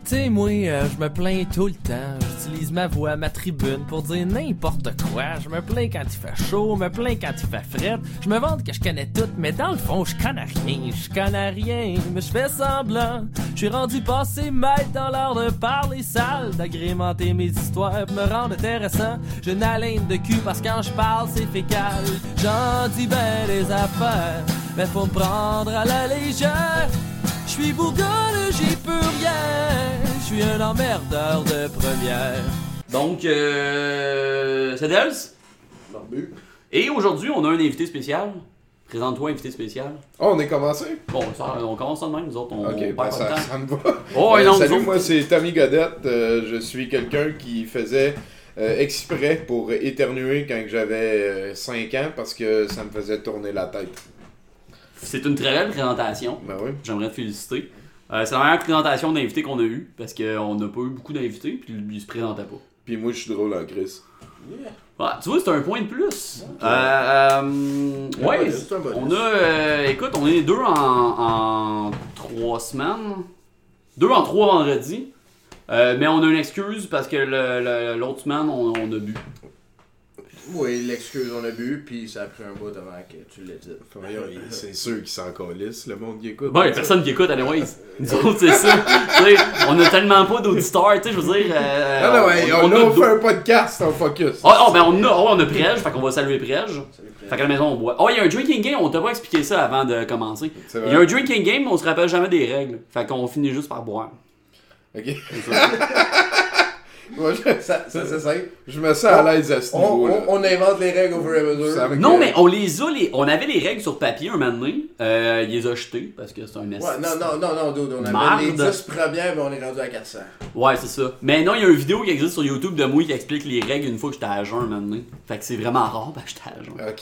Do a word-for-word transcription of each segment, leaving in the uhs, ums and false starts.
T'sais, moi, euh, je me plains tout le temps. J'utilise ma voix, ma tribune pour dire n'importe quoi. Je me plains quand il fait chaud, me plains quand il fait fret. Je me vante que je connais tout, mais dans le fond, je connais rien. Je connais rien, mais je fais semblant. Je suis rendu passé maître dans l'art de parler sale, d'agrémenter mes histoires pour me rendre intéressant. J'ai une haleine de cul parce que quand je parle, c'est fécal. J'en dis ben des affaires, mais faut me prendre à la légère. Je suis bourgogne, j'y peux rien. Je suis un emmerdeur de première. Donc, euh, c'est Dels. Barbu. Et aujourd'hui, on a un invité spécial. Présente-toi, invité spécial. Oh, on est commencé? Bon, ça, on commence ça de même, nous autres. On, Ok, on ben perd pas ça, de temps. ça me va. Oh, Euh, non, salut, nous autres- moi c'est Tommy Godette. Euh, je suis quelqu'un qui faisait euh, exprès pour éternuer quand j'avais euh, cinq ans parce que ça me faisait tourner la tête. C'est une très belle présentation. Ben oui. J'aimerais te féliciter. Euh, c'est la meilleure présentation d'invités qu'on a eue, parce qu'on n'a pas eu beaucoup d'invités, puis lui, il se présentait pas. Puis moi je suis drôle en crise. Ouais, tu vois, c'est un point de plus. Euh, euh, ouais, bonus, c'est un bonus. on a, euh, écoute, on est deux en, en trois semaines. Deux en trois vendredis. Euh, mais on a une excuse parce que le- le- l'autre semaine, on, on a bu. Oui, l'excuse, on a bu, puis ça a pris un bout avant que tu l'aies dit. Voyons, il- c'est sûr qu'ils s'en calissent, le monde qui écoute. Bon, y'a personne qui écoute, anyways. Nous autres, c'est ça. Tu sais, on a tellement pas d'auditeurs, tu sais, je veux dire. Euh, Non, non, ouais, on, on a a fait deux- un podcast en focus. Oh, oh, ben on a, oh, on a Prège, fait qu'on va saluer Prège. Fait qu'à la maison, on boit. Oh, il y a un drinking game, on t'a pas expliqué ça avant de commencer. C'est Il y a un vrai. drinking game, mais on se rappelle jamais des règles. Fait qu'on finit juste par boire. Ok. C'est ça. Moi, je, Ça, ça c'est simple. je me sens à l'aise à ce On, niveau-là. on, on invente les règles au fur et à mesure. Ça me- Non, mais on les a, les... on avait les règles sur papier un moment donné. Euh, il les a jetées parce que c'est un esti- Ouais, non, non, non, non, dude, on avait Marde. les dix premières, mais on est rendu à quatre cents. Ouais, c'est ça. Mais non, il y a une vidéo qui existe sur YouTube de moi qui explique les règles une fois que j'étais à jeun un moment donné. Fait que c'est vraiment rare, ben j'étais à jeun. Ok.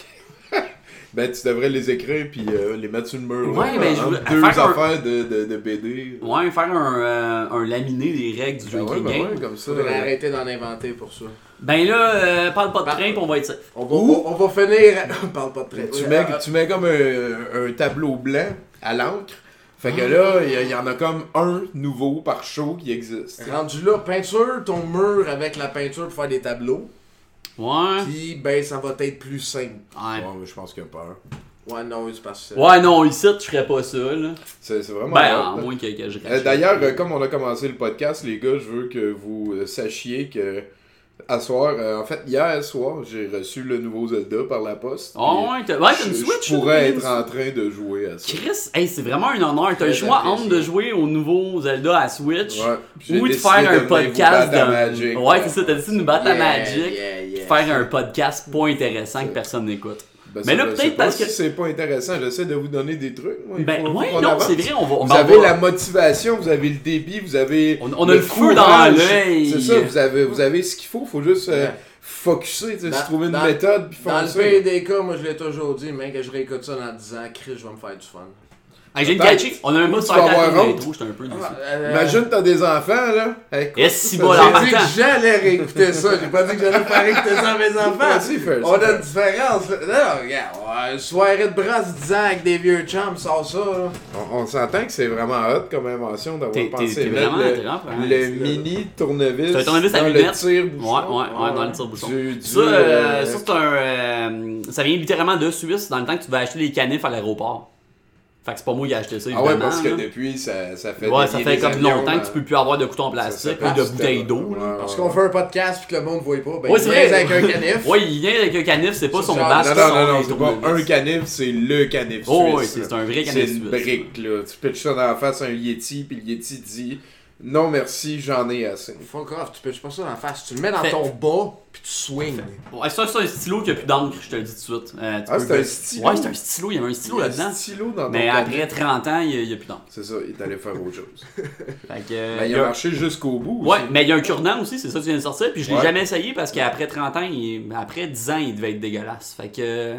Ben, tu devrais les écrire puis euh, les mettre sur le mur. Ouais, là, ben, je entre veux- deux faire un- affaires de, de, de B D. Ouais, faire un, euh, un laminé des règles du Ben ouais, drinking ben game. ouais, comme ça. Faudrait euh, arrêter d'en inventer pour ça. Ben là, euh, parle pas de Bah. train pis on va être safe. On va, on, on va finir. On parle pas de près. Tu mets, tu mets comme un, un tableau blanc à l'encre. Fait que là, il y, a- il y en a comme un nouveau par show qui existe. Rendu là, peinture ton mur avec la peinture pour faire des tableaux. Ouais. Puis, ben, ça va être plus simple. Ouais. Ouais, mais je pense qu'il y a peur. Ouais, non, c'est parce que. Ouais, non, ici, je ferais pas ça, là. C'est c'est vraiment. Ben, hot, à là. moins que, que je Euh, rachète. D'ailleurs, euh, comme on a commencé le podcast, les gars, je veux que vous euh, sachiez que à soir, euh, en fait, hier soir, j'ai reçu le nouveau Zelda par la poste. Oh, puis, ouais, t'as ouais, t'as je, une je Switch, pourrais là, être en train de jouer à ça. Chris, hey, c'est vraiment un honneur. T'as Très le choix apprécié. entre de jouer au nouveau Zelda à Switch Ouais. J'ai ou de décidé faire un de venir vous podcast. battre à de- Magic. Ouais, c'est ça, t'as décidé de nous battre à Yeah, Magic. yeah, yeah. Faire un podcast pas intéressant que personne n'écoute. Ben, Mais ça, là, je peut-être sais pas parce si que- c'est pas intéressant, j'essaie de vous donner des trucs. Moi, il Ben, faut- ouais, faut qu'on non, avance. c'est vrai, on va. on Vous va avez avoir- la motivation, vous avez le débit, vous avez On- on a le feu dans courage. l'œil. C'est ça, vous avez, vous avez ce qu'il faut, faut juste euh, Ouais. focusser, tu sais, Dans- se trouver une dans- méthode puis Dans le foncer. pire des cas, moi je l'ai toujours dit, mais que je réécoute ça dans dix ans, Chris, je vais me faire du fun. Hey, j'ai le Peut-être. catché. On a un mot de Tu vas avoir faire honte. l'intro, j'étais un peu déçu. Euh, Imagine t'as des enfants là. Écoute, Et si ça, bon, j'ai en dit- partant. J'ai dit que j'allais réécouter ça, j'ai pas dit que j'allais faire écouter ça à mes enfants. Vas-y, fais On ça. a une différence. là. Non, regarde, ouais, une soirée de brasse dix ans avec des vieux chums, sort ça. Là. On, on s'entend que c'est vraiment hot comme invention d'avoir T'es- pensé t'es- t'es mettre vraiment- le, t'es vraiment- le ouais, mini tournevis, C'est un tournevis à dans le lunettes. tire-bouchon. Ouais, ouais, ouais, dans le tire-bouchon. Du- du, Ça, euh, euh, ça c'est un. euh, ça vient littéralement de Suisse dans le temps que tu vas acheter les canifs à l'aéroport. Fait que c'est pas moi qui ai acheté ça, Ah évidemment. ouais, parce que là. depuis, ça, ça fait Ouais, dévier ça fait les comme avions, longtemps hein. que tu peux plus avoir de couteau en Ça plastique s'appelle ou de du bouteilles stéro- d'eau. là. Ouais, Parce ouais. qu'on fait un podcast puis que le monde ne voit pas, ben Ouais, il c'est niaise vrai. avec un canif. Ouais, il vient avec un canif, c'est pas C'est son genre- basque. Non, c'est non, son non, non, c'est tournevis. pas un canif, c'est le canif Oh, suisse. ouais, c'est là. c'est un vrai canif C'est suisse. une brique, là. Tu pitches ça dans la face à un Yeti, puis le Yeti dit non merci, j'en ai assez. Fuck off, tu pitches pas ça dans la face, tu le mets dans Fait- ton bas puis tu swings. Ouais, ça, c'est un stylo qui a plus d'encre, je te le dis tout de suite. Euh, tu Ah, peux- c'est un stylo? Ouais, c'est un stylo, il y avait un stylo Il y a là-dedans. un stylo dans ton Mais canif. après trente ans, il y a, il y a plus d'encre. C'est ça, il est allé faire autre chose. Fait que, euh, Mais il il y a a- marché jusqu'au bout Ouais, aussi. mais il y a un cure-dent aussi, c'est ça que tu viens de sortir. Puis je l'ai Ouais. jamais essayé parce qu'après trente ans, il... après dix ans, il devait être dégueulasse. Fait que.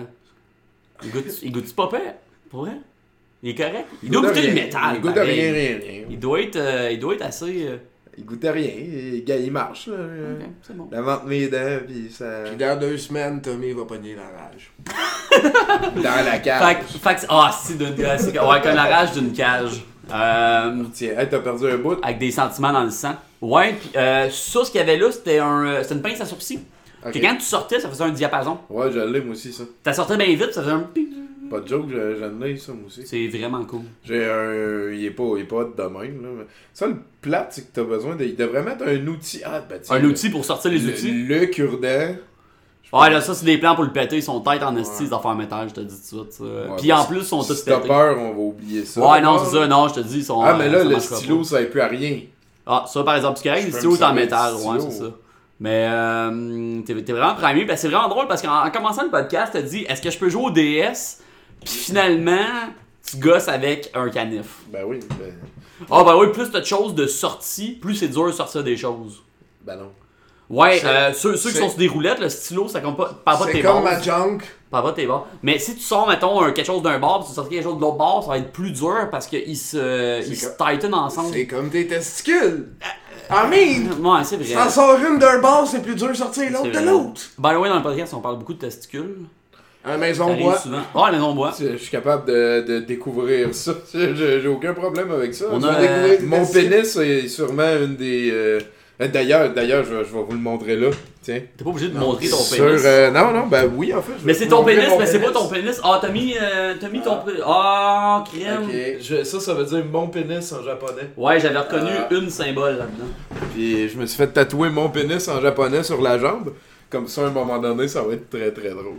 Il goûte, il goûte pas pire, pour vrai? Il est correct? Il doit goûte goûter rien. le métal. Il goûte à pareil. rien, rien, rien. Il doit être, euh, il doit être assez. euh, Il goûte à rien. Il, gars, il marche, là. ok, c'est bon. La vente mes dents, puis ça. Puis dans deux semaines, Tommy va pogner la rage. Dans la Fait, cage. que- fait que. Ah, si, d'une cage. Ouais, comme la rage d'une cage. Euh, Tiens, hey, t'as perdu un bout. avec des sentiments dans le sang. Ouais, pis euh, ça, ce qu'il y avait là, c'était un, c'était une pince à sourcils. Ok. Que quand tu sortais, ça faisait un diapason. Ouais, je l'ai, moi aussi, ça. Ça sortait bien vite, ça faisait un... Pas de joke, je- j'en ai, ça, moi aussi. C'est vraiment cool. J'ai un. Il est pas, il est pas de même, là. Mais ça, le plat, c'est que t'as besoin de. Il devrait mettre un outil. Ah, ben, tiens, Un le- outil pour sortir les le, outils. Le cure-dent. Ouais, là, ça, c'est des plans pour le péter. Ils sont têtes en esti, les affaires métal, je te dis tout de suite. ça. Ouais, Puis ben, en plus, ils sont tous Si t'as pétés. peur, on va oublier ça. Ouais, non, Ah, c'est ça, non, je te dis, ils sont. Ah, mais là, euh, ça le marchera stylo, pas. ça n'est plus à rien. Ah, ça, par exemple, c'est correct, Je les peux stylos me c'est en servir de métal, ouais, stylo. c'est ça. Mais euh, t'es, t'es vraiment primé. Ben, c'est vraiment drôle parce qu'en en commençant le podcast, t'as dit est-ce que je peux jouer au D S? Puis finalement, tu gosses avec un canif. Ben oui, ben. Ah, ben oui, plus t'as de choses de sortie, plus c'est dur de sortir des choses. Ben non. Ouais, C'est- euh, ceux, ceux qui c'est- sont sur des roulettes, le stylo, ça compte pas. Parle pas de C'est tes comme bases. ma junk. Parle pas de tes bases. Mais si tu sors, mettons, un- quelque chose d'un bar, puis tu sors quelque chose de l'autre bar, ça va être plus dur parce qu'ils se, ils se comme- tighten ensemble. C'est comme tes testicules. I mean, Ouais, c'est vrai. si t'en sors une d'un bord, c'est plus dur de sortir l'autre C'est de vrai. l'autre. By the way, dans le podcast, on parle beaucoup de testicules. À la maison Ça arrive bois. souvent. Ouais, mais on boit. Je suis capable de, de découvrir ça. J'ai j'ai aucun problème avec ça. On Tu a, vas euh, découvrir des Mon testicules. pénis est sûrement une des. euh, euh, D'ailleurs, d'ailleurs, je, vais- je vais vous le montrer là. Tiens. T'es pas obligé de Non, montrer ton Sur, pénis. euh, non, non, ben oui, en fait. je vais Mais vous c'est ton montrer pénis, mon mais c'est pas pénis. ton pénis. Ah, t'as mis, euh, t'as mis ton Ah. pénis. Ah, crème. Ok. Je- ça, ça veut dire mon pénis en japonais. Ouais, j'avais reconnu Ah. une symbole là-dedans. Puis je me suis fait tatouer mon pénis en japonais sur la jambe. Comme ça, à un moment donné, ça va être très très drôle.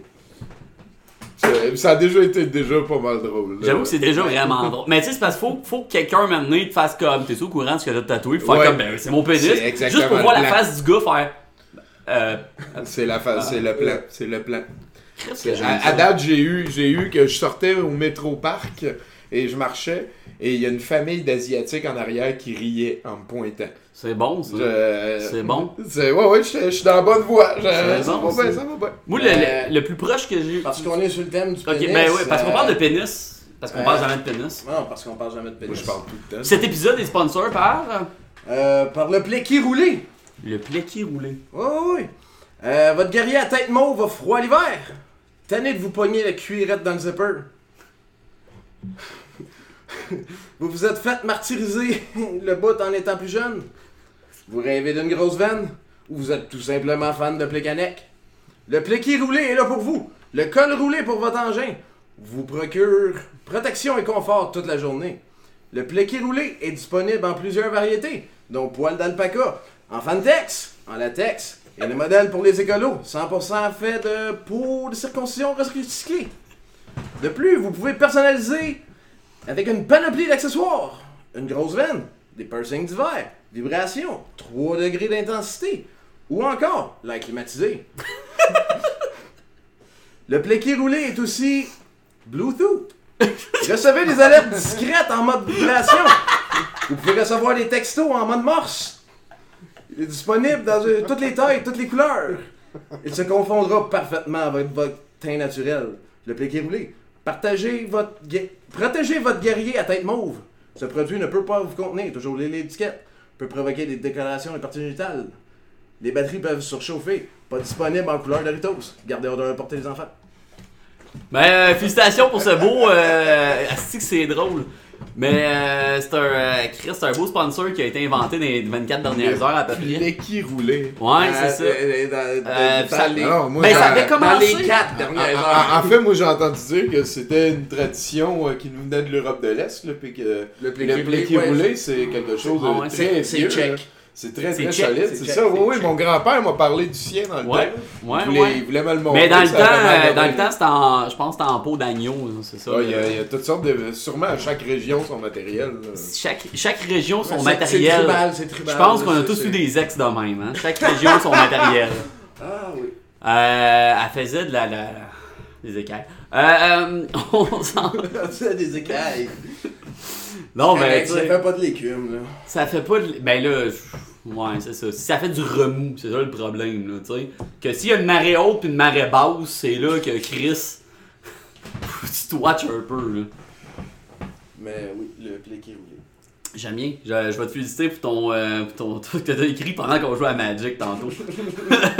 Ça, ça a déjà été déjà pas mal drôle. là. J'avoue que c'est déjà vraiment drôle. Mais tu sais, c'est parce qu'il faut, faut que quelqu'un maintenant te fasse comme. T'es au courant de ce que t'as tatoué, puis faire Ouais. comme, ben c'est mon pénis. C'est exactement Juste pour voir le la plan. face du gars faire. Euh. C'est la fa- c'est le plan. C'est le plan. Qu'est-ce que C'est- j'aime À, ça. à date, j'ai eu, j'ai eu que je sortais au métro parc et je marchais et il y a une famille d'Asiatiques en arrière qui riait en me pointant. C'est bon, ça. Je- C'est bon. C'est, ouais, ouais, je je suis dans la bonne voie. Je- C'est ça bon, va bien, ça. ça va bien. Moi, le, Euh, le, le plus proche que j'ai eu. Parce qu'on est sur le thème du Ok, pénis. ben oui, parce qu'on euh, parle de pénis. Parce qu'on euh, parle jamais de pénis. Non, parce qu'on parle jamais de pénis. Moi, je parle tout le temps. Cet épisode est sponsor par. Euh, par le pléqui roulé. Le pléqui roulé. Oui, oui, oui. Euh, votre guerrier à tête mauve a froid l'hiver. Tanné de vous pogner la cuirette dans le zipper. Vous vous êtes fait martyriser le bout en étant plus jeune. Vous rêvez d'une grosse veine. Ou vous êtes tout simplement fan de Plécanec. Le pléqui roulé est là pour vous. Le col roulé pour votre engin vous procure protection et confort toute la journée. Le pléqui roulé est disponible en plusieurs variétés, dont poil d'alpaca, en fantex, en latex, et le modèle pour les écolos, cent pour cent fait de peau de circoncision recyclée. De plus, vous pouvez personnaliser avec une panoplie d'accessoires, une grosse veine, des piercings d'hiver, vibrations, trois degrés d'intensité, ou encore l'air climatisé. Le pléqui roulé est aussi Bluetooth. Recevez des alertes discrètes en mode vibration. Vous pouvez recevoir des textos en mode morse. Il est disponible dans euh, toutes les tailles, toutes les couleurs. Il se confondra parfaitement avec votre teint naturel. Le pléqui roulé. Partagez votre gue- Protégez votre guerrier à tête mauve. Ce produit ne peut pas vous contenir, toujours les l'étiquette. Peut provoquer des décolorations des parties génitales. Les batteries peuvent surchauffer. Pas disponible en couleur Doritos. Gardez ordre de porter les enfants. Ben, euh, félicitations pour ce beau. Euh, asti que c'est drôle. Mais euh, c'est un. Euh, Chris, c'est un beau sponsor qui a été inventé dans les vingt-quatre dernières heures à peu près. Les qui roulait. Ouais, c'est ça. Euh, dans- dans- Euh, dans ça- les- Alors, moi, Ben, j'en- ça avait dans commencé. les quatre En, dernières en- heures. en fait, moi j'ai entendu dire que c'était une tradition euh, qui nous venait de l'Europe de l'Est, là, puis que Le le pléqui pléqui ouais, roulé, c'est quelque chose de Ah ouais, très c'est vieux, check. là. C'est très C'est très check, solide, c'est c'est check, ça. c'est Oui, oui, check. mon grand-père m'a parlé du sien dans le Ouais, temps. ouais, il, voulait, ouais. il voulait me le montrer. Mais dans le ça temps, avait l'air euh, de dans le bien. temps, c'était en. Je pense que c'était en peau d'agneau, là, c'est ça. Ouais, il y, a, il y a toutes sortes de. Sûrement à chaque région son matériel. là. Chaque, chaque région son C'est- matériel. C'est tribal, c'est tribal. Je pense qu'on a c'est- tous c'est- eu des ex de même, hein. Chaque région son matériel. Ah oui. Euh, elle faisait de la. la des écailles. Euh, euh, on s'en. C'est des écailles. Non, mais. Correct, tu ça sais, fait pas de l'écume, là. ça fait pas de. Ben là. je- Ouais, c'est ça. Si ça fait du remous, c'est ça le problème, là, tu sais. Que s'il y a une marée haute puis une marée basse, c'est là que Chris. tu te watches un peu, là. Mais oui, le pléqui roulé. J'aime bien. Je, je vais te féliciter pour ton, euh, pour ton truc que t'as écrit pendant qu'on jouait à Magic tantôt.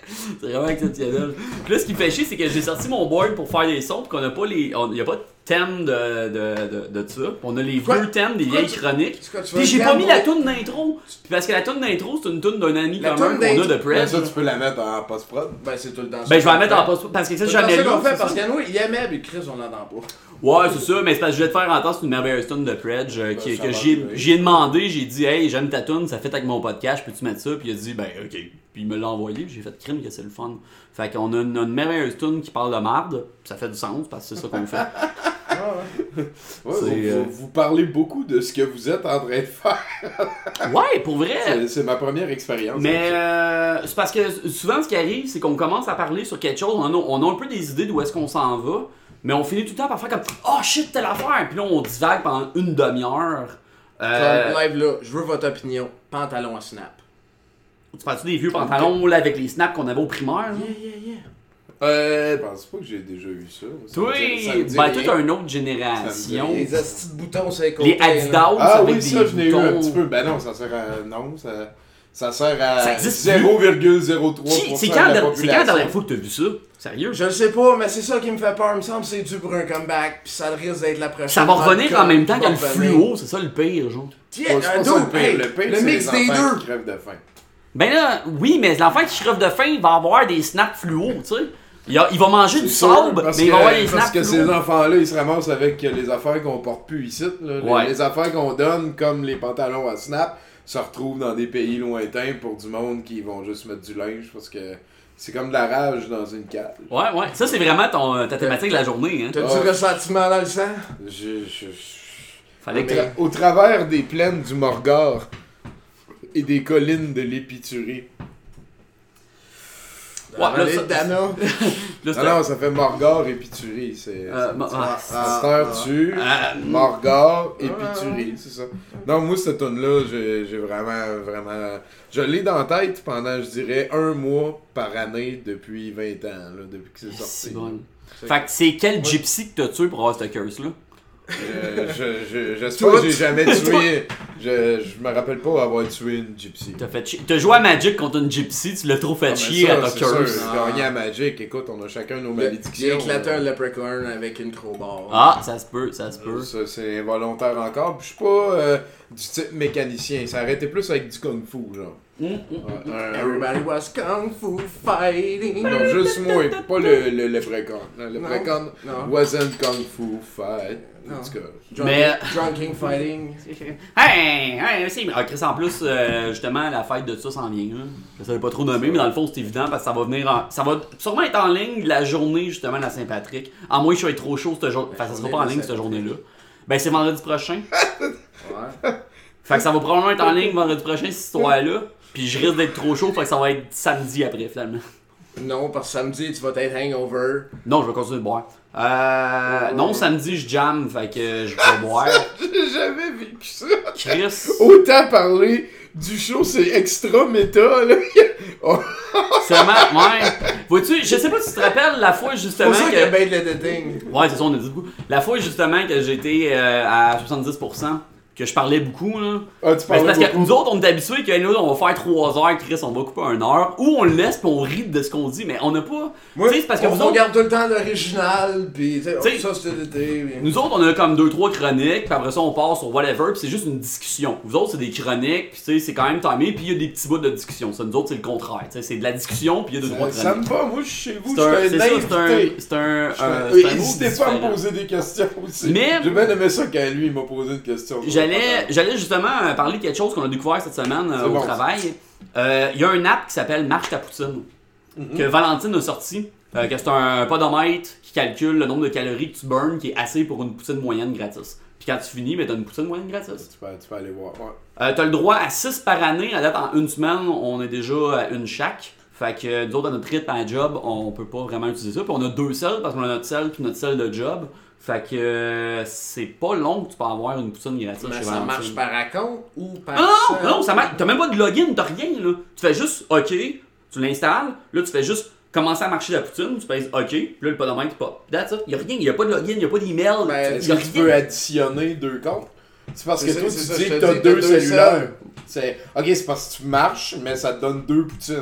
C'est vraiment exceptionnel. Puis là, ce qui me fait chier, c'est que j'ai sorti mon board pour faire des sons, pis qu'on a pas les. Il y a pas de thème de, de, de, de ça. Pis on a les Quoi? vieux thèmes des Quoi? vieilles chroniques. C'est quoi, tu Puis veux j'ai le pas mis la gamble? toune d'intro. Puis parce que la toune d'intro, c'est une toune d'un ami La commun toune qu'on a d'intro- de Ben, Preds. ça, tu peux la mettre en post-prod. Ben, c'est tout le temps ça. Ben, je vais la qu'on mettre en fait. post parce que ça, C'est jamais ça lu. qu'on fait c'est parce ça. qu'à nous, il aimait, mais Chris, on l'entend pas. Ouais, c'est ça, mais c'est parce que je vais te faire entendre, c'est une merveilleuse tune de Predge euh, Ben, qui- ça que va j'ai arriver. j'ai demandé, j'ai dit hey, j'aime ta tune, ça fait avec mon podcast, peux-tu mettre ça? Puis il a dit ben ok. Puis il me l'a envoyé, puis j'ai fait crime que c'est le fun. Fait qu'on a une, une merveilleuse tune qui parle de marde, ça fait du sens parce que c'est ça qu'on fait. Ouais, C'est, vous, euh, vous- vous parlez beaucoup de ce que vous êtes en train de faire. Ouais, pour vrai! C'est- C'est ma première expérience. Mais euh, c'est parce que souvent ce qui arrive, c'est qu'on commence à parler sur quelque chose, on a, on a un peu des idées d'où est-ce qu'on s'en va, mais on finit tout le temps par faire comme oh shit, telle affaire! Puis là on divague pendant une demi-heure. Euh, Comme live là, je veux votre opinion. Pantalon à snap. Tu parles-tu des vieux pantalons là, avec les snaps qu'on avait au primaire? Là? Yeah, yeah, yeah. Euh, je pense pas que j'ai déjà vu ça. Ça Toi, me dit- ça me dit ben rien. toi t'as une autre Ça génération. me dit Les astis de boutons, c'est côté. Les Adidas Ah avec oui, des ça, je l'ai eu un boutons. petit peu. Ben non, ça sert à. Non, ça, ça sert Ça à existe zéro virgule zéro trois pour cent Qui- C'est de quand, la la- c'est quand la population. dernière fois que t'as vu ça? Sérieux? Je le sais pas, mais c'est ça qui me fait peur. Il me semble que c'est dû pour un comeback, puis ça risque d'être la prochaine. Ça va revenir en même temps qui que va le revenir. fluo, c'est ça le pire, genre. Tiens, Ouais, c'est un pas ça dos, le pire. hey, Le pire, le c'est mix les des enfants deux. qui crèvent de faim. Ben là, oui, mais l'enfant qui crève de faim, il va avoir des snaps fluo, tu sais. Il, a- il va manger du C'est sûr, sable, parce mais il que, va avoir des parce snaps que fluo. ces enfants-là, ils se ramassent avec les affaires qu'on porte plus ici. Là. Les- Ouais. Les, affaires qu'on donne, comme les pantalons à snap, se retrouvent dans des pays lointains pour du monde qui vont juste mettre du linge parce que c'est comme de la rage dans une cage. Ouais, ouais. Ça, c'est vraiment ton, ta thématique de la journée, hein. T'as Ah. du ressentiment dans le sang? Je, je, je- Fallait Au, que tra- au travers des plaines du Morgor et des collines de l'Épiturie. Ouais, là, Allez, ça- Dana. Là, Non, c'est- non, ça fait Morgor, Épiturie. C'est Euh, c'est- bon, c'est- ah, à cette heure-tu, Ah, Morgor, Ah, Épiturie, c'est ça. Non, moi, cette tune-là, j'ai j'ai vraiment, vraiment... Je l'ai dans la tête pendant, je dirais, un mois par année depuis vingt ans, là, depuis que c'est sorti. c'est bon. Fait que c'est quel gypsy que t'as tué pour avoir cette curse-là? Euh, je- je- J'espère que j'ai jamais tué... Je, je me rappelle pas avoir tué une gypsy. T'as fait chier. T'as joué à Magic contre une gypsy, tu l'as trop fait Ah, mais chier ça, à ta c'est sûr, curse. j'ai gagné à Magic. Écoute, on a chacun nos Il a malédictions. éclaté euh, un leprechaun avec une crowbar. Ah, ça se peut, ça se peut. Ça, c'est involontaire encore. Puis je suis pas euh, du type mécanicien. Ça arrêtait plus avec du kung fu, genre. Hum, hum. Ouais, un- un- Everybody was kung fu fighting. Non, juste moi, pas le, le leprechaun. Le Non. leprechaun Non. wasn't kung fu fight. Non. En tout cas. Drunk, Mais- Drunking fighting. Hey, hey, c'est. Ah, Chris, en plus, euh, justement, la fête de ça s'en vient. Là. Je savais pas trop nommer, mais dans le fond, c'est évident parce que ça va venir en... Ça va sûrement être en ligne la journée, justement, de la Saint-Patrick. À moins que je sois trop chaud cette journée. Enfin, ça sera pas en ligne cette journée-là. Ben, c'est vendredi prochain. Ouais. Fait que ça va probablement être en ligne vendredi prochain, cette histoire-là. Puis je risque d'être trop chaud, fait que ça va être samedi après, finalement. Non, parce que samedi, tu vas être hangover. Non, je vais continuer de boire. Euh. Non, samedi, je jam, fait que je vais boire. J'ai jamais vécu ça. Chris. Autant parler du show, c'est extra méta, là. Oh, C'est vraiment. Ouais. Vois-tu, je sais pas si tu te rappelles la fois C'est justement pour ça qu'il y a que. bien de l'editing. Ouais, c'est ça, on a dit beaucoup. La fois justement que j'étais euh, à soixante-dix pour cent, que je parlais beaucoup, là. ah, tu Ben, c'est parles parce que beaucoup. nous autres, on est habitués que nous, on va faire trois heures, Chris, on va couper une heure, ou on le laisse pis on rit de ce qu'on dit, mais on n'a pas. Moi, tu sais, c'est parce que on vous autres. regarde tout le temps l'original, pis tu sais, T'sais, ça c'était l'été. puis- Nous autres, on a comme deux trois chroniques, puis après ça, on part sur whatever, puis c'est juste une discussion. Vous autres, c'est des chroniques, puis tu sais, c'est quand même timé, puis il y a des petits bouts de discussion. Ça, nous autres, c'est le contraire. Tu sais, c'est de la discussion, puis il y a deux trois Ça, ça chroniques. me va, moi, je suis chez vous, C'est un, je c'est suis ça, un c'est un, invité. c'est un, euh, Euh, c'est un mot N'hésitez pas à me différent. poser des questions aussi. Mais- J'ai bien aimé ça quand lui il m'a posé une question. J'allais, j'allais justement euh, parler de quelque chose qu'on a découvert cette semaine euh, C'est au bon, travail. Euh, Il y a un app qui s'appelle Marche ta poutine, Mhm. que Valentine a sorti, euh, que c'est un podomètre qui calcule le nombre de calories que tu burns, qui est assez pour une poutine moyenne gratis. Puis quand tu finis, ben t'as une poutine moyenne gratis. Tu peux, tu peux aller voir. Ouais. Euh, t'as le droit à six par année. À date, en une semaine, on est déjà à une chaque. Fait que euh, nous autres, à notre rythme à job, on peut pas vraiment utiliser ça. Puis on a deux selles parce qu'on a notre selle puis notre selle de job. Fait que euh, c'est pas long que tu peux avoir une poutine gratis Mais chez ça Valentine. marche par raconte ou par. Non, non, seul? non, ça marche. T'as même pas de login, t'as rien, là. Tu fais juste OK, tu l'installes, là, tu fais juste commencer à marcher la poutine, tu fais OK, puis là, le podomètre pop. That's it. Y'a rien, y'a pas de login, y'a pas d'email. Ben, Est-ce y a que tu rien. peux additionner deux comptes? C'est parce que C'est toi, ça, tu c'est ça, dis je que te t'as dis, deux t'as deux cellulaires. C'est... Ok, c'est parce que tu marches, mais ça te donne deux poutines.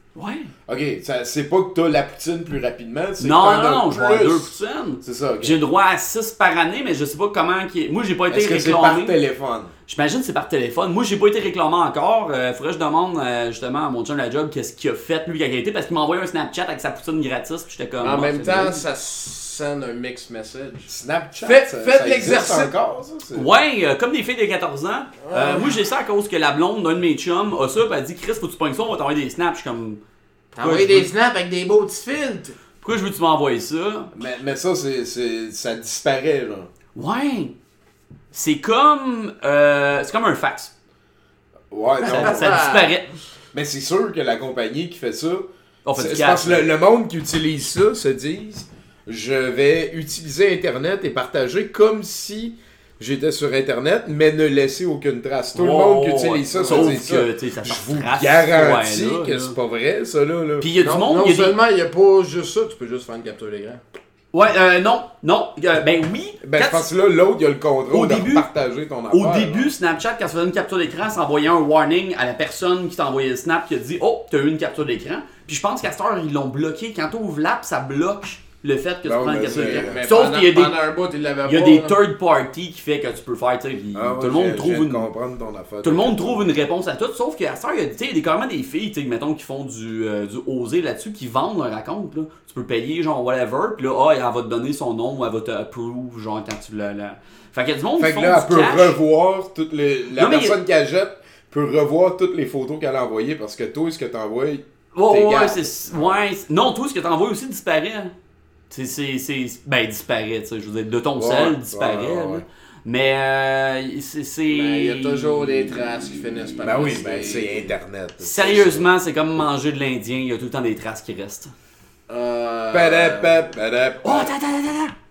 Ouais. Ok, ça, c'est pas que t'as la poutine plus rapidement, c'est Non, que t'en non, as non, je vais avoir plus. deux poutines. C'est ça, ok. J'ai le droit à six par année, mais je sais pas comment... Qui est... Moi, j'ai pas été Est-ce que c'est réclamé. par téléphone? J'imagine que c'est par téléphone. Moi, j'ai pas été réclamé encore. Euh, faudrait que je demande euh, justement à mon chum de la job qu'est-ce qu'il a fait, lui, quand il a été, parce qu'il m'a envoyé un Snapchat avec sa poutine gratis, puis j'étais comme... En ah, même c'est temps, drôle. ça send un mixed message. Snapchat, Faites- ça, faites ça l'exercice. existe encore, ça? c'est- Ouais, euh, comme des filles de quatorze ans. Euh, Ah. moi, j'ai ça à cause que la blonde d'un de mes chums a ça, pis elle dit Chris, faut que tu pognes ça, on va t'envoyer des snaps. Je suis comme. T'as Pourquoi envoyé je des veux- snaps avec des beaux petits filtres. Pourquoi je veux que tu m'envoies ça? Mais, mais ça, c'est, c'est, ça disparaît, là. Ouais. C'est comme. Euh, c'est comme un fax. Ouais, non. Ça, ça disparaît. Mais c'est sûr que la compagnie qui fait ça, On fait c'est, du c'est parce cash. que le, le monde qui utilise ça se disent je vais utiliser Internet et partager comme si j'étais sur Internet, mais ne laisser aucune trace. Tout le monde qui utilise ça se Sauf dit ça. que, tu sais, ça Je sort vous trace, garantis ouais, là, que là. c'est pas vrai, ça, là. là. Puis il y a du Non, monde, non il y a des. seulement il n'y a pas juste ça, tu peux juste faire une capture d'écran. Ouais, euh, non, non. Euh, ben oui. Ben, quand je pense que là, l'autre, il a le contrôle Au de début- partager ton affaire. Au là. début, Snapchat, quand tu faisais une capture d'écran, ça envoyait un warning à la personne qui t'a envoyé le snap qui a dit oh, t'as eu une capture d'écran. Puis je pense qu'à cette heure, ils l'ont bloqué. Quand tu ouvres l'app, ça bloque le fait que tu Ben prends oui, une ben capture c'est- d'écran. Mais Sauf pendant, qu'il y a des, pendant un bout, il l'avait il y a pas, des là. third party qui fait que tu peux faire, tu sais, puis Ah, tout le ouais, monde je- trouve je viens une. de comprendre ton affaire. Tout le monde trouve une réponse à tout, sauf qu'à cette heure, il y a, tu sais, il y a des- carrément des filles, tu sais, mettons, qui font du, euh, du osé là-dessus, qui vendent leur raconte, là. Tu peux payer, genre, whatever, puis là, ah, elle va te donner son nom, ou elle va te approve, genre, quand tu la... la... Fait qu'il y a du monde Fait qui que font là, elle du peut cash. revoir toutes les. La Non, mais personne qu'elle jette peut revoir toutes les photos qu'elle a envoyées parce que toi, ce que t'envoies. Ouais, T'es ouais, garde. c'est... Ouais, c'est- non, tout ce que t'envoies aussi disparaît. hein. C'est, c'est, c'est... Ben, disparaît, tu sais, je veux dire, de ton Ouais, sel, ouais, disparaît, ouais, là. ouais. Mais, euh, c'est... c'est... Ben, il y a toujours des traces qui finissent par Ben oui, rester. ben c'est Internet. Sérieusement, c'est comme manger de l'Indien, il y a tout le temps des traces qui restent. Euh... Padap, padap, padap. Oh, attends, attends, attends, attends!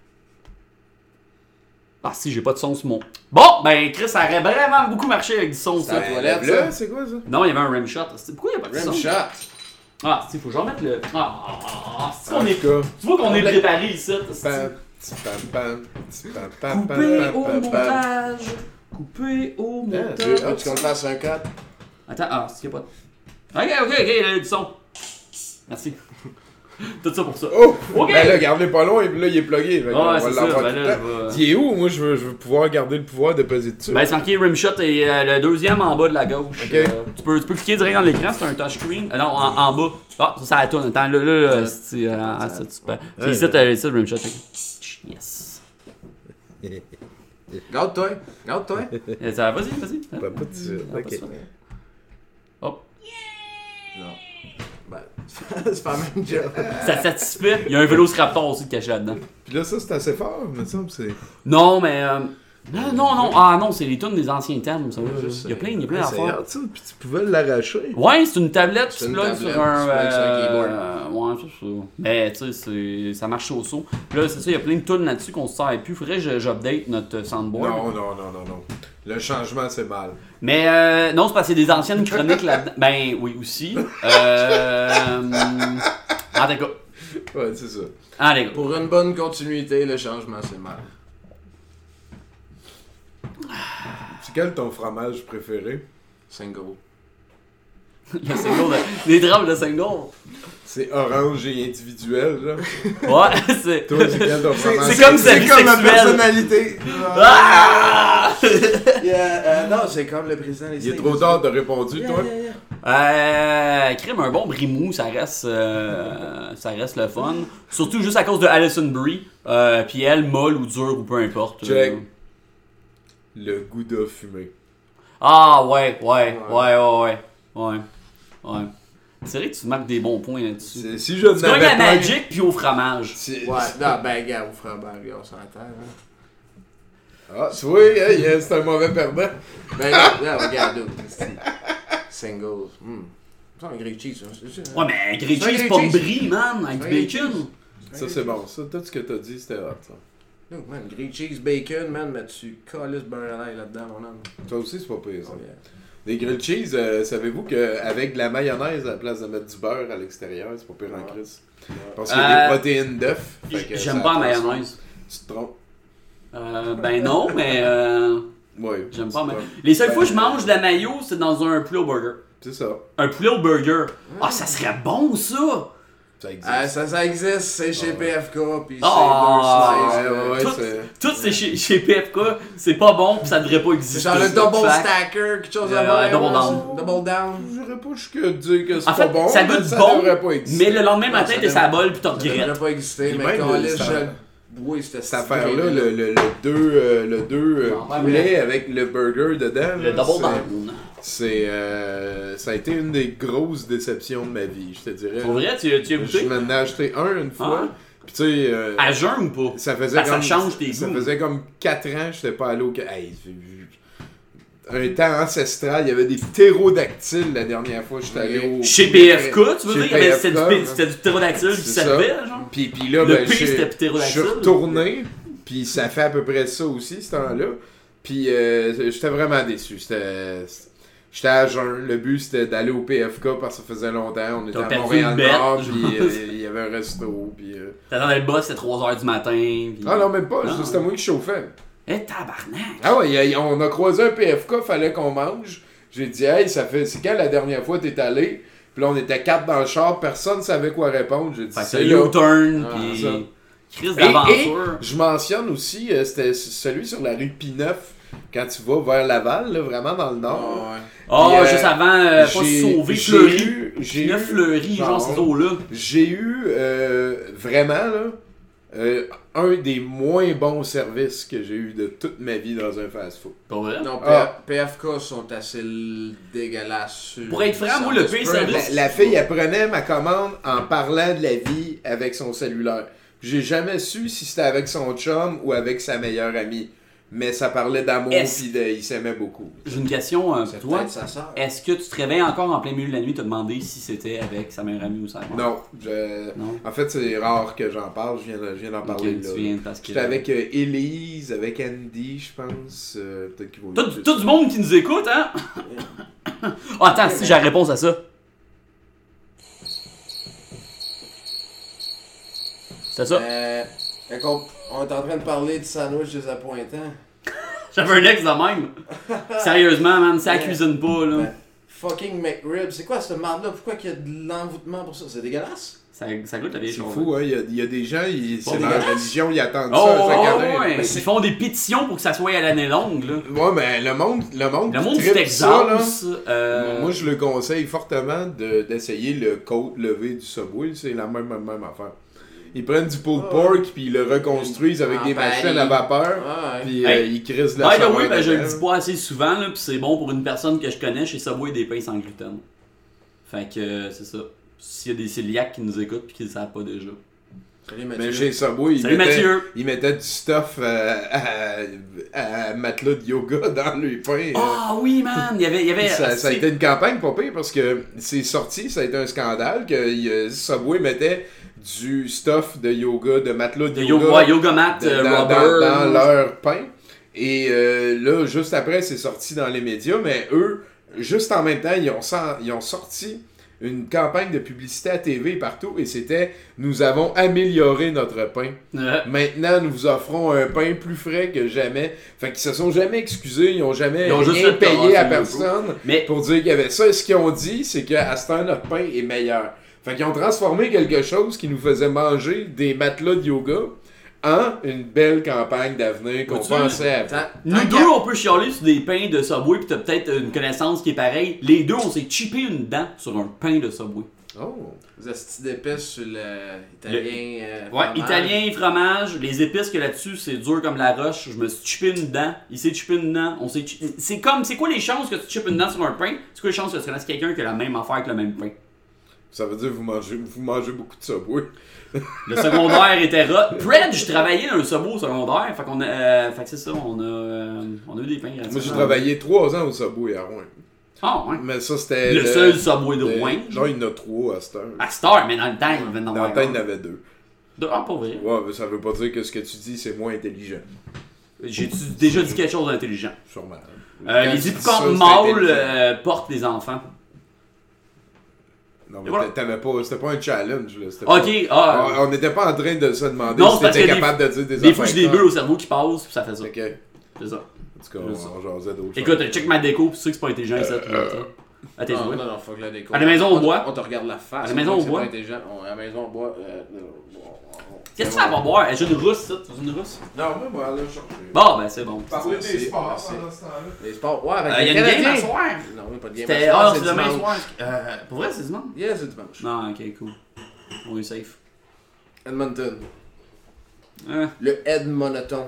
Ah si, j'ai pas de son sur mon... Bon, ben Chris, ça aurait vraiment beaucoup marché avec du son, ça. Ça- toilette, Là, ça. c'est quoi ça? Non, il y avait un rim shot. C'est- Pourquoi il n'y a pas de Rim son? shot. Ah, si, faut que je remette le... Ah, ah, ah, ah, c'est qu'on En est... tout cas, Tu vois qu'on est préparé ici. pam, petit pam, pam, petit pam, pam, pam, Coupé pam, au pam, pam. montage. Coupé au Ah, montage. c'est- Veux-tu qu'on te fasse un cut? Attends, ah, c'est qu'il y a pas de... Ok, ok, ok, il y a du son. Merci. Tout ça pour ça. Oh! Ok. Ben là, garde-le pas long et puis là, il est plugué. Fait Ouais, qu'on va c'est ça, l'avoir ben tout le là, temps. je vais- Il est où? Moi, je veux, je veux pouvoir garder le pouvoir de peser dessus. Ben, c'est marqué Rimshot et euh, le deuxième en bas de la gauche. Ok. Euh, tu, peux, tu peux cliquer direct dans l'écran, c'est un touchscreen. Euh, non, en, en bas. Ah, ça, ça tourne. Attends, là, là, là, c'est. Euh, ah, ça, tu peux. C'est Ouais. ici, t'as ici, le Rimshot. Yes. Garde-toi. Garde-toi. Et ça, vas-y, vas-y. Hein? Pas pas de suite. Ah, pas Ok. de suite. Hop. Non. Ben, c'est pas le même job. Ça te satisfait. Il y a un Vélociraptor aussi de caché là-dedans. Puis là, ça, c'est assez fort, me semble. C'est... Non, mais. Euh, non, non, non. Ah non, c'est les tunes des anciens thèmes. Ça, là. je Il y a plein, il y a plein C'est d'affaires. hard, ça, puis tu pouvais l'arracher. Ouais, c'est une tablette C'est qui se une plug tablette sur un. qui se plug sur un euh, ouais, c'est ça. Mais tu sais, c'est- ça marche au saut. Là, c'est ça, il y a plein de tunes là-dessus qu'on se sert plus. Faudrait que je- j'update notre soundboard. Non, non, non, non, non. Le changement, c'est mal. Mais euh, non, c'est parce qu'il y a des anciennes chroniques là-dedans. Ben oui, aussi. Euh. En tout cas. Ouais, c'est ça. En tout cas. Pour une bonne continuité, le changement, c'est mal. C'est quel ton fromage préféré? Single. Le single de- les drops de single. C'est orange et individuel, là. Ouais, c'est. Toi, c'est quel ton fromage? c'est comme sa vie sexuelle. personnalité. Ah! Yeah, euh, non, c'est comme le président des Il est States. trop tard, t'as répondu, Yeah, toi? yeah, yeah. Euh, crème, un bon brimou, ça reste, euh, ça reste le fun. Surtout juste à cause de Alison Brie. Euh, Puis elle, molle ou dure ou peu importe. Check. Euh. Le gouda fumé. Ah ouais, ouais, ouais, ouais, ouais, ouais, ouais. C'est vrai que tu marques des bons points là-dessus. C'est- Si je Tu gagnes n'avais à pas... Magic puis au fromage. C'est- Ouais, non, ben, gars, au fromage, on s'entend. Hein. Ah, tu vois, hey, hein, c'est un mauvais perdant. Ben, non, non, regarde, c'est- singles. Hmm. C'est un grilled cheese, hein, c'est ça. Ouais, mais grilled C'est un cheese, grilled pas cheese. brie, man, avec C'est du un grilled bacon. Ça, c'est bon. Ça, tout ce que t'as dit, c'était hot, ça. Non, man, grilled cheese, bacon, man, mais tu colles beurre à l'ail là-dedans, mon homme. Toi aussi, c'est pas pire, ça. Oh, yeah. Des grilled cheese, euh, savez-vous qu'avec de la mayonnaise à la place de mettre du beurre à l'extérieur, c'est pas pire en Ouais. crise. Parce qu'il y a Euh, des protéines d'œuf. fait que J'aime ça pas la transforme. mayonnaise. Tu te trompes. Euh, ben non, mais euh, Ouais. j'aime tu pas. te Mais... trompes. Les seules Ben, fois que je mange de la mayo, c'est dans un poulet au burger. C'est ça. Un poulet au burger. Ah, ça serait bon, ça! Ça existe. Ah, ça, ça existe, c'est chez Ah, P F K, pis c'est Ah, deux slices. ouais, ouais, tout, c'est- tout c'est chez, chez P F K, c'est pas bon, pis ça devrait pas C'est exister. genre le double Fact. stacker, quelque chose de Euh, même. ouais, double là, down. c'est- Double down. J'irais pas jusqu'à dire que c'est En pas fait, bon, ça mais goûte ça bon, devrait pas exister. mais le lendemain Non, matin, ça t'es devrait- sa bol pis t'en Ça devrait regrettes. pas exister, Puis mais même, quand le- laisse, ça- je... Oui, c'était Cette affaire-là, le, le, le deux, euh, le deux euh, Ouais, poulet avec le burger dedans, Le là, double c'est- down. c'est euh, ça a été une des grosses déceptions de ma vie, je te dirais. Pour vrai, tu, tu as Je goûté? m'en ai acheté un une fois, Ah. puis tu sais, euh, À jeun ou pas? ça faisait Parce que comme ça change tes ça goûts. faisait comme quatre ans que j'étais pas allé au Ca- hey, un temps ancestral, il y avait des ptérodactyles la dernière fois que j'étais allé au Chez P F K, tu veux Chez dire? il y avait- P F K, C'était du, hein. c'était du ptérodactyle qui C'est ça. servait, genre? Puis, puis là, Le ben, P, j'ai- c'était je ptérodactyle. suis retourné, puis ça fait à peu près ça aussi, ce temps-là. Puis euh, j'étais vraiment déçu. C'était... J'étais à jeun. Le but, c'était d'aller au P F K parce que ça faisait longtemps. On était T'as à perdu Montréal-Nord, une puis bête, euh, il y avait un resto, puis... euh, T'attendais le boss, c'était trois heures du matin. Pis... Ah non, même pas. Non. C'était moi qui chauffais. Eh, tabarnak! Ah ouais, y a- on a croisé un P F K, fallait qu'on mange. J'ai dit, hey, ça fait... C'est quand la dernière fois t'es allé? Puis là, on était quatre dans le char, personne savait quoi répondre. J'ai dit, Fait que c'est c'est là. U-turn, Ah, pis... ça. Crise Et, et d'aventure. je mentionne aussi, euh, c'était celui sur la rue P neuf, quand tu vas vers Laval, là, vraiment dans le nord. Ah, ouais. Oh, Puis, euh, juste avant, euh, pas J'ai- sauvé, j'ai fleuri. eu- J'ai J'ai eu, fleuri, genre, genre, ces eaux-là. j'ai eu euh, vraiment là, euh, un des moins bons services que j'ai eu de toute ma vie dans un fast-food. Pas vrai? Non, P- Ah. P F K sont assez l- dégueulasses. sur- Pour être franc, moi, le pire Peu service- importe. La, la fille, elle prenait ma commande en parlant de la vie avec son cellulaire. J'ai jamais su si c'était avec son chum ou avec sa meilleure amie. Mais ça parlait d'amour Est-ce- pis de, il s'aimait beaucoup. J'ai une question euh, C'est pour toi. peut-être sa sœur. Est-ce que tu te réveilles encore en plein milieu de la nuit te demander si c'était avec sa meilleure amie ou sa mère? Non, je... Non? en fait, c'est rare que j'en parle. Je viens, de- je viens d'en Ok, parler tu là. viens parce que... J'étais avec euh, Elise, avec Andy, je pense. euh, Peut-être qu'il va Tout, tout du monde qui nous écoute, hein? Oh, attends, si j'ai la réponse à ça. C'est ça? Euh, quand on, on est en train de parler du sandwich désappointant. J'avais un ex de même. Sérieusement, man, ça Ouais. cuisine pas, là. Ben, fucking McRib, c'est quoi cette marde là? Pourquoi qu'il y a de l'envoûtement pour ça? C'est dégueulasse? Ça, ça goûte la vieille C'est chose. fou, hein. Il y a, il y a des gens, ils, c'est dans la dégueulasse. religion, ils attendent Oh, ça à chaque oh, année. ouais. Mais Ils c'est- font des pétitions pour que ça soit à l'année longue, là. Ouais, mais le monde, le monde, Le qui monde du tripe ça, là, Texas, euh... moi, je le conseille fortement de- d'essayer le côte levé du Subway. C'est la même, même, même affaire. Ils prennent du pulled Oh. pork puis ils le reconstruisent avec En des Paris. machines à vapeur. Ah, ouais. Puis Hey. euh, ils crissent de la By the saveur way, ben, je le dedans. dis pas assez souvent, là, pis c'est bon pour une personne que je connais, chez Subway, des pains sans gluten. Fait que, euh, c'est ça. S'il y a des cœliaques qui nous écoutent pis qui le savent pas déjà. Salut Mathieu. Mais chez Subway, ils Salut mettaient, Mathieu! ils mettaient du stuff euh, à, à matelas de yoga dans le pain. Ah oui, man! Il y avait. Il y avait Ça, ça a c'est- été une campagne pas pire parce que c'est sorti, ça a été un scandale que euh, Subway mettait du stuff de yoga, de matelas de, de yoga, yoga, ouais, yoga mat, de- euh, dans, rubber. dans- dans leur pain. Et euh, là, juste après, c'est sorti dans les médias, mais eux, juste en même temps, ils ont, sen- ils ont sorti une campagne de publicité à T V partout et c'était « Nous avons amélioré notre pain. Ouais. Maintenant, nous vous offrons un pain plus frais que jamais. » Fait qu'ils se sont jamais excusés, ils ont jamais Ils ont juste rien fait payé ah, à c'est personne Mais pour dire qu'il y avait ça. Et ce qu'ils ont dit, c'est qu'à ce temps, notre pain est meilleur. Fait qu'ils ont transformé quelque chose qui nous faisait manger des matelas de yoga en une belle campagne d'avenir qu'on Vois-tu, pensait à... Tant- nous tant deux, qu'à- on peut chialer sur des pains de Subway, pis t'as peut-être une connaissance qui est pareille. Les deux, on s'est chippé une dent sur un pain de Subway. Oh! Des astis d'épices sur le italien. euh, Ouais, fromage. italien, fromage, les épices que là-dessus, c'est dur comme la roche. Je me suis chippé une dent, il s'est chippé une dent, on s'est chi- C'est comme, c'est quoi les chances que tu chippes une dent sur un pain? C'est quoi les chances que tu connaisses quelqu'un qui a la même affaire que le même pain? Ça veut dire que vous mangez, vous mangez beaucoup de Subway. Le secondaire était rot. Pred, je travaillais dans un Subway au secondaire, fait qu'on a, euh, fait que c'est ça, on a, euh, on a eu des pains gratuits. Moi, j'ai travaillé trois ans au Subway à Rouen. Ah ouais. Mais ça, c'était... Le seul Subway de le- Rouen. Non, il y en a trois à cette heure. À Star, mais dans le temps, il y avait Dans le temps, il y en avait deux. Ah, pas vrai. Ouais, mais ça veut pas dire que ce que tu dis, c'est moins intelligent. J'ai déjà dit quelque chose d'intelligent. Sûrement. Euh, Quand les tu dis époux ça, c'est mâles intelligent. euh, portent des enfants. Non, Et mais voilà. t'a- t'avais pas... C'était pas un challenge, là. C'était Ok, pas- ah. On- On n'était pas en train de se demander Non, si c'est parce t'étais que des- capable de dire des Des fois, j'ai des affaires. bulles au cerveau qui passent, puis ça fait ça. Ok. C'est ça. En tout cas, C'est ça. on jasait d'autres Écoute, choses. check ma déco, puis tu sais que c'est pas intelligent, ça. tout le temps. À tes Non, jouets. non, non, fuck la déco. À la maison, on boit. On te regarde la face. À la maison, on boit. Intelligent. On- À la maison, on boit. euh, euh, on- on- Qu'est-ce que ça va boire? J'ai une rousse, ça. Tu veux une rousse? Non, moi, moi, là, je Bon, ben c'est bon. Parler des Merci, sports merci. pendant ce temps-là. Les sports. Ouais, avec Il y a les une game Canadiens. à soir. Non, oui, pas de game C'était. à soir, Ah, c'est demain dimanche. soir. Euh, pour vrai, c'est dimanche? Yeah, c'est dimanche. Non, ok, cool. On est safe. Edmonton. Hein? Le Edmonton.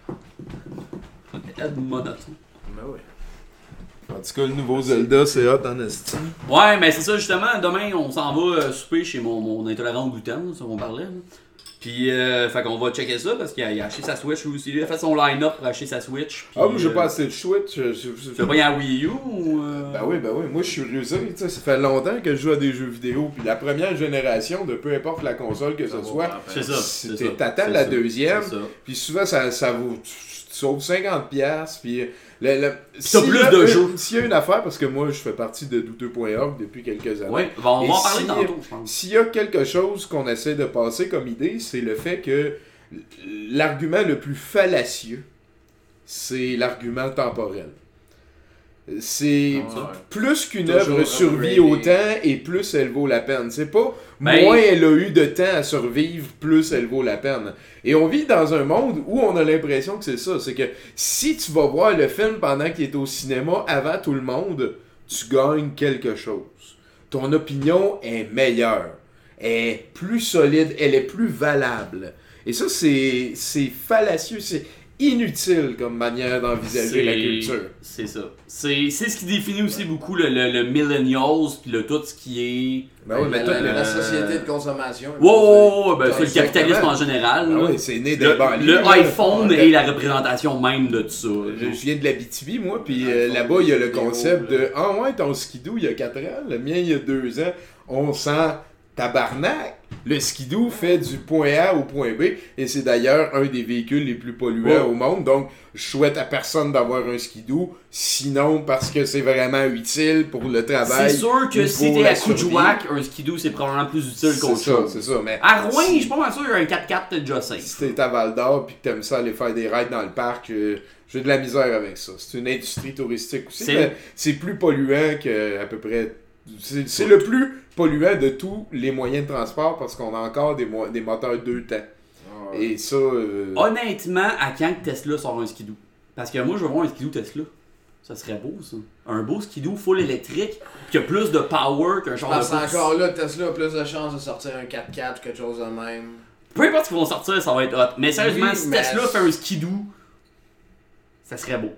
Ed monotone. Ben oui. En tout cas, le nouveau Zelda, c'est hot en estime. Ouais, mais c'est ça, justement. Demain, on s'en va euh, souper chez mon, mon intolérant au gluten, là, ça qu'on parlait. Là. Puis, euh, fait qu'on va checker ça parce qu'il a, il a acheté sa Switch lui aussi. Il a fait son line-up pour acheter sa Switch. Puis, Ah, moi, j'ai euh, pas assez de Switch. Je, je, je- Tu vas pas y aller à Wii U ou. Euh... Ben oui, ben oui. Moi, je suis rusé. Tu sais, ça fait longtemps que je joue à des jeux vidéo. Puis la première génération, de peu importe la console que ce soit, C'est ça. si c'est t'es- ça, t'attends c'est la ça, deuxième. c'est ça. Puis souvent, ça, ça vaut. Tu, tu sauves cinquante piastres. Puis. Le, le, t'as s'il plus y a de une- jeux. S'il y a une affaire, parce que moi, je fais partie de douteux point org depuis quelques années. Ouais, bon, on Et va en parler si- tantôt, je pense. S'il y a quelque chose qu'on essaie de passer comme idée, c'est le fait que l'argument le plus fallacieux, c'est l'argument temporel. C'est Ah ouais. plus qu'une Toujours œuvre survit upgradé. au temps et plus elle vaut la peine. C'est pas Ben- moins elle a eu de temps à survivre, plus elle vaut la peine. Et on vit dans un monde où on a l'impression que c'est ça. C'est que si tu vas voir le film pendant qu'il est au cinéma avant tout le monde, tu gagnes quelque chose. Ton opinion est meilleure, est plus solide, elle est plus valable. Et ça, c'est c'est fallacieux, c'est inutile comme manière d'envisager la culture. C'est ça. C'est c'est ce qui définit aussi beaucoup le, le, le millennials puis le tout ce qui est. Ben oui, mais la, tout la- le- la société de consommation. Ouais, ouais, ouais, ben, Ouais, c'est le capitalisme exactement. en général. Ah là. oui, c'est né des le, banlieues. le là. iPhone Ouais. est la représentation même de tout ça. Je, je viens de l'Abitibi, moi, puis euh, là-bas, il y a le concept de « Ah ouais, ton skidoo, il y a quatre ans, le mien, il y a deux ans. On sent tabarnak. » Le skidoo fait du point A au point B, et c'est d'ailleurs un des véhicules les plus polluants Ouais. au monde, donc je souhaite à personne d'avoir un skidoo, sinon parce que c'est vraiment utile pour le travail. C'est sûr que ou si pour t'es la à survie. Couchouac, un skidoo c'est probablement plus utile C'est qu'autre ça, chose. c'est ça, mais À Rouen, si- je suis pas mal sûr qu'un quatre quatre t'es déjà safe. si t'es à Val d'Or pis que t'aimes ça aller faire des rides dans le parc, euh, j'ai de la misère avec ça. C'est une industrie touristique aussi, C'est- mais c'est plus polluant que à peu près. C'est c'est le plus polluant de tous les moyens de transport parce qu'on a encore des, mo- des moteurs deux temps. Ah ouais. Et ça. euh, Honnêtement, à quand que Tesla sort un skidoo? Parce que moi, je veux voir un skidoo Tesla. Ça serait beau, ça. Un beau skidoo full électrique, qui a plus de power qu'un char de Parce course. qu'encore là, Tesla a plus de chances de sortir un quatre quatre ou quelque chose de même. Peu importe ce qu'ils vont sortir, ça va être hot. Mais sérieusement, Oui, si mais- Tesla fait un skidoo, ça serait beau.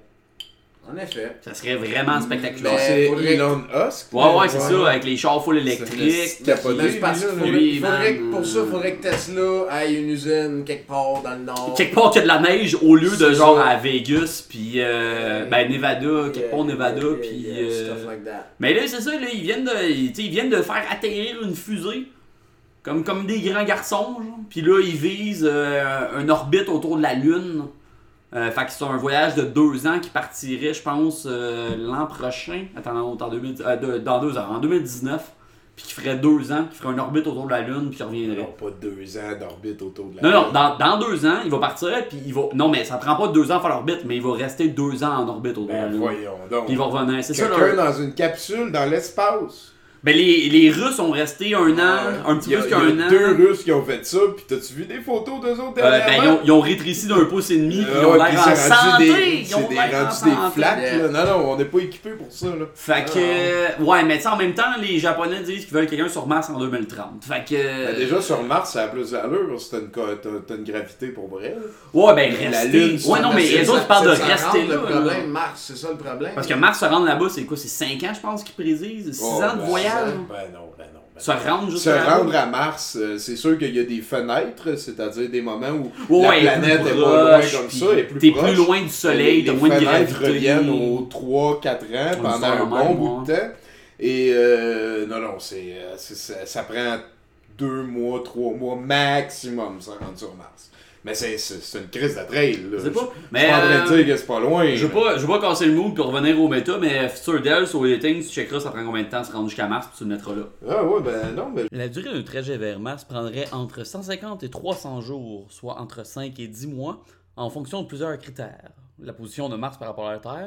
En effet. Ça serait vraiment spectaculaire. Mais- c'est faudrait- Elon Musk. Ouais, ouais, c'est ça, avec les chars full électriques. C'est capoté, Mais c'est parce qu'il lui, là, faudrait, lui, faudrait man. que- pour ça, il faudrait que Tesla aille une usine quelque part dans le nord. Quelque part qu'il y a de la neige au lieu de C'est genre ça. à Vegas, puis euh, ben Nevada, quelque part Nevada, Yeah, puis. yeah, euh, stuff like that. Mais là, c'est ça, là, ils viennent de, ils, tu sais, ils viennent de faire atterrir une fusée. Comme, comme des grands garçons, genre. Puis là, ils visent euh, une orbite autour de la Lune. Euh, fait que c'est un voyage de deux ans qui partirait, je pense, euh, l'an prochain. Attends, non, en deux mille, euh, de- dans deux ans, en deux mille dix-neuf. Puis qui ferait deux ans, qui ferait une orbite autour de la Lune, puis qui reviendrait. Non, pas deux ans d'orbite autour de la Non, non, Lune. dans, dans deux ans, il va partir, puis il va. Non, mais ça prend pas deux ans à faire l'orbite, mais il va rester deux ans en orbite autour de la Ben Lune. voyons donc. Puis il va revenir. C'est ça, Quelqu'un là. dans une capsule dans l'espace. Ben, les, les Russes ont resté un an, un petit Il y a, peu plus il y a qu'un an. deux Russes qui ont fait ça, puis t'as-tu vu des photos d'eux autres Euh, ben, dernièrement? ils, ont, ils ont rétréci d'un pouce et demi, puis ils Ah ont ouais, puis l'air en c'est rendu santé! des- Ils ont C'est des l'air en rendu des santé. flaques, Yeah. là. Non, non, on n'est pas équipé pour ça, là. Fait que, euh, ouais, mais tu sais, en même temps, les Japonais disent qu'ils veulent quelqu'un sur Mars en deux mille trente. Fait que. Ben, déjà, sur Mars, ça a plus d'allure, parce que t'as une, co- t'as, t'as une gravité pour vrai, là. Ouais, ben, Mais la rester. Lune, ouais, non, mais C'est les ça- autres, ils parlent de c'est ça rester rendre là. le là. problème, Mars, c'est ça le problème. Parce que Mars se rendre là-bas, c'est quoi? C'est cinq ans, je pense, qu'ils prédisent? six Oh, ans de ben, voyage? Ben non, ben non. Ben Se rendre juste Se là-bas. rendre à Mars, euh, c'est sûr qu'il y a des fenêtres, c'est-à-dire des moments où Ouais, la ouais, planète plus est pas loin proche, comme puis ça, est plus T'es proche. plus loin du soleil, Les- t'as les moins de fenêtres gravité. reviennent aux trois quatre ans On pendant dit ça un de bon même, bout moi. de temps. Et euh, non, non, c'est, euh, c'est- ça, ça prend deux mois, trois mois maximum ça rentre sur Mars. Mais c'est, c'est, c'est une crise de trail, là. Je sais pas. Je Mais. suis pas en train euh, de dire que c'est pas loin. Je veux mais- pas, je veux pas casser le mood pour revenir au méta, mais futur d'elle, sur les things, tu checkeras ça prend combien de temps de se rendre jusqu'à Mars, puis tu le mettras là. Ah ouais, ben non, mais... La durée d'un trajet vers Mars prendrait entre cent cinquante et trois cents jours, soit entre cinq et dix mois, en fonction de plusieurs critères. La position de Mars par rapport à la Terre,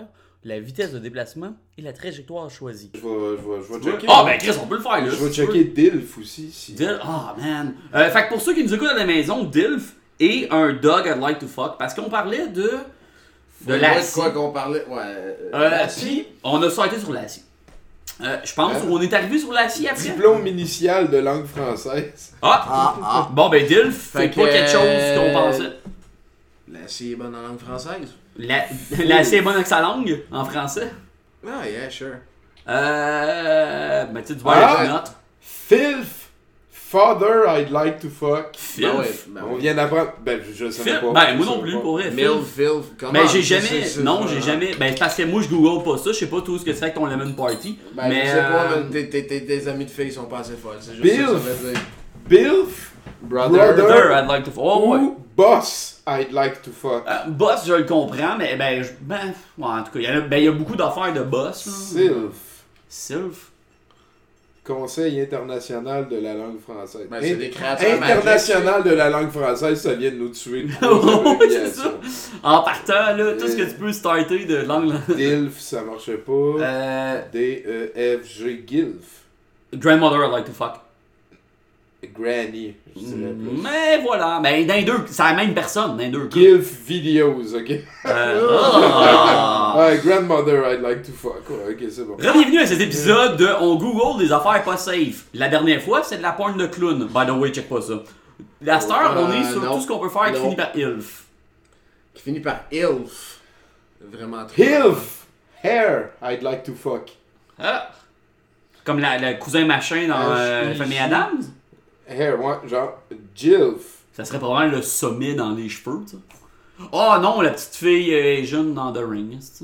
la vitesse de déplacement et la trajectoire choisie. Je vais, je vais, je vais checker. Ah, ben Chris, on peut le faire là. Je si vais tu veux. checker Dilf aussi. Si... Dilf, ah oh, man. Euh, fait que pour ceux qui nous écoutent à la maison, Dilf est un dog I'd like to fuck parce qu'on parlait de. de Lassie. quoi qu'on parlait. Ouais. Euh, Lassie. puis, on a sorti sur Lassie. Euh, je pense Hein? qu'on est arrivé sur Lassie après. Diplôme initial de langue française. Ah! Ah, ah. Bon, ben Dilf, Fait c'est pas que, quelque chose qu'on euh, pensait. Lassie est bonne en langue française. La, Lassie est bonne avec sa langue, en français. Ah, yeah, sure. Euh. Ben, tu sais, du Ah! voir les notes. Filth. Father, I'd like to fuck. Filth. Ben ouais, ben On ouais. vient d'apprendre. Ben, je, je savais Filth? pas. Ben, Je moi non savais plus, pas. pour vrai. Milf, Filth. filth, comment? Ben, j'ai C'est- jamais. c'est- c'est- Non, c'est- j'ai jamais. Ben, c'est parce que moi, je google pas ça. Je sais pas tout ce que tu fais avec ton Lemon Party. Ben, mais. je sais pas, euh, mais tes- tes- tes- tes amis de filles sont pas assez folles. C'est juste Bilf. ça que ça veut dire. Bilf. Brother. Brother, I'd like to fuck. Oh, ouais. Ou Boss, I'd like to fuck. Euh, boss, je le comprends, mais ben, je- ben, ouais, en tout cas, il y, en a- ben, il y a beaucoup d'affaires de boss. là. Sylph. Sylph. Conseil international de la langue française. Ben, c'est In- des créatures International de la langue française, ça vient de nous tuer. Oui, c'est ça. En partant, là, tout ce que tu peux starter de langue. Dilf, ça marchait pas. Euh, D E F G Gilf. grandmother, I'd like to fuck. Granny, je dirais plus. Mais voilà, ben, dans les deux, c'est la même personne, dans les deux cas. Gilf Videos, ok? Euh, ah. Ouais, grandmother, I'd like to fuck. Ouais, ok, c'est bon. Bienvenue à cet épisode de On Google des affaires pas safe. La dernière fois, c'est de la porn de clown. By the way, check pas ça. La star, on est Euh, sur non. tout ce qu'on peut faire qui Non. finit par ilf. Qui finit par Ilf. Vraiment très. Hilf! Hair, I'd like to fuck. Ah. Comme la, le cousin machin dans euh, H- Famille Adams. Hair, ouais, genre, Gilf. Ça serait probablement le sommet dans les cheveux, tu sais. Oh non, la petite fille euh, est jeune dans The Ring, tu sais.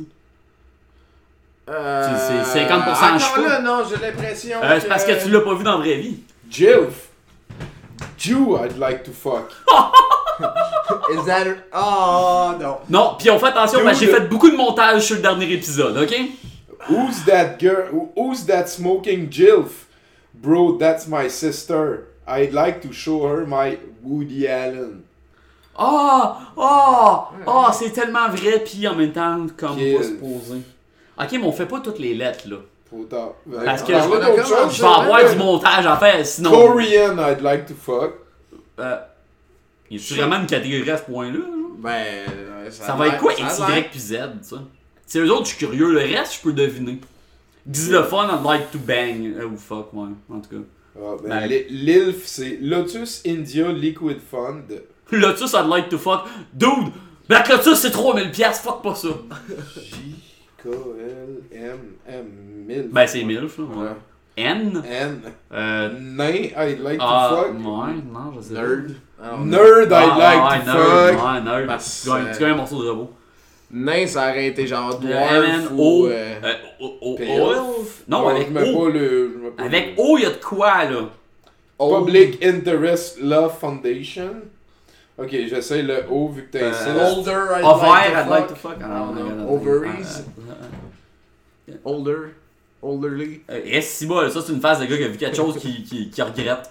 Euh, C'est- c'est cinquante pour cent encore cheveux. là, non, j'ai l'impression. Euh, c'est parce que tu l'as pas vu dans la vraie vie. Gilf. Jew, I'd like to fuck. Is that. Oh, non. Non, puis on fait attention, Dude. parce que j'ai fait beaucoup de montage sur le dernier épisode, ok? Who's that girl? who- Who's that smoking Gilf? Bro, that's my sister. I'd like to show her my Woody Allen. Ah! Ah! Ah! C'est tellement vrai, puis en même temps, comme Kill. pas se poser. Ok, mais on fait pas toutes les lettres, là. Trop tard. Parce que Parlez je- d'autre on a chose, commencé, Je vais avoir ouais. du montage à faire, sinon. Korean, I'd like to fuck. Euh, y a vraiment une catégorie à ce point-là? là? Ben. euh, Ça, a va être l'air- quoi ça a X, l'air. Y puis Z, ça? C'est eux autres, je suis curieux. Le reste, je peux deviner. Dis le fun, I'd like to bang. Euh, ou fuck, ouais, en tout cas. Ah, ben, Ben- l'I- L'Ilf, c'est Lotus India Liquid Fund. Lotus, I'd like to fuck. Dude! Black Lotus, c'est trois mille piastres, fuck pas ça. J K L M M mille. Ben, c'est milf, là. Ouais. Ouais. N. N. Euh. Nain, I'd like Ah, to ouais, fuck. non, je sais pas. Nerd. Ah, non. Nerd, Ah, I'd like ouais, to nerd, fuck. ouais, nerd. Parce, Tu gagnes- euh, tu gagnes un morceau de robot. Nain, ça aurait été genre Le dwarf M N ou. O. euh, Euh, O- O- Pilf. Oilf? Non, Ouais, avec je mets O. pas le. je mets pas Avec le- O, y'a de quoi, là? old- Public Interest Law Foundation. Ok, j'essaie le O vu que t'as Euh, insisté. Older, I'd Ovaire, like to I'd like to fuck. fuck. Ah, Non, on non. a- Ovaries. Ah, Older. Olderly. ah. Euh, Et si bas, ça c'est une phase de gars qui a vu quelque chose qui, qui, qui regrette.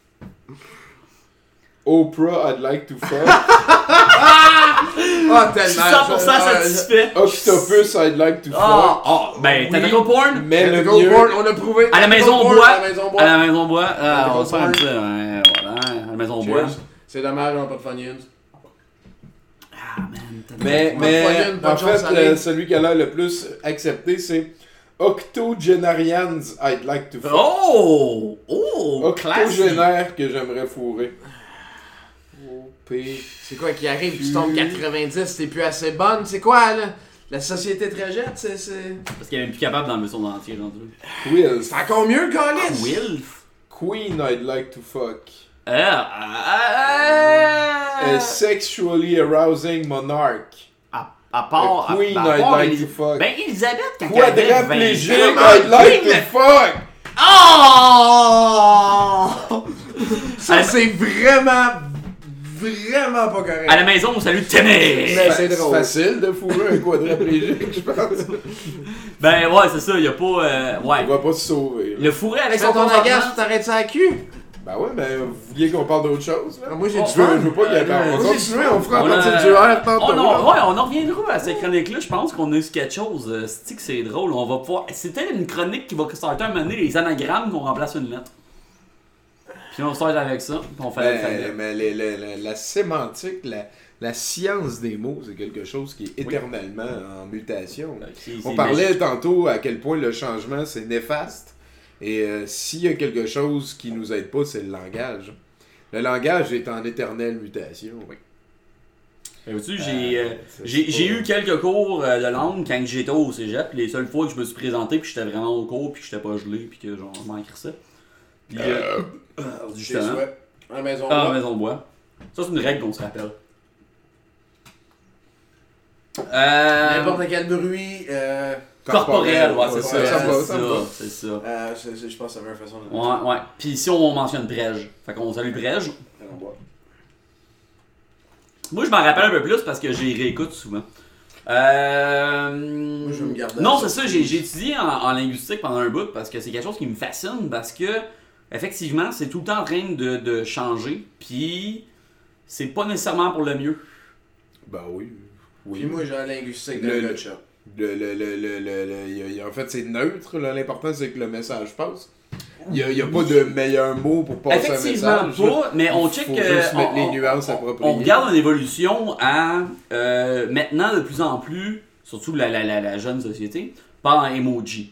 Oprah, I'd like to fuck. Ah, Je suis tellement. cent pour cent Ah, satisfait. Octopus, I'd like to Ah, fuck. ah, ben, Oui. tentacle porn? Mais le Tentacle mieux. porn, on a prouvé. À la maison Tentacle bois. porn, À la maison bois. À la maison bois. Ah, Tentacle on va se faire un porn. petit. Ouais, voilà, à la maison bois. Cheers. C'est dommage, on n'a pas de Funyuns. Ah, man, t'as- Mais, On va mais faire une bonne en chance fait, à aller. euh, celui qui a l'air le plus accepté, c'est Octogenarians, I'd like to fuck. Oh! Oh! Classique! Octogénaire que j'aimerais fourrer. O P. C'est quoi qui arrive, tu tombes quatre-vingt-dix, t'es plus assez bonne, c'est quoi là? La société te rejette, c'est. c'est... Parce qu'elle est même plus capable d'enlever son dentier rendu. Quilf. C'est encore mieux, Calis! Wilf? Queen, I'd like to fuck. Ah, ah, A sexually arousing monarch. à, à part. A queen, à, à I'd part like Élis- to fuck. Ben, Elisabeth, quand elle avait Quadriplégique, vingt ans. I'd like Oui, to mais- fuck. Oh! Ça, c'est vraiment. Vraiment pas correct. À la maison, on salue Témé! Mais c'est C'est drôle. facile de fourrer un quadriplégique, je pense. Ben, ouais, c'est ça, y'a pas. Euh, Il ouais. va pas se sauver. Le fourré avec Fais son ton consentement. agace, tu t'arrêtes ça à cul. Ben ouais, mais vous vouliez qu'on parle d'autre chose, là? Ah, moi, j'ai Oh, du Je veux, fun. je veux pas qu'il y ait Euh, pas. On va moi, continuer, on fera on à a- partir du R tantôt. Oh non, là. ouais, on en reviendra à cette chronique-là. Je pense qu'on a eu quelque chose. Euh, C'est que c'est drôle. On va pouvoir. C'était une chronique qui va starter à un moment donné, les anagrammes qu'on remplace une lettre. Puis on start avec ça. Puis on fait Ben, l'alphabet. mais les- les- la, la sémantique, la, la science des mots, c'est quelque chose qui est éternellement en mutation. là. Ok, On c'est parlait magique. tantôt à quel point le changement c'est néfaste. Et euh, s'il y a quelque chose qui nous aide pas, c'est le langage. Le langage est en éternelle mutation. Oui. Et vois-tu, j'ai euh, c'est j'ai pas- j'ai eu quelques cours euh, de langue quand j'étais au cégep. Puis les seules fois que je me suis présenté, puis j'étais vraiment au cours, puis que j'étais pas gelé, puis que genre, je m'en crissais. Puis euh, Chez justement. soi. À la maison. Ah, là. maison de bois. Ça, c'est une règle qu'on se rappelle. Euh, N'importe quel bruit. Euh, corporel, ouais, c'est ça. Ça c'est va, ça, ça va. c'est ça. euh, c'est- c'est- je pense que ça avait une façon de. Ouais, ouais. Puis ici, on mentionne Brège. Fait qu'on salue Brège. On boit. Moi, je m'en rappelle un peu plus parce que j'y réécoute souvent. Euh... Moi, je vais me garder Non, à c'est ça. ça. J'ai j'ai étudié en, en linguistique pendant un bout parce que c'est quelque chose qui me fascine parce que, effectivement, c'est tout le temps en train de, de changer. Puis, c'est pas nécessairement pour le mieux. Ben oui. Oui. Puis moi, j'ai un linguistique Le- de le- gotcha. Le, le, le, le, le- le- il y a- il y a- en fait, c'est neutre. là. L'important, c'est que le message passe. Il n'y a, il y a pas de meilleur mot pour passer un Effectivement message. pas, mais on check Faut que juste mettre on, les on- nuances on- appropriées. on regarde une évolution à euh, maintenant de plus en plus, surtout la, la, la, la jeune société, par en emoji.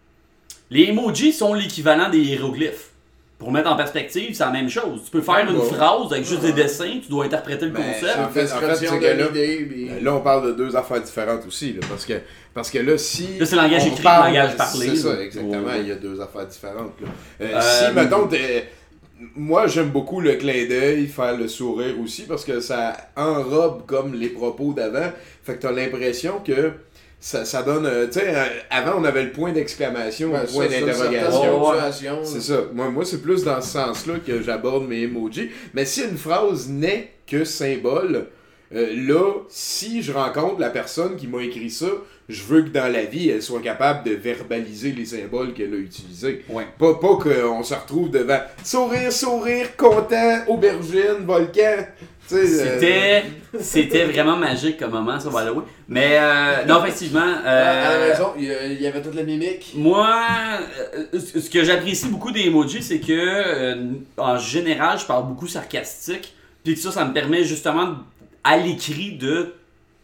Les emojis sont l'équivalent des hiéroglyphes. Pour mettre en perspective, c'est la même chose. Tu peux faire une Ouais. phrase avec juste des dessins, tu dois interpréter le Ben, concept. en fait, en fait, c'est Description que de là, l'idée, puis- là, on parle de deux affaires différentes aussi. Là, parce, que, parce que là, si. Là, c'est le langage on écrit, le parle- langage parlé, C'est ça, là. exactement. Ouais. Il y a deux affaires différentes. Là. Euh, Euh, si, mettons, t'es- moi, j'aime beaucoup le clin d'œil, faire le sourire aussi, parce que ça enrobe comme les propos d'avant. Fait que t'as l'impression que ça, ça donne. euh, tu sais, euh, avant, on avait le point d'exclamation, Ben, le ça, point c'est une d'interrogation. certaine Ouais, ouais. ponctuation, là. C'est ça. Moi, moi c'est plus dans ce sens-là que j'aborde mes emojis. Mais si une phrase n'est que symbole, euh, là, si je rencontre la personne qui m'a écrit ça, je veux que dans la vie, elle soit capable de verbaliser les symboles qu'elle a utilisés. Ouais. Pas, pas qu'on se retrouve devant sourire, sourire, content, aubergine, volcan. Tu sais, euh, C'était c'était vraiment magique comme moment, ça, by the way. Mais, euh, non, effectivement. À à euh, la maison, il y a- il y avait toute la mimique. Moi, euh, ce ce que j'apprécie beaucoup des emojis, c'est que, euh, en général, je parle beaucoup sarcastique. Puis que ça, ça me permet justement, à l'écrit, de.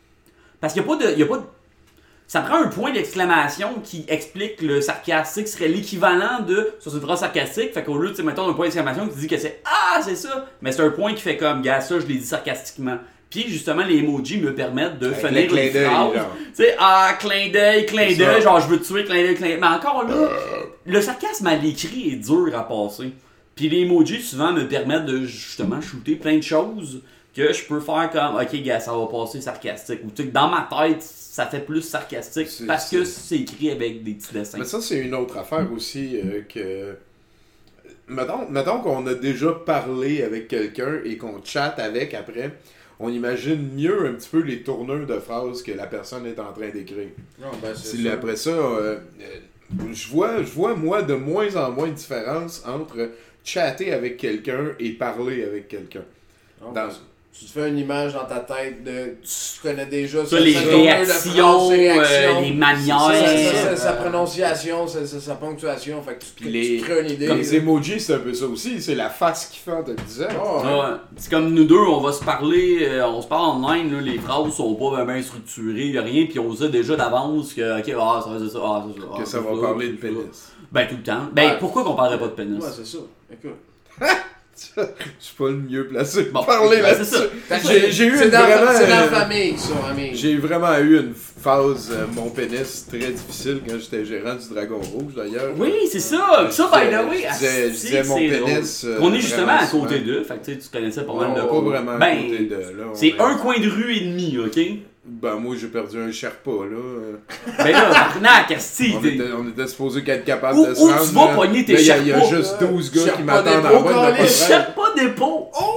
Parce qu'il n'y a pas de. il y a pas de... Ça prend un point d'exclamation qui explique le sarcastique, serait l'équivalent de. Ça, c'est une phrase sarcastique, fait qu'au lieu de, tu sais, mettons, un point d'exclamation qui dit que c'est Ah, c'est ça! Mais c'est un point qui fait comme, gars, ça, je l'ai dit sarcastiquement. Puis justement, les emojis me permettent de avec finir le clin les d'œil, phrases. genre. Tu sais, ah, clin d'œil, clin C'est d'œil, ça. genre je veux te tuer, clin d'œil, clin d'œil. Mais encore là, le sarcasme à l'écrit est dur à passer. Puis les emojis souvent me permettent de justement shooter plein de choses que je peux faire comme, ok, gars, ça va passer sarcastique. Ou tu sais, dans ma tête, ça fait plus sarcastique C'est- parce que c'est- c'est écrit avec des petits dessins. Mais ça, c'est une autre affaire aussi euh, que. Mettons, mettons qu'on a déjà parlé avec quelqu'un et qu'on chatte avec après, on imagine mieux un petit peu les tournures de phrases que la personne est en train d'écrire. Non, ben, c'est Si ça. après ça, euh, euh, je vois, je vois moi de moins en moins de différence entre chatter avec quelqu'un et parler avec quelqu'un. Non, Dans- parce- Tu te fais une image dans ta tête de. Tu connais déjà Ça, sa- les sa tournure de réactions, phrase, ses euh, réactions. les manières. Sa- sa- sa- euh, sa prononciation, sa, sa- sa ponctuation. Fait que tu, Puis tu les- te crées une idée. Les emojis, c'est un peu ça aussi. C'est la face qui fait en te le disant. Oh, Ah ouais. C'est comme nous deux, on va se parler, euh, on se parle en ligne, là, les phrases sont pas bien structurées, y a rien, puis on sait déjà d'avance que, ok, ah, ça va dire ça, ah, c'est ça. ah, Que ça c'est va parler de c'est ça. pénis. Ben, tout le temps. Ben, Ouais. pourquoi qu'on parlerait pas de pénis? Ouais, c'est ça. Écoute. Je suis pas le mieux placé pour Bon, parler ben, c'est là-dessus. ça. J'ai j'ai eu C'est une dans, vraiment. c'est dans la euh, famille, ça, ami. J'ai vraiment eu une phase, euh, mon pénis, très difficile quand j'étais gérant du Dragon Rouge d'ailleurs. Oui, c'est ça! Ça, by the way, Je disais, je asti, disais mon c'est pénis. drôle. euh, On est justement vraiment à côté souvent. d'eux, fait que tu sais, tu connaissais pas On mal est de pas vraiment à Ben, côté de là. on c'est est- un coin de rue et demi, ok? Ben moi j'ai perdu un Sherpa là. Ben là, Arnaque, asti, On t'es- était, on était supposé qu'être capable Où- de se où rendre. tu vas là. pogner tes Là, il y a- Il y a Sherpas? juste douze gars Sherpa qui m'attendent d'épaule, en bas de la câlisse. passerelle. Cherche pas d'épaule! Oh!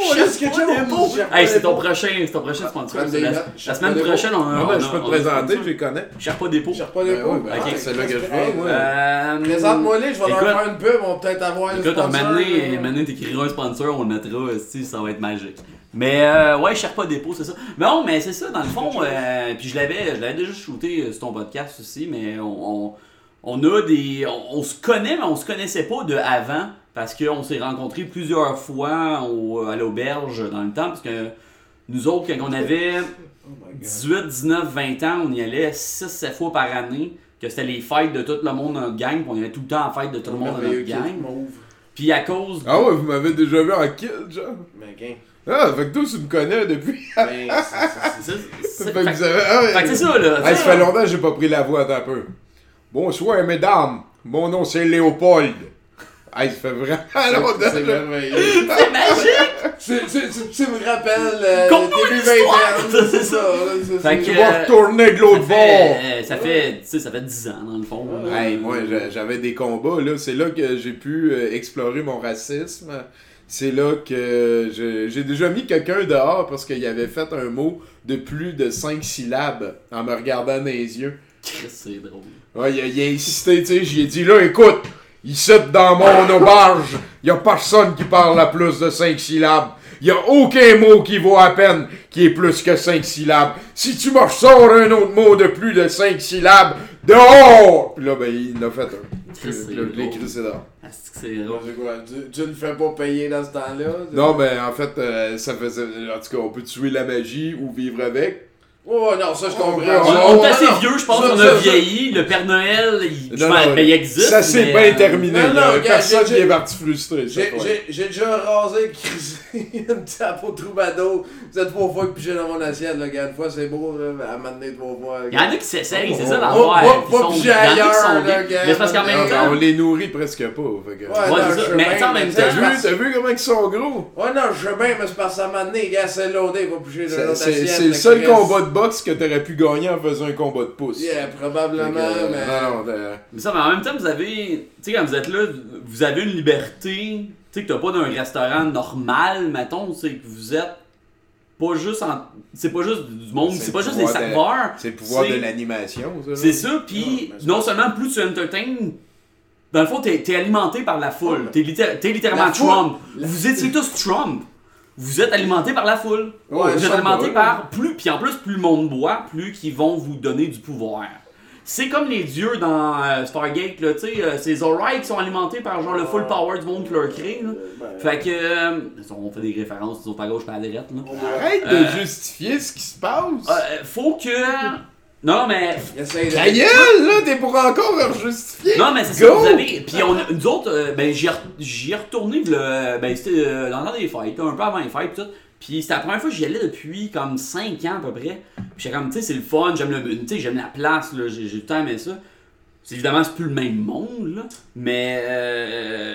Qu'est-ce que tu Hey, c'est ton prochain, c'est ton prochain sponsor. Prends des La, notes. la Cherche semaine pas des prochaine, on a. Ah on ben, a- je peux te on a- présenter, on a- je les connais. Cherche pas dépôt. Cherche pas des Ben pots. oui, ben, Ok. c'est là que je Ah, viens, moi. Euh, Présente-moi les, je vais leur écoute- faire une pub, on va peut-être avoir une Écoute, un sponsor. moment donné, là. un moment donné, t'écriras un sponsor, on le mettra, si ça va être magique. Mais euh, ouais, je cherche pas dépôt, c'est ça. Mais non, mais c'est ça, dans le fond, euh, puis je l'avais je l'avais déjà shooté euh, sur ton podcast aussi, mais on, on, on a des. On, on se connaît, mais on se connaissait pas de avant, parce qu'on s'est rencontrés plusieurs fois au, à l'auberge dans le temps, parce que nous autres, quand on avait Oh my God. dix-huit, dix-neuf, vingt ans, on y allait six sept fois par année, que c'était les fêtes de tout le monde dans notre gang, puis on y allait tout le temps en fête de tout le monde dans Merveilleux notre kid gang. mauve. Puis à cause. Ah ouais, vous m'avez déjà vu en kill, genre. Mais gain. Ah, fait que toi, tu me connais depuis. Ben, c'est- c'est- C'est Fait c'est- que fait- vous avez- ah, ouais. fait que c'est ça, là. Hey, ça fait longtemps que j'ai pas pris la voix, attends un peu. Bonsoir, mesdames. Mon nom, c'est Léopold. Hey, ça fait vraiment c'est- longtemps. c'est là. merveilleux. C'est magique! C'est- c'est- c'est- Tu me rappelles euh, Conte-nous début l'histoire! vingtaine, C'est ça. là, c'est- Fait c'est- que- Tu vas retourner de l'autre Ça bord. fait, euh, ça fait, tu sais, ça fait dix ans, dans le fond. Ouais. là. Hey, moi, j'a- j'avais des combats, là. C'est là que j'ai pu euh, explorer mon racisme. C'est là que je- j'ai déjà mis quelqu'un dehors parce qu'il avait fait un mot de plus de cinq syllabes en me regardant dans les yeux. Chris, c'est drôle. Ouais, il a, il a insisté, tu sais. J'y ai dit, là, écoute, ici, dans mon auberge, il y a personne qui parle à plus de cinq syllabes. Il y a aucun mot qui vaut à peine qui est plus que cinq syllabes. Si tu me sors un autre mot de plus de cinq syllabes, dehors! Puis là, ben, il l'a fait un. Chris, c'est Puis là, je l'ai drôle. crissé dehors. Ah, c'est que c'est drôle. C'est quoi, Tu, tu le fais pas payer dans ce temps-là? Non, mais en fait, euh, ça faisait. En tout cas, on peut tuer la magie ou vivre avec. Oh non, ça je comprends. On- On, on- on on- est assez non, vieux, je pense ça, qu'on ça, a ça. vieilli. Le Père Noël, il, je Non, pense, non, ben, il existe. Ça s'est mais, bien euh, terminé. non, Il y non, a regarde, personne j'ai- qui est parti frustré. ça, J'ai ouais. j'ai- j'ai déjà rasé, crisé une tape au troubadour. Vous êtes trois fois pigé dans mon assiette, là, gars. Une fois c'est beau, là, à m'amener trois fois. Il y en a qui s'essayent, c'est Oh, ça oh, l'affaire. oh, Ils pas sont- piger il y en a qui ailleurs, sont là, gays. gars. Mais c'est parce qu'en même Non, mais temps. on les nourrit presque pas. Fait que... Ouais, Ouais, non, c'est ça. je sais Mais bien, tu sais, en même mais temps, T'as c'est vu, parce- t'as vu comment ils sont gros? Ouais, non, je sais bien, mais c'est parce que ça m'a donné, gars, c'est loadé, il va piger dans C'est l'autre c'est- assiette. c'est le là, seul Chris. combat de boxe que t'aurais pu gagner en faisant un combat de pouce. Yeah, Fait probablement, que, euh, mais. Non, non, euh, Mais ça, mais en même temps, vous avez. Tu sais, quand vous êtes là, vous avez une liberté. Tu sais, que t'as pas d'un restaurant normal, mettons. C'est que vous êtes pas juste en. C'est pas juste du monde, C'est c'est pas le juste des pouvoir de- serveurs. c'est le pouvoir c'est- de l'animation, ça. là. C'est ça, Non, puis mais c'est non pas- seulement plus tu entertains, dans le fond, t'es es alimenté par la foule. Ouais. T'es litté- t'es littéralement La foule. Trump. La- Vous étiez tous Trump. Vous êtes alimenté par la foule. Ouais, vous êtes ça alimenté va. par plus, puis en plus, plus le monde boit, plus qu'ils vont vous donner du pouvoir. C'est comme les dieux dans euh, Stargate, là, tu sais, euh, ces Zorai qui sont alimentés par genre le full power du monde qui leur crée, là. Ben, Fait que, euh, on fait des références, ils sont à gauche, pas à droite, là. Arrête de Euh, justifier ce qui se passe. Euh, faut que... Non, mais Essaye de. Ta gueule, là, t'es pour encore leur justifier. non, mais c'est ça, Go! vous avez. Puis on, a- nous autres, euh, ben j'y ai, re- j'y ai retourné, le, ben c'était euh, dans le temps des fêtes, un peu avant les fêtes, pis tout. Puis c'était la première fois que j'y allais depuis comme cinq ans à peu près. Puis j'étais comme, tu sais, c'est le fun, j'aime le, tu sais, j'aime la place, là, j'ai, j'ai tout le temps aimé ça. C'est, évidemment, c'est plus le même monde, là, mais euh,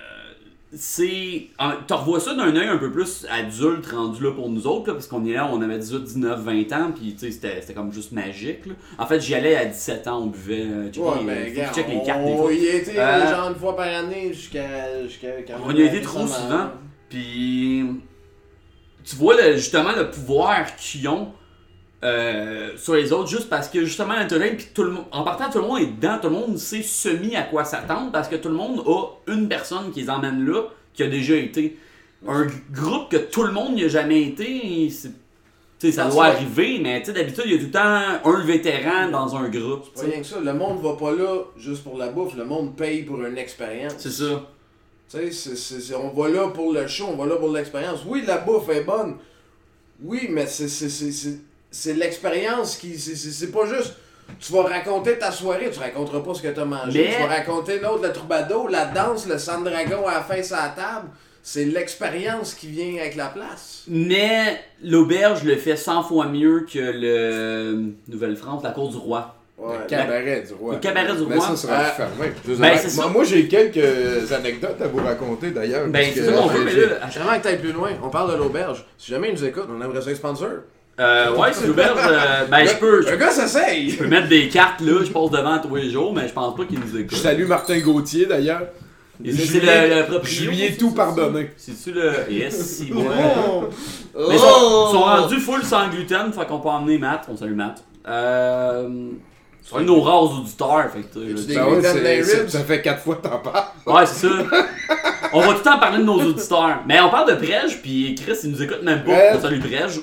c'est. en- Tu revois ça d'un œil un peu plus adulte rendu là pour nous autres, là, parce qu'on est là, on avait dix-huit, dix-neuf, vingt ans, puis tu sais, c'était, c'était comme juste magique, là. En fait, j'y allais à dix-sept ans, on buvait. euh, check Ouais, les- mais faut que gars, tu checkes les cartes des on fois. y a été Euh, genre une fois par année jusqu'à. jusqu'à quand On même y a été trop récemment. souvent. Puis tu vois le- justement le pouvoir qu'ils ont euh, sur les autres juste parce que justement l'intérêt puis tout le monde en partant tout le monde est dedans, tout le monde sait semi à quoi s'attendre parce que tout le monde a une personne qui les emmène là qui a déjà été un groupe que tout le monde n'y a jamais été, c'est tu sais, ça Non, doit c'est- arriver, mais tu sais, d'habitude, il y a tout le temps un vétéran dans un groupe. tu C'est sais. rien que ça, le monde va pas là juste pour la bouffe, le monde paye pour une expérience. C'est ça. Tu sais, c'est- c'est- c'est- on va là pour le show, on va là pour l'expérience. Oui, la bouffe est bonne. Oui, mais c'est c'est- c'est- c'est- c'est l'expérience qui. c'est- C'est c'est pas juste. Tu vas raconter ta soirée, tu raconteras pas ce que t'as mangé. Mais- Tu vas raconter l'autre, le troubadour, la danse, le sang de dragon à la fin sur la table. C'est l'expérience qui vient avec la place. Mais l'auberge le fait cent fois mieux que le Nouvelle-France, la cour du roi. Ouais. Le cabaret du roi. Le cabaret du Mais roi. ça sera Euh, fermé. ben, c'est moi, ça. moi, j'ai quelques anecdotes à vous raconter d'ailleurs. Ben, parce c'est que, ça qu'on euh, veut, mais j'ai- là. J'aimerais que t'ailles plus loin. On parle de l'auberge. Si jamais ils nous écoutent, on aimerait ça être sponsor. Euh, ouais, c'est l'auberge. euh, ben, je peux, Un je gars s'essaye! peux mettre des cartes là, je passe devant tous les jours, mais je pense pas qu'ils nous Je écoutent. salue Martin Gauthier d'ailleurs. Et c'est Je c'est lui ai- le, le proprio. Je lui ai tout pardonné. C'est-tu le. Yes, si, ouais. Oh. Mais ils sont, sont rendus full sans gluten, fait qu'on peut emmener Matt. On salue Matt. Euh. C'est un de nos rares auditeurs, fait que. Y a-tu tu des sais. Ben ouais, gluten c'est- dans les c'est- ribs? ça fait quatre fois que t'en parles. Ouais, c'est ça. On va tout le temps parler de nos auditeurs. Mais on parle de Prège, puis Chris, il nous écoute même pas. Ouais. On salue Prège.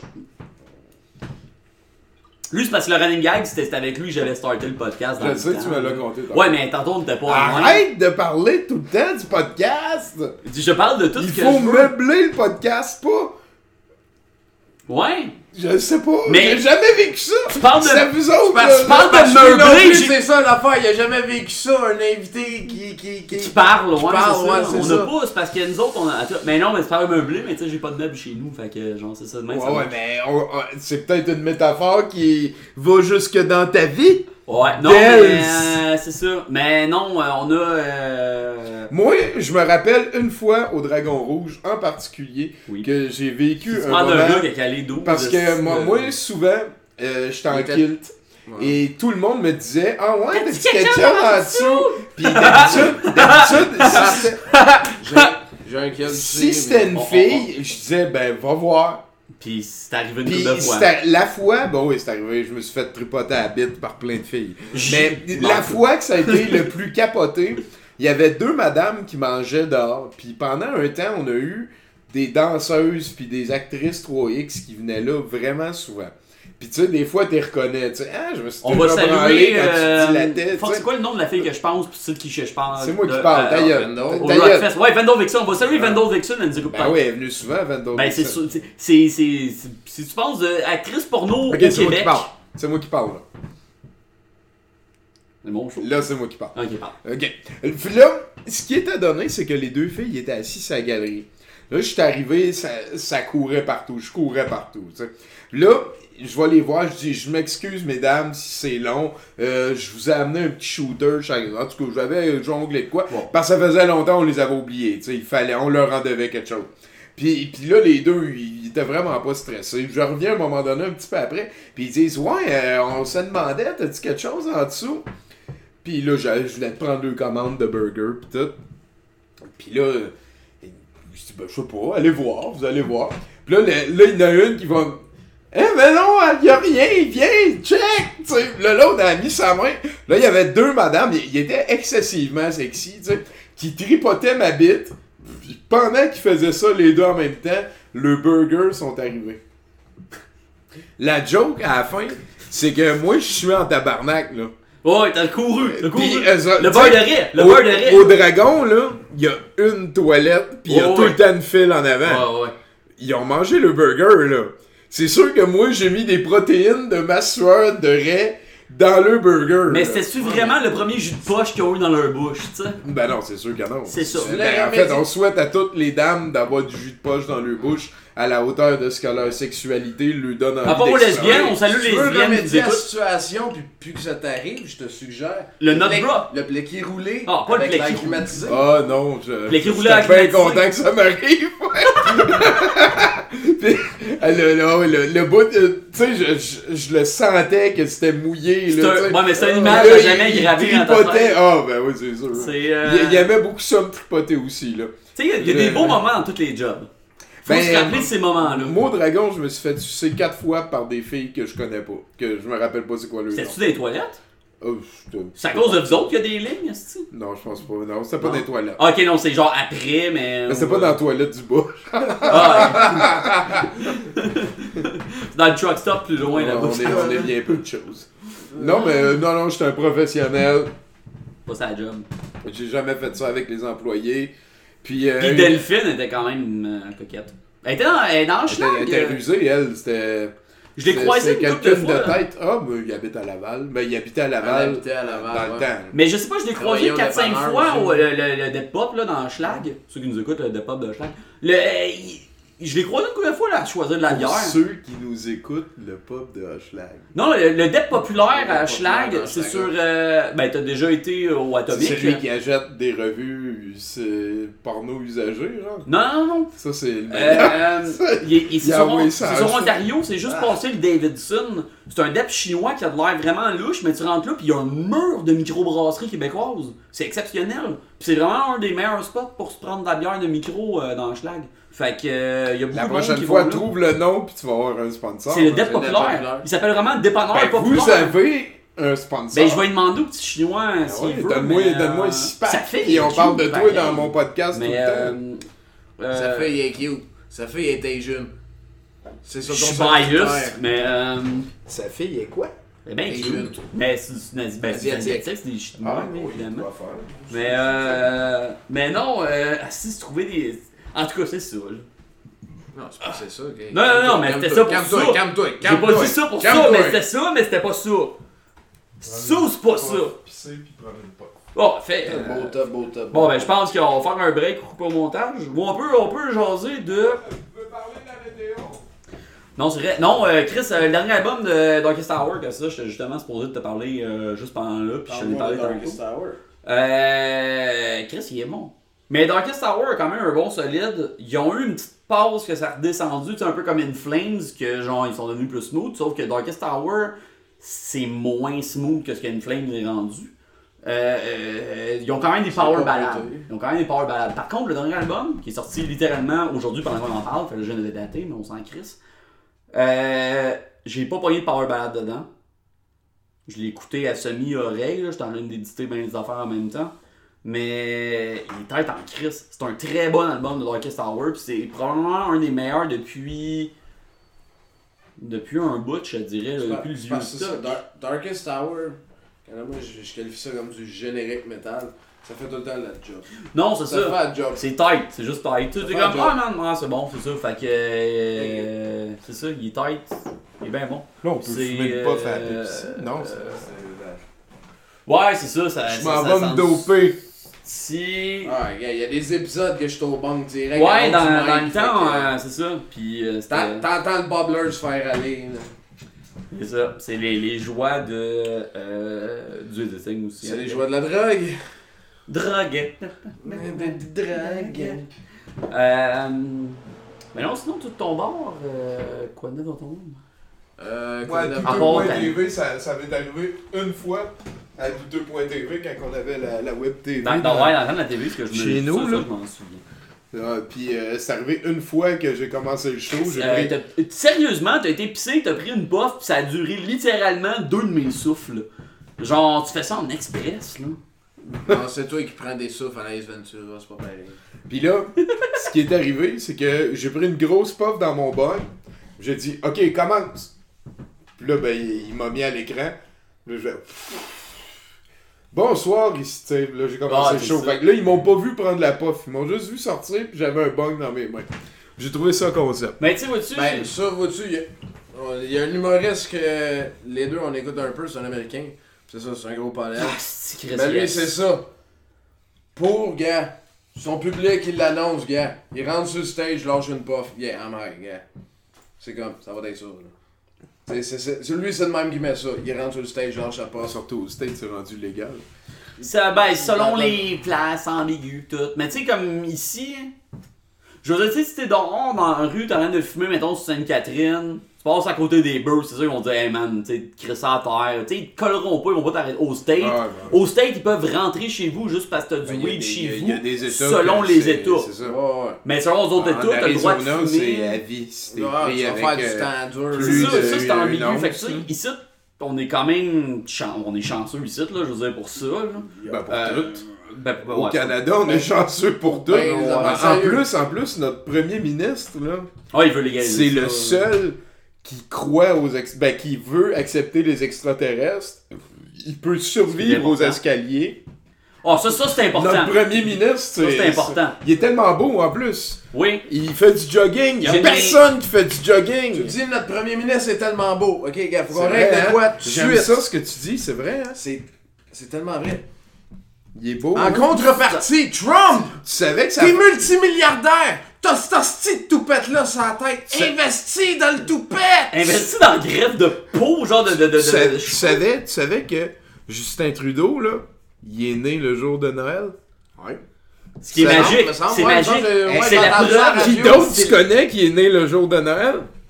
Lui, c'est parce que le running gag, c'était c'était avec lui que j'avais starté le podcast. dans Je le sais, temps. tu me l'as compté. toi. Ouais, mais tantôt, on n'était pas loin. Arrête de parler tout le temps du podcast. Je parle de tout Il ce que faut je veux. meubler le podcast, pas. Ouais. Je sais pas. Mais- J'ai jamais vécu ça. Tu parles de- C'est vous autres. Parce- là. tu parles de parce que lui non meubler, plus, j'ai- c'est ça l'affaire, il a jamais vécu ça, un invité qui... qui, qui... Qui parle, ouais, parle, c'est ça. ouais, c'est On ça. a pas, c'est parce que nous autres, on a. Attends, mais non, mais c'est pas meublé, mais tu sais, j'ai pas de meubles chez nous, fait que genre, c'est ça de même. ça Ouais, ouais, marche. mais on- on- c'est peut-être une métaphore qui va jusque dans ta vie. Ouais, non, Yes. mais euh, c'est ça. Mais non, euh, on a. Euh... Moi, je me rappelle une fois au Dragon Rouge, en particulier, Oui. que j'ai vécu Tu un parles d'un moment... gars qui a calé douze. Parce que moi, euh, moi souvent, euh, j'étais en Il était- kilt. Ouais. Et tout le monde me disait, ah ouais, T'as t'as du du ketchup ketchup en en dessous. Puis d'habitude, d'habitude, si c'était- J'ai j'ai un kill si c'était une on- fille, je disais, ben va voir. Pis c'est arrivé une Puis couple de fois. c'était- la fois, bon oui, c'est arrivé, je me suis fait tripoter à la bite par plein de filles. Mais Je- la fois que ça a été le plus capoté, il y avait deux madames qui mangeaient dehors. Puis pendant un temps, on a eu des danseuses puis des actrices trois X qui venaient là vraiment souvent. Puis tu sais, des fois, t'es reconnais. Tu sais, ah, je me suis On va déjà branlé saluer. quand Euh... tu dilatais. fuck, tu sais. c'est quoi le nom de la fille que je pense, pis c'est de qui je parle? C'est moi qui de- parle, ta euh, gueule. Vendôme. Au Ta gueule. Rockfest. Ouais, Vendôme Vixen. On va saluer Vendôme Vixen, elle nous écoute Ben pas. oui, elle est venue souvent, Vendôme. Ben c'est sûr. c'est- c'est- c'est- c'est- Si tu penses de actrice porno Ok, au c'est moi qui Québec. parle. C'est moi qui parle, là. C'est mon show. Là, c'est moi qui parle. Ok, parle. OK. Puis là, ce qui était donné, c'est que les deux filles étaient assises à la galerie. Là, je suis arrivé, ça, ça courait partout. Je courais partout, tu sais. Là, je vais les voir, je dis, je m'excuse, mesdames, si c'est long. Euh, je vous ai amené un petit shooter. chaque- En tout cas, j'avais jonglé de quoi. Bon. Parce que ça faisait longtemps, on les avait oubliés, tu sais. Il fallait, on leur en devait quelque chose. Puis, puis là, les deux, ils étaient vraiment pas stressés. Je reviens à un moment donné, un petit peu après, puis ils disent, ouais, euh, on se demandait, t'as-tu quelque chose en dessous? Puis là, je, je venais de prendre deux commandes de burger, pis tout. Puis là, je dis, ben, je sais pas, allez voir, vous allez voir. Puis là, le- là, il y en a une qui va, eh, mais non, il y a rien, viens, check! Tu sais, là, l'autre, elle a mis sa main. Là, il y avait deux madames, ils ils étaient excessivement sexy, tu sais, qui tripotaient ma bite. Puis pendant qu'ils faisaient ça, les deux en même temps, le burger sont arrivés. La joke, à la fin, c'est que moi, je suis en tabarnak, là. Ouais, t'as couru. T'as couru. Puis, euh, ça- Le tu sais, beurre de raie. Le au, beurre de raie. au Dragon, là, il y a une toilette, puis il y a Oh, tout ouais. le temps une file en avant. Ouais, ouais. Ils ont mangé le burger, là. C'est sûr que moi, j'ai mis des protéines de ma sueur de raie dans le burger. Mais là. c'était-tu vraiment le premier jus de poche qu'ils ont eu dans leur bouche, tu sais? Ben non, c'est sûr que non. C'est ça. Ben, en fait, on souhaite à toutes les dames d'avoir du jus de poche dans leur bouche à la hauteur de ce que leur sexualité leur donne envie À part aux d'explorer. lesbiennes, on salue Tu les veux lesbiennes qui nous remédier à la écoutent. situation, puis plus que ça t'arrive, je te suggère. Le nut plec- drop. Le pléquier roulé. Ah, pas le avec pléquier l'air roulé. climatisé. Ah non, je Les qui roulaient j'étais à bien climatisé. content que ça m'arrive. Puis, ah, le, le, le, le bout, de- tu sais, je, je, je le sentais que c'était mouillé. C'est Là, un- tu sais. ouais, mais c'est une Là, image à jamais il- gravée il dans ta tripotait. tête. Ah, ben oui, c'est sûr. C'est, euh, Il, il aimait beaucoup ça me tripoter aussi, là. Tu sais, il y a des Je- beaux moments dans tous les jobs. Faut Ben, se rappeler de ces moments-là. Moi, Dragon, je me suis fait sucer quatre fois par des filles que je connais pas. Que je me rappelle pas c'est quoi le nom. C'était-tu des toilettes? Oh, je te- C'est à cause de vous autres qu'il y a des lignes, est-ce que? Non, je pense pas. Non, c'était pas Non. dans les toilettes. Ok, non, c'est genre après, mais. Mais c'était pas dans la toilette du bas. Ah, ouais. C'est dans le truck stop plus loin là-bas. on, est, on est bien peu de choses. Non, mais euh, non, non, j'étais un professionnel. Pas sa job. J'ai jamais fait ça avec les employés. Puis, euh, Puis Delphine était quand même une euh, coquette. Elle était dans, elle est dans le elle était, elle était schlag. rusée, elle. C'était. Je l'ai c'était- croisé c'était une couple de quelqu'un fois. de là. tête. Ah, mais il habite à Laval. Mais il habitait à Elle Laval. habitait à Laval, Dans le ouais. temps. Mais je sais pas, je l'ai croisé Travaillait au quatre cinq dépanneur fois aussi. au, le, le, le Dead Pop là, dans Schlag. Ceux qui nous écoutent, le Dead Pop de Schlag. Le, euh, il- je l'ai croisé une couple de fois là, à choisir de la Pour bière. ceux qui nous écoutent, le pop de Hochelag. Non, le, le Dead populaire Le à Dead Schlag, populaire à c'est Schlag. sur. Euh, ben, t'as déjà été au C'est Atomic. celui qui achète des revues c'est porno usagées, genre. Non, non, non. Ça, c'est le Euh, euh, il, il- c'est Il a sur, envoyé ça c'est à sur Schlag. Ontario, c'est juste Ah. passé le Davidson. C'est un dep chinois qui a de l'air vraiment louche, mais tu rentres là, puis il y a un mur de microbrasserie québécoise. C'est exceptionnel. Puis c'est vraiment un des meilleurs spots pour se prendre de la bière de micro euh, dans le schlag. Fait que, euh, il y a beaucoup La de monde prochaine qui fois, vont là. trouve le nom puis tu vas avoir un sponsor. C'est le hein. dep le populaire. Dep populaire. Il s'appelle vraiment Dépanneur Ben, populaire. vous avez un sponsor. Ben, je vais lui demander au petit chinois Ben s'il ouais, veut. donne-moi, mais, donne-moi euh, un six pack. Ça fait Et on cute, parle de toi pareil. dans mon podcast Mais, tout le euh, temps. euh, Sa fille est cute. Sa fille est Asian. C'est ça je ton suis seul biased, critère. mais euh, Sa fille est quoi? c'est bien Asian. cute. Mais c'est c'est une ben, c'est Asiatique. asiatique, c'est des chinois, Ah, oui, évidemment. tu vas faire. Mais euh, mais non, euh, si tu trouvais des... En tout cas, c'est ça, là. Non, c'est pas c'est ça. ok. Non, non, non, mais c'était ça pour Calme-toi, ça. calme-toi, J'ai calme-toi. pas dit ça pour ça, calme-toi. mais c'était ça, mais c'était pas ça. Ça ou c'est pas ça? Pisser puis prendre une pote. Bon, fait... euh, Beau top, beau top. Bon, ben je pense qu'on va faire un break pour couper au montage. Ou on peut, on peut jaser de... Tu veux parler de la météo? Non, c'est vrai. Non, euh, Chris, euh, le dernier album de Darkest Hour, que ça, j'étais justement supposé te parler euh, juste pendant là, puis je t'en ai parlé tantôt. Euh, Chris, il est bon. Mais Darkest Hour a quand même un bon solide. Ils ont eu une petite pause que ça a redescendu, tu sais, un peu comme In Flames, que genre, ils sont devenus plus smooth, sauf que Darkest Hour, c'est moins smooth que ce qu'In Flames est rendu. Euh, euh, ils ont quand même des power pas ballades. monté. Ils ont quand même des power ballades. Par contre, le dernier album, qui est sorti littéralement aujourd'hui pendant qu'on en parle, fait le jeune de daté, mais on s'en crisse. Euh, j'ai pas pogné de power ballade dedans. Je l'ai écouté à semi-oreille, là, j'étais en train d'éditer bien des affaires en même temps. Mais il est tête en crise. C'est un très bon album de Darkest Hour, puis c'est probablement un des meilleurs depuis. Depuis un bout, je dirais, là, depuis le C'est vieux parce que c'est ça, stock. Dar- Darkest Hour, quand même, moi je, je qualifie ça comme du générique métal. Ça fait tout le temps la job. Non, c'est Ça fait ça. la job. C'est tight, c'est juste tight. Tu Ça es fait comme, un job. ah non, non, c'est bon, c'est ça. Fait que. euh, c'est ça, il est tight. Il est bien bon. Là, on peut C'est, fumer le puff à la euh, Pepsi. Non, c'est... Ouais, c'est ça. ça Je ça- m'en ça vais me sent- doper. Si. Ah, gars, il y a des épisodes que je suis au banc direct. Ouais, à dans, onze dans le mètres, temps, fait que, euh, c'est ça. Puis euh, c'était. t'en- T'entends le bobbler se faire aller. là. C'est ça. C'est les, les joies de. Euh, du editing aussi. C'est les joies de la drogue. Drogue. De drogue. Euh. Mais non, sinon, tout ton bord, euh, quoi de neuf dans ton monde? Euh, quoi Ouais, de- À part douteux.tv, ta- T V, ça, ça m'est arrivé une fois à douteux.tv quand on avait la, la web T V. Dans, dans, ouais, dans le temps de la T V, ce que je me Chez nous, ça, ça, là. je m'en souviens. Ah, puis euh, c'est arrivé une fois que j'ai commencé le show. J'ai Euh, pris... t'as- sérieusement, t'as été pissé, t'as pris une puff, pis ça a duré littéralement deux de mes souffles. Genre, tu fais ça en express, là. Non, c'est toi qui prends des souffles à Ace Ventura, c'est pas pareil. Puis là, ce qui est arrivé, c'est que j'ai pris une grosse puff dans mon bol. J'ai dit, OK, commence. Puis là, ben, il, il m'a mis à l'écran. Là, je Bonsoir, ici, tu sais. Là, j'ai commencé Ah, le c'est show. ça. Fait que là, ils m'ont pas vu prendre la puff. Ils m'ont juste vu sortir, puis j'avais un bong dans mes mains. J'ai trouvé ça concept. Mais tu sais, vois-tu, Ben, ça, vois-tu, il y, a- il y a un humoriste que les deux on écoute un peu, c'est un américain. C'est ça, c'est un gros palais. Ah, c'est Chris, Ben lui, yes. c'est ça. Pour, gars, son public, il l'annonce, gars. Il rentre sur le stage, lâche une puff. Yeah, I'm high, gars. C'est comme, ça va être ça, là. C'est, c'est, c'est, c'est- lui, c'est le même qui met ça. Il rentre sur le stage, lâche sa puff. Surtout au States, c'est rendu légal. Ça, ben, selon les places ambiguës, tout. Mais tu sais, comme ici, je veux dire, tu sais, si t'es dehors dans la rue, t'es en train de fumer, mettons, sur Sainte-Catherine, tu passes à côté des beurs, c'est sûr, ils vont dire, hey man, tu sais, crisser à terre. Tu sais, ils te colleront pas, ils vont pas t'arrêter. Au State, Ah, ben. au State, ils peuvent rentrer chez vous juste parce que t'as Ben, du il y a weed des- chez il y a- vous. il y a des États selon que les c'est- États. C'est ça. Ouais, ouais. Mais selon les autres En États, t'as le droit de Arizona, c'est fumer. à vie. Si t'es Ah, pris tu vas avec, faire du euh, temps dur. C'est plus ça, de ça c'est une ambigu. once, Fait que ça, là. ici, on est quand même chan- on est chanceux ici, là, je veux dire, pour ça. Là. Ben, pour Euh, tout. ben, ben, Au ouais. Canada, on est chanceux pour tout. Ben, En- les affaires en, sérieuses. plus, en plus, notre premier ministre, là, Ah, il veut légaliser c'est ça. le seul qui croit aux ex... ben, qui veut accepter les extraterrestres. Il peut survivre C'est aux important. escaliers. Ah, ça, ça c'est important. Notre premier ministre, c'est c'est important. Il est tellement beau en plus. Oui. Il fait du jogging. Il y a J'ai personne qui fait du Tu jogging. dis, notre premier ministre est tellement beau. Ok, gars, faut C'est qu'on vrai, règle de hein? quoi tout de J'aime suite. ça ce que tu dis, c'est vrai. Hein? C'est, c'est tellement vrai. Il est beau. En hein? contrepartie, Trump! Tu savais que ça T'es multimilliardaire! T'as cette hostie de toupette là sur la tête! Ça- Investis dans le toupette! Investi dans le greffe de peau, genre de. de, de, de, Tu sa- de- tu savais, tu savais que Justin Trudeau, là, il est né le jour de Noël? Ouais. Ce qui est Ça magique, me semble, c'est ouais, magique. me semble, ouais, c'est j'ai la entendu ça à la preuve. Qui radio, d'autre c'est- tu connais qui est né le jour de Noël?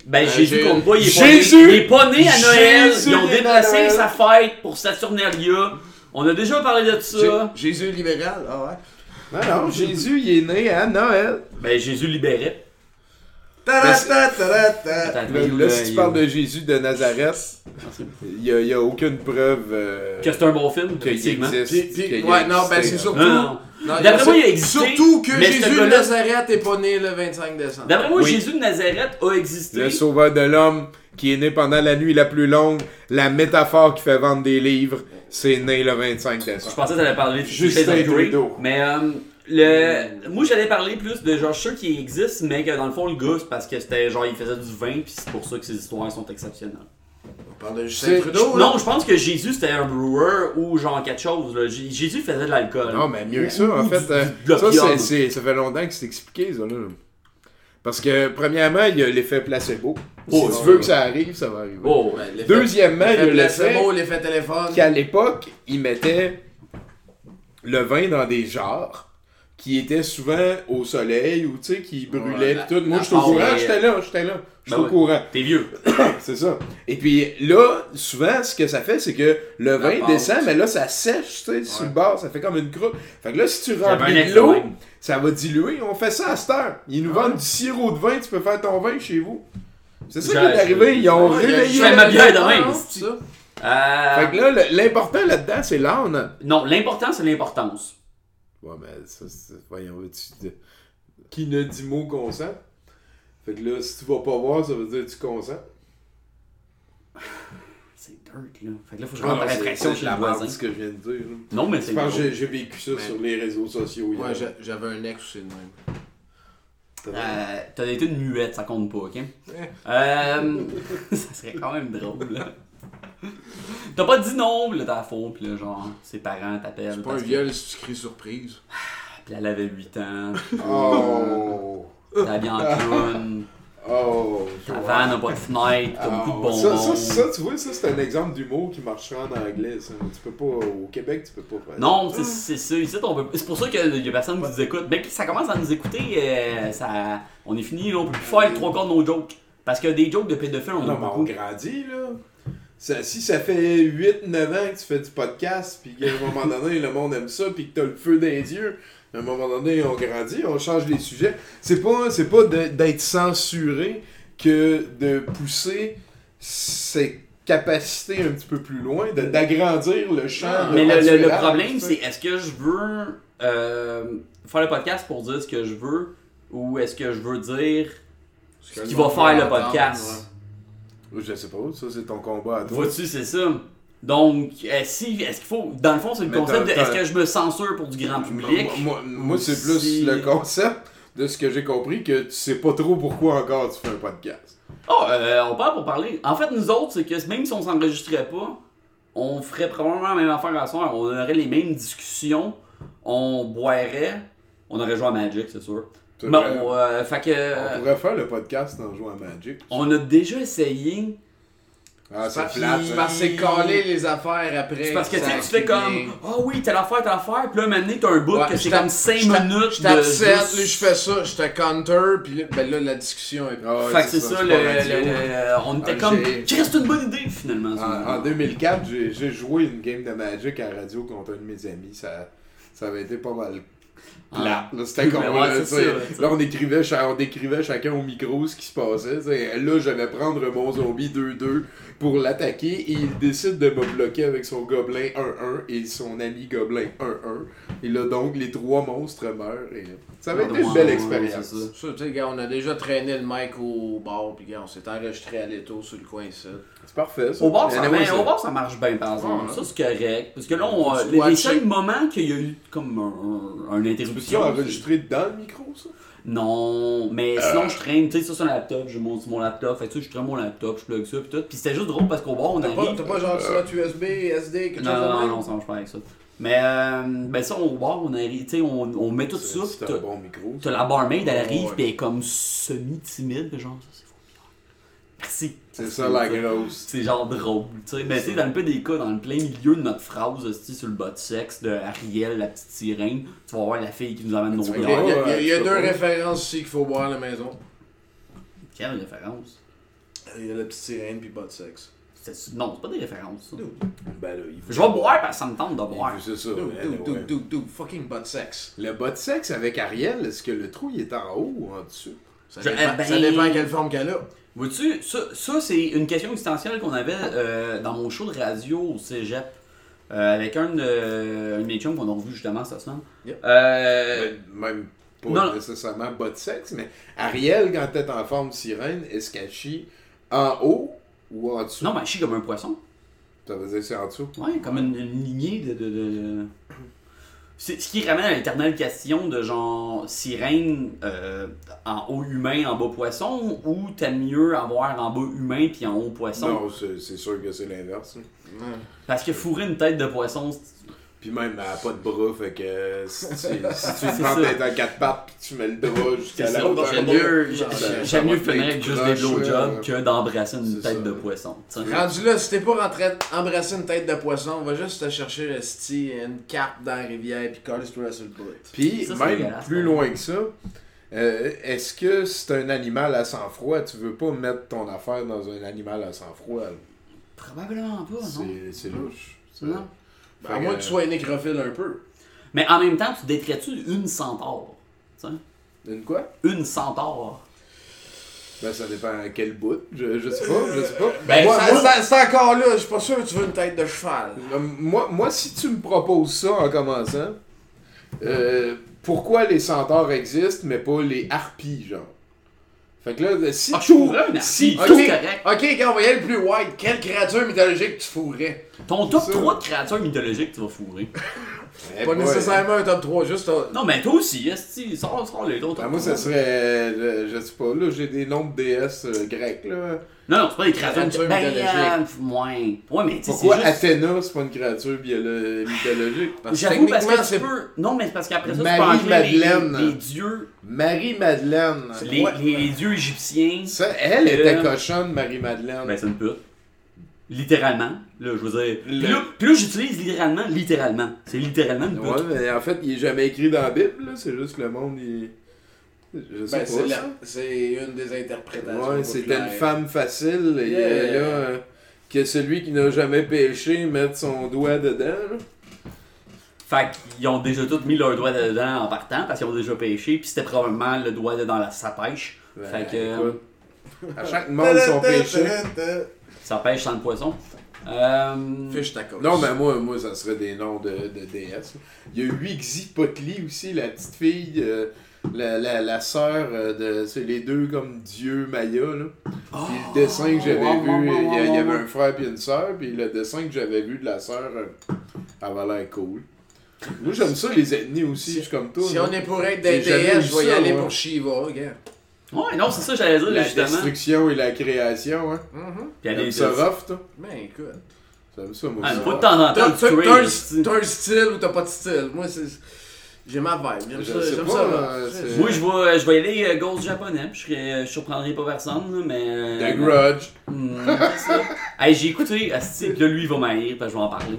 Ben, Euh, Jésus j'ai- compte pas, il est Jésus! pas né. Il est pas né à Noël. Jésus Ils ont est né à déplacé Noël. sa fête pour Saturnalia. On a déjà parlé de ça. Jé- Jésus libéral, ah ouais. Non, non, Jésus, il est né à Noël. Ben, Jésus libérait. Ta-da-ta, ta-da-ta. Attends, Là, il- là, si il- tu parles de Jésus de Nazareth, il n'y a, il y a aucune preuve euh, Que c'est un bon film, qu'il effectivement. existe. Puis- puis- qu'il ouais, a non, ben, existé, c'est hein. surtout- Non, non. Non, D'après il moi, y il a existé. Surtout que mais ce Jésus de gars-là- Nazareth est pas né le vingt-cinq décembre. D'après moi, Oui. Jésus de Nazareth a existé. Le sauveur de l'homme qui est né pendant la nuit la plus longue, la métaphore qui fait vendre des livres, c'est né le vingt-cinq Je décembre. pensais que t'allais parler de Justin Fifty Shades of Grey, Trudeau. mais euh, le... moi j'allais parler plus de genre ceux qui existent, mais que dans le fond le gars c'est parce que c'était genre il faisait du vin, puis c'est pour ça que ses histoires sont exceptionnelles. On parle de C'est- Justin Trudeau, là. Non, je pense que Jésus c'était un brewer ou genre quelque chose. Là. J- Jésus faisait de l'alcool. Non, mais mieux que ça, en Ou fait. du- euh, de ça, l'opium. c'est, c'est- ça fait longtemps que c'est expliqué, ça, là. Parce que, premièrement, il y a l'effet placebo. Oh, si tu ouais. veux que ça arrive, ça va arriver. Oh, Ouais, l'effet- Deuxièmement, il y a l'effet l'effet placebo, l'effet téléphone. qu'à l'époque, ils mettaient le vin dans des jarres qui étaient souvent au soleil ou, tu sais, qui brûlaient Ouais, pis tout. Moi, la- je suis au la courant, forêt. j'étais là, j'étais là. Je suis Ben au ouais. courant. t'es vieux. C'est ça. Et puis là, souvent, ce que ça fait, c'est que le vin pâte. descend, mais là, ça sèche, tu sais, sur Ouais. le bord, ça fait comme une croûte. Fait que là, si tu J'avais un remplis ex de de l'eau, même. ça va diluer. On fait ça à cette heure. Ils nous vendent du sirop de vin, tu peux faire ton vin chez vous. C'est ça qui J'ai- est arrivé, ils ont Ouais, il y a- réveillé. Je fais ma bière de Ouais, même, non, c'est-tu. c'est ça. Euh, Fait que là, le- l'important là-dedans, c'est l'âne. Non, l'important c'est l'importance. Ouais, mais ça, c'est... Voyons, tu... Qui ne dit mot consent? Fait que là, si tu vas pas voir, ça veut dire que tu consens. C'est dirt là. Fait que là faut que je Ah rentre non, par c'est- impression c'est chez de le la merde, voisin. ce que je viens de dire. là. Non, mais Je c'est pense que drôle. j'ai- j'ai vécu ça Mais- sur les réseaux sociaux. hier. Ouais, j'a- j'avais un ex aussi de même. Euh, T'as été une muette, ça compte pas, ok? Euh, ça serait quand même drôle, là. T'as pas dit non, pis là t'as fond, pis là genre, ses parents t'appellent. C'est pas un parce que- viol si tu cries surprise. Pis elle avait huit ans, pis Oh! t'es habillé en clown, Oh! ta vanne n'a pas de fenêtre, t'as beaucoup de bonbons. Ça, ça, ça, tu vois, ça, c'est un exemple d'humour qui marcherait en anglais. Ça. Tu peux pas... Au Québec, tu peux pas faire ça. Non, c'est c'est ça, ici, on peut... c'est pour ça qu'il y a personne qui nous écoute. Dès que ça commence à nous écouter, euh, ça... on est fini, là, on peut plus faire les trois quarts de nos jokes. Parce que des jokes de pédophiles, on en a Non, mais on beaucoup. grandit, là. Ça- si ça fait huit neuf ans que tu fais du podcast, puis qu'à un moment donné, le monde aime ça, puis que t'as le feu dans les yeux, à un moment donné, on grandit, on change les sujets. C'est pas, c'est pas de- d'être censuré que de pousser ses capacités un petit peu plus loin, de- d'agrandir le champ. de Mais le, le- le naturel, problème, tu sais. c'est est-ce que je veux euh, faire le podcast pour dire ce que je veux ou est-ce que je veux dire ce qui va faire le podcast? Je sais pas, ça c'est ton combat à toi. Vois-tu, c'est ça. Donc, euh, si, est-ce qu'il faut. Dans le fond, c'est le Mais concept de t'as- est-ce t'as- que je me censure pour du grand public? Moi, moi- moi, c'est Ou plus si- le concept de ce que j'ai compris que tu sais pas trop pourquoi encore tu fais un podcast. Oh, euh, on parle pour parler. En fait, nous autres, c'est que même si on s'enregistrait pas, on ferait probablement la même affaire à soir. On aurait les mêmes discussions, on boirait, on aurait joué à Magic, c'est sûr. C'est Bon, vrai. euh, fait que. On pourrait faire le podcast en jouant à Magic. On a déjà essayé. Ah, c'est Parce plate. que- ça. parce que c'est caler les affaires après. C'est parce que tu ça sais, tu fais finit. comme ah oui, telle affaire, telle affaire, puis là, maintenant, t'as un bout Ouais, que je c'est tape- comme cinq je tape- minutes. Je tape de sept, juste- là, je fais ça, je te counter, puis là, ben là, la discussion est. Ah ouais, Fait que c'est ça, c'est le, pas radio. le- le- on était Ah, comme. j'ai- Qui reste une bonne idée finalement. ça. En, en deux mille quatre, j'ai j'ai joué une game de Magic à la radio contre un de mes amis. Ça, ça avait été pas mal Ah. plate. là. C'était Mais comme ouais, là, c'est tu sais. ça, tu sais. Là, on décrivait, cha- on décrivait chacun au micro ce qui se passait. tu sais. Là, je vais prendre mon zombie deux deux pour l'attaquer et il décide de me bloquer avec son gobelin un un et son ami gobelin un un. Et là, donc, les trois monstres meurent. Et ça avait été une belle Ouais, expérience. c'est ça. Ça, tu sais, gars, on a déjà traîné le mic au bar, puis gars, on s'est enregistré à l'étau sur le coin ici. C'est parfait, ça. Au bar, ça, Anyway, ben, ça- au bar, ça marche bien, par exemple. Ouais. Ça, c'est correct. Parce que là, on, On euh, se les, les watcher. seuls moments qu'il y a eu comme un, un, un Peux-tu interruption. enregistrer dans le micro, ça? Non, mais sinon je traîne, tu sais, ça sur un laptop, je monte sur mon laptop, fait que tu sais, je traîne mon laptop, je plug ça pis tout. Pis c'était juste drôle parce qu'au bar, on T'as pas, arrive. t'as pas genre slot U S B, S D, quelque Non, chose de non, même? non, ça marche pas avec ça. Mais euh, ben ça, au bar, on arrive, tu sais, on, on met tout ça, pis C'est t'as un bon micro. t'as la barmaid, elle arrive, Ouais. pis elle est comme semi-timide, pis genre, ça c'est faux. Merci. C'est ça la grosse. C'est genre drôle, tu sais. Mais tu sais, dans le peu des cas, dans le plein milieu de notre phrase, hostie, sur le bas de sexe de Ariel, la petite sirène, tu vas voir la fille qui nous amène nos Tu Il y vas a, bières. il y a- il y a Ouais, deux ouais. références ici qu'il faut boire à la maison. Quelle référence? Il y a la petite sirène puis pas de sexe. C'est- Non, c'est pas des références, ça. Ben là, il faut- Je vais boire parce que ça me tente de il boire. faut- C'est ça. Dude, ouais, dude, ouais. dude, dude, dude, fucking butt sex. Le bas de sexe avec Ariel, est-ce que le trou il est en haut ou en dessous? Ça Je- dépend, eh ben- ça dépend quelle forme qu'elle a. Vois-tu, ça, ça c'est une question existentielle qu'on avait euh, dans mon show de radio au cégep. Euh, avec un de, un de mes chums qu'on a revu justement cette semaine. Yep. Euh, Ben, même pas non. nécessairement bas de sexe, mais Ariel, quand elle est en forme sirène, est-ce qu'elle chie en haut ou en dessous? non, mais elle chie comme un poisson. Ça veut dire que c'est en dessous? Ouais, comme une, une lignée de. de, de... C'est ce qui ramène à l'éternelle question de genre sirène euh, en haut humain, en bas poisson, ou t'aimes mieux avoir en bas humain puis en haut poisson? Non, c'est c'est sûr que c'est l'inverse. là. Parce que fourrer une tête de poisson, c'est- Puis même, elle n'a pas de bras, fait que euh, si tu, si tu C'est prends ça. peut-être en quatre pattes puis tu mets le bras jusqu'à c'est la ça. hauteur J'aime de- mieux, ça- ça j'aime va mieux te finir faire avec juste des croche, blowjobs là. que d'embrasser une C'est tête ça. de poisson. tu sais. Rendu là, si t'es pas rentré embrasser une tête de poisson, on va juste te chercher le sti, une carpe dans la rivière puis coller toi sur le bout. Puis, Ça, c'est même dégueulasse, plus par loin que ça, euh, est-ce que c'est un animal à sang-froid? Tu veux pas mettre ton affaire dans un animal à sang-froid? là? Probablement pas, non? C'est c'est louche. Ça. Non. Fait À moins que- que tu sois nécrophile un peu. Mais en même temps, tu détrais-tu une centaure? Tu sais? Une quoi? Une centaure. Ben, ça dépend à quel bout. Je, je sais pas, je sais pas. Ben, moi, ça- moi, ça- c'est encore là, je suis pas sûr que tu veux une tête de cheval. euh, moi, moi, si tu me proposes ça en commençant, euh, pourquoi les centaures existent, mais pas les harpies, genre? Fait que là, si Ah, je tout... fourrais un si harpie. tout- Ok. correct. Ok, gars, on va y aller le plus wide. Quelle créature mythologique tu fourrais? Ton top Ça. trois de créatures mythologiques, tu vas fourrer. Eh Pas boy. nécessairement un top trois, juste un... Non, mais toi aussi, esti, sors, sors les autres. Ben, moi, ça serait... Je, je sais pas, là, j'ai des noms de déesses euh, grecques, là. Non, non, c'est pas des créatures Créatures mythologiques. Ben, mythologiques. euh, ouais. Ouais, mais tu sais, Pourquoi c'est juste... Athéna, c'est pas une créature biolo- mythologique? Parce que J'avoue, parce que techniquement, tu c'est... peux... Non, mais c'est parce qu'après ça, tu peux Marie-Madeleine. enlever les, les dieux, Marie-Madeleine. les, Ouais. les, les dieux égyptiens. Ça, elle Euh, était cochonne, Marie-Madeleine. Ben, c'est une pute. Littéralement. Là, je veux dire... Puis Le- là, puis là, j'utilise littéralement, littéralement. C'est littéralement une pute. Ouais, mais en fait, il est jamais écrit dans la Bible, là. C'est juste que le monde, il... Je sais Ben, pas, c'est, ça. la- c'est une des interprétations. Ouais, c'était populaires. une femme facile, et Yeah. euh, là, euh, que celui qui n'a jamais péché mette son doigt dedans, là. Fait qu'ils ont déjà tous mis leur doigt dedans en partant parce qu'ils ont déjà pêché, puis c'était probablement le doigt dans la, sa pêche. Ben, Fait que écoute, à chaque monde son péché. ça pêche sans le poisson. Euh... Fiche ta cause. Non, mais moi, moi, ça serait des noms de, de déesses. Il y a Huitzilopochtli aussi, la petite fille, euh, la, la, la sœur euh, de... C'est les deux comme dieux mayas, là. Puis le dessin que j'avais ouais, vu, ouais, ouais, il y, a- il y ouais, avait ouais. un frère puis une sœur, puis le dessin que j'avais vu de la sœur, euh, elle avait l'air cool. Moi, j'aime ça, les ethnies aussi, je suis comme toi. Si là. on est pour être des J'ai jamais déesses, vu je vais y ça, aller moi. pour Shiva, gars. Ouais, non, c'est ça, j'allais dire, La justement. destruction et la création, hein. Mhm. Puis il y a T'aimes des ça rough, toi? Ben écoute. T'aimes ça, moi Ah, aussi. une fois de temps en T'as, temps, t'as- tu t'as crées, un, esti. t'as un style ou t'as pas de style? Moi, c'est... J'ai ma vibe. J'aime Je ça. sais J'aime pas, ça. euh, C'est- c'est- Moi, je vais, je vais y aller euh, ghost japonais, puis je, serais- je surprendrai pas personne, là, mais... euh, The Grudge. Hmm, c'est ça. Hey, j'ai écouté, esti, puis là, lui, il va m'haïr, parce que je vais en parler.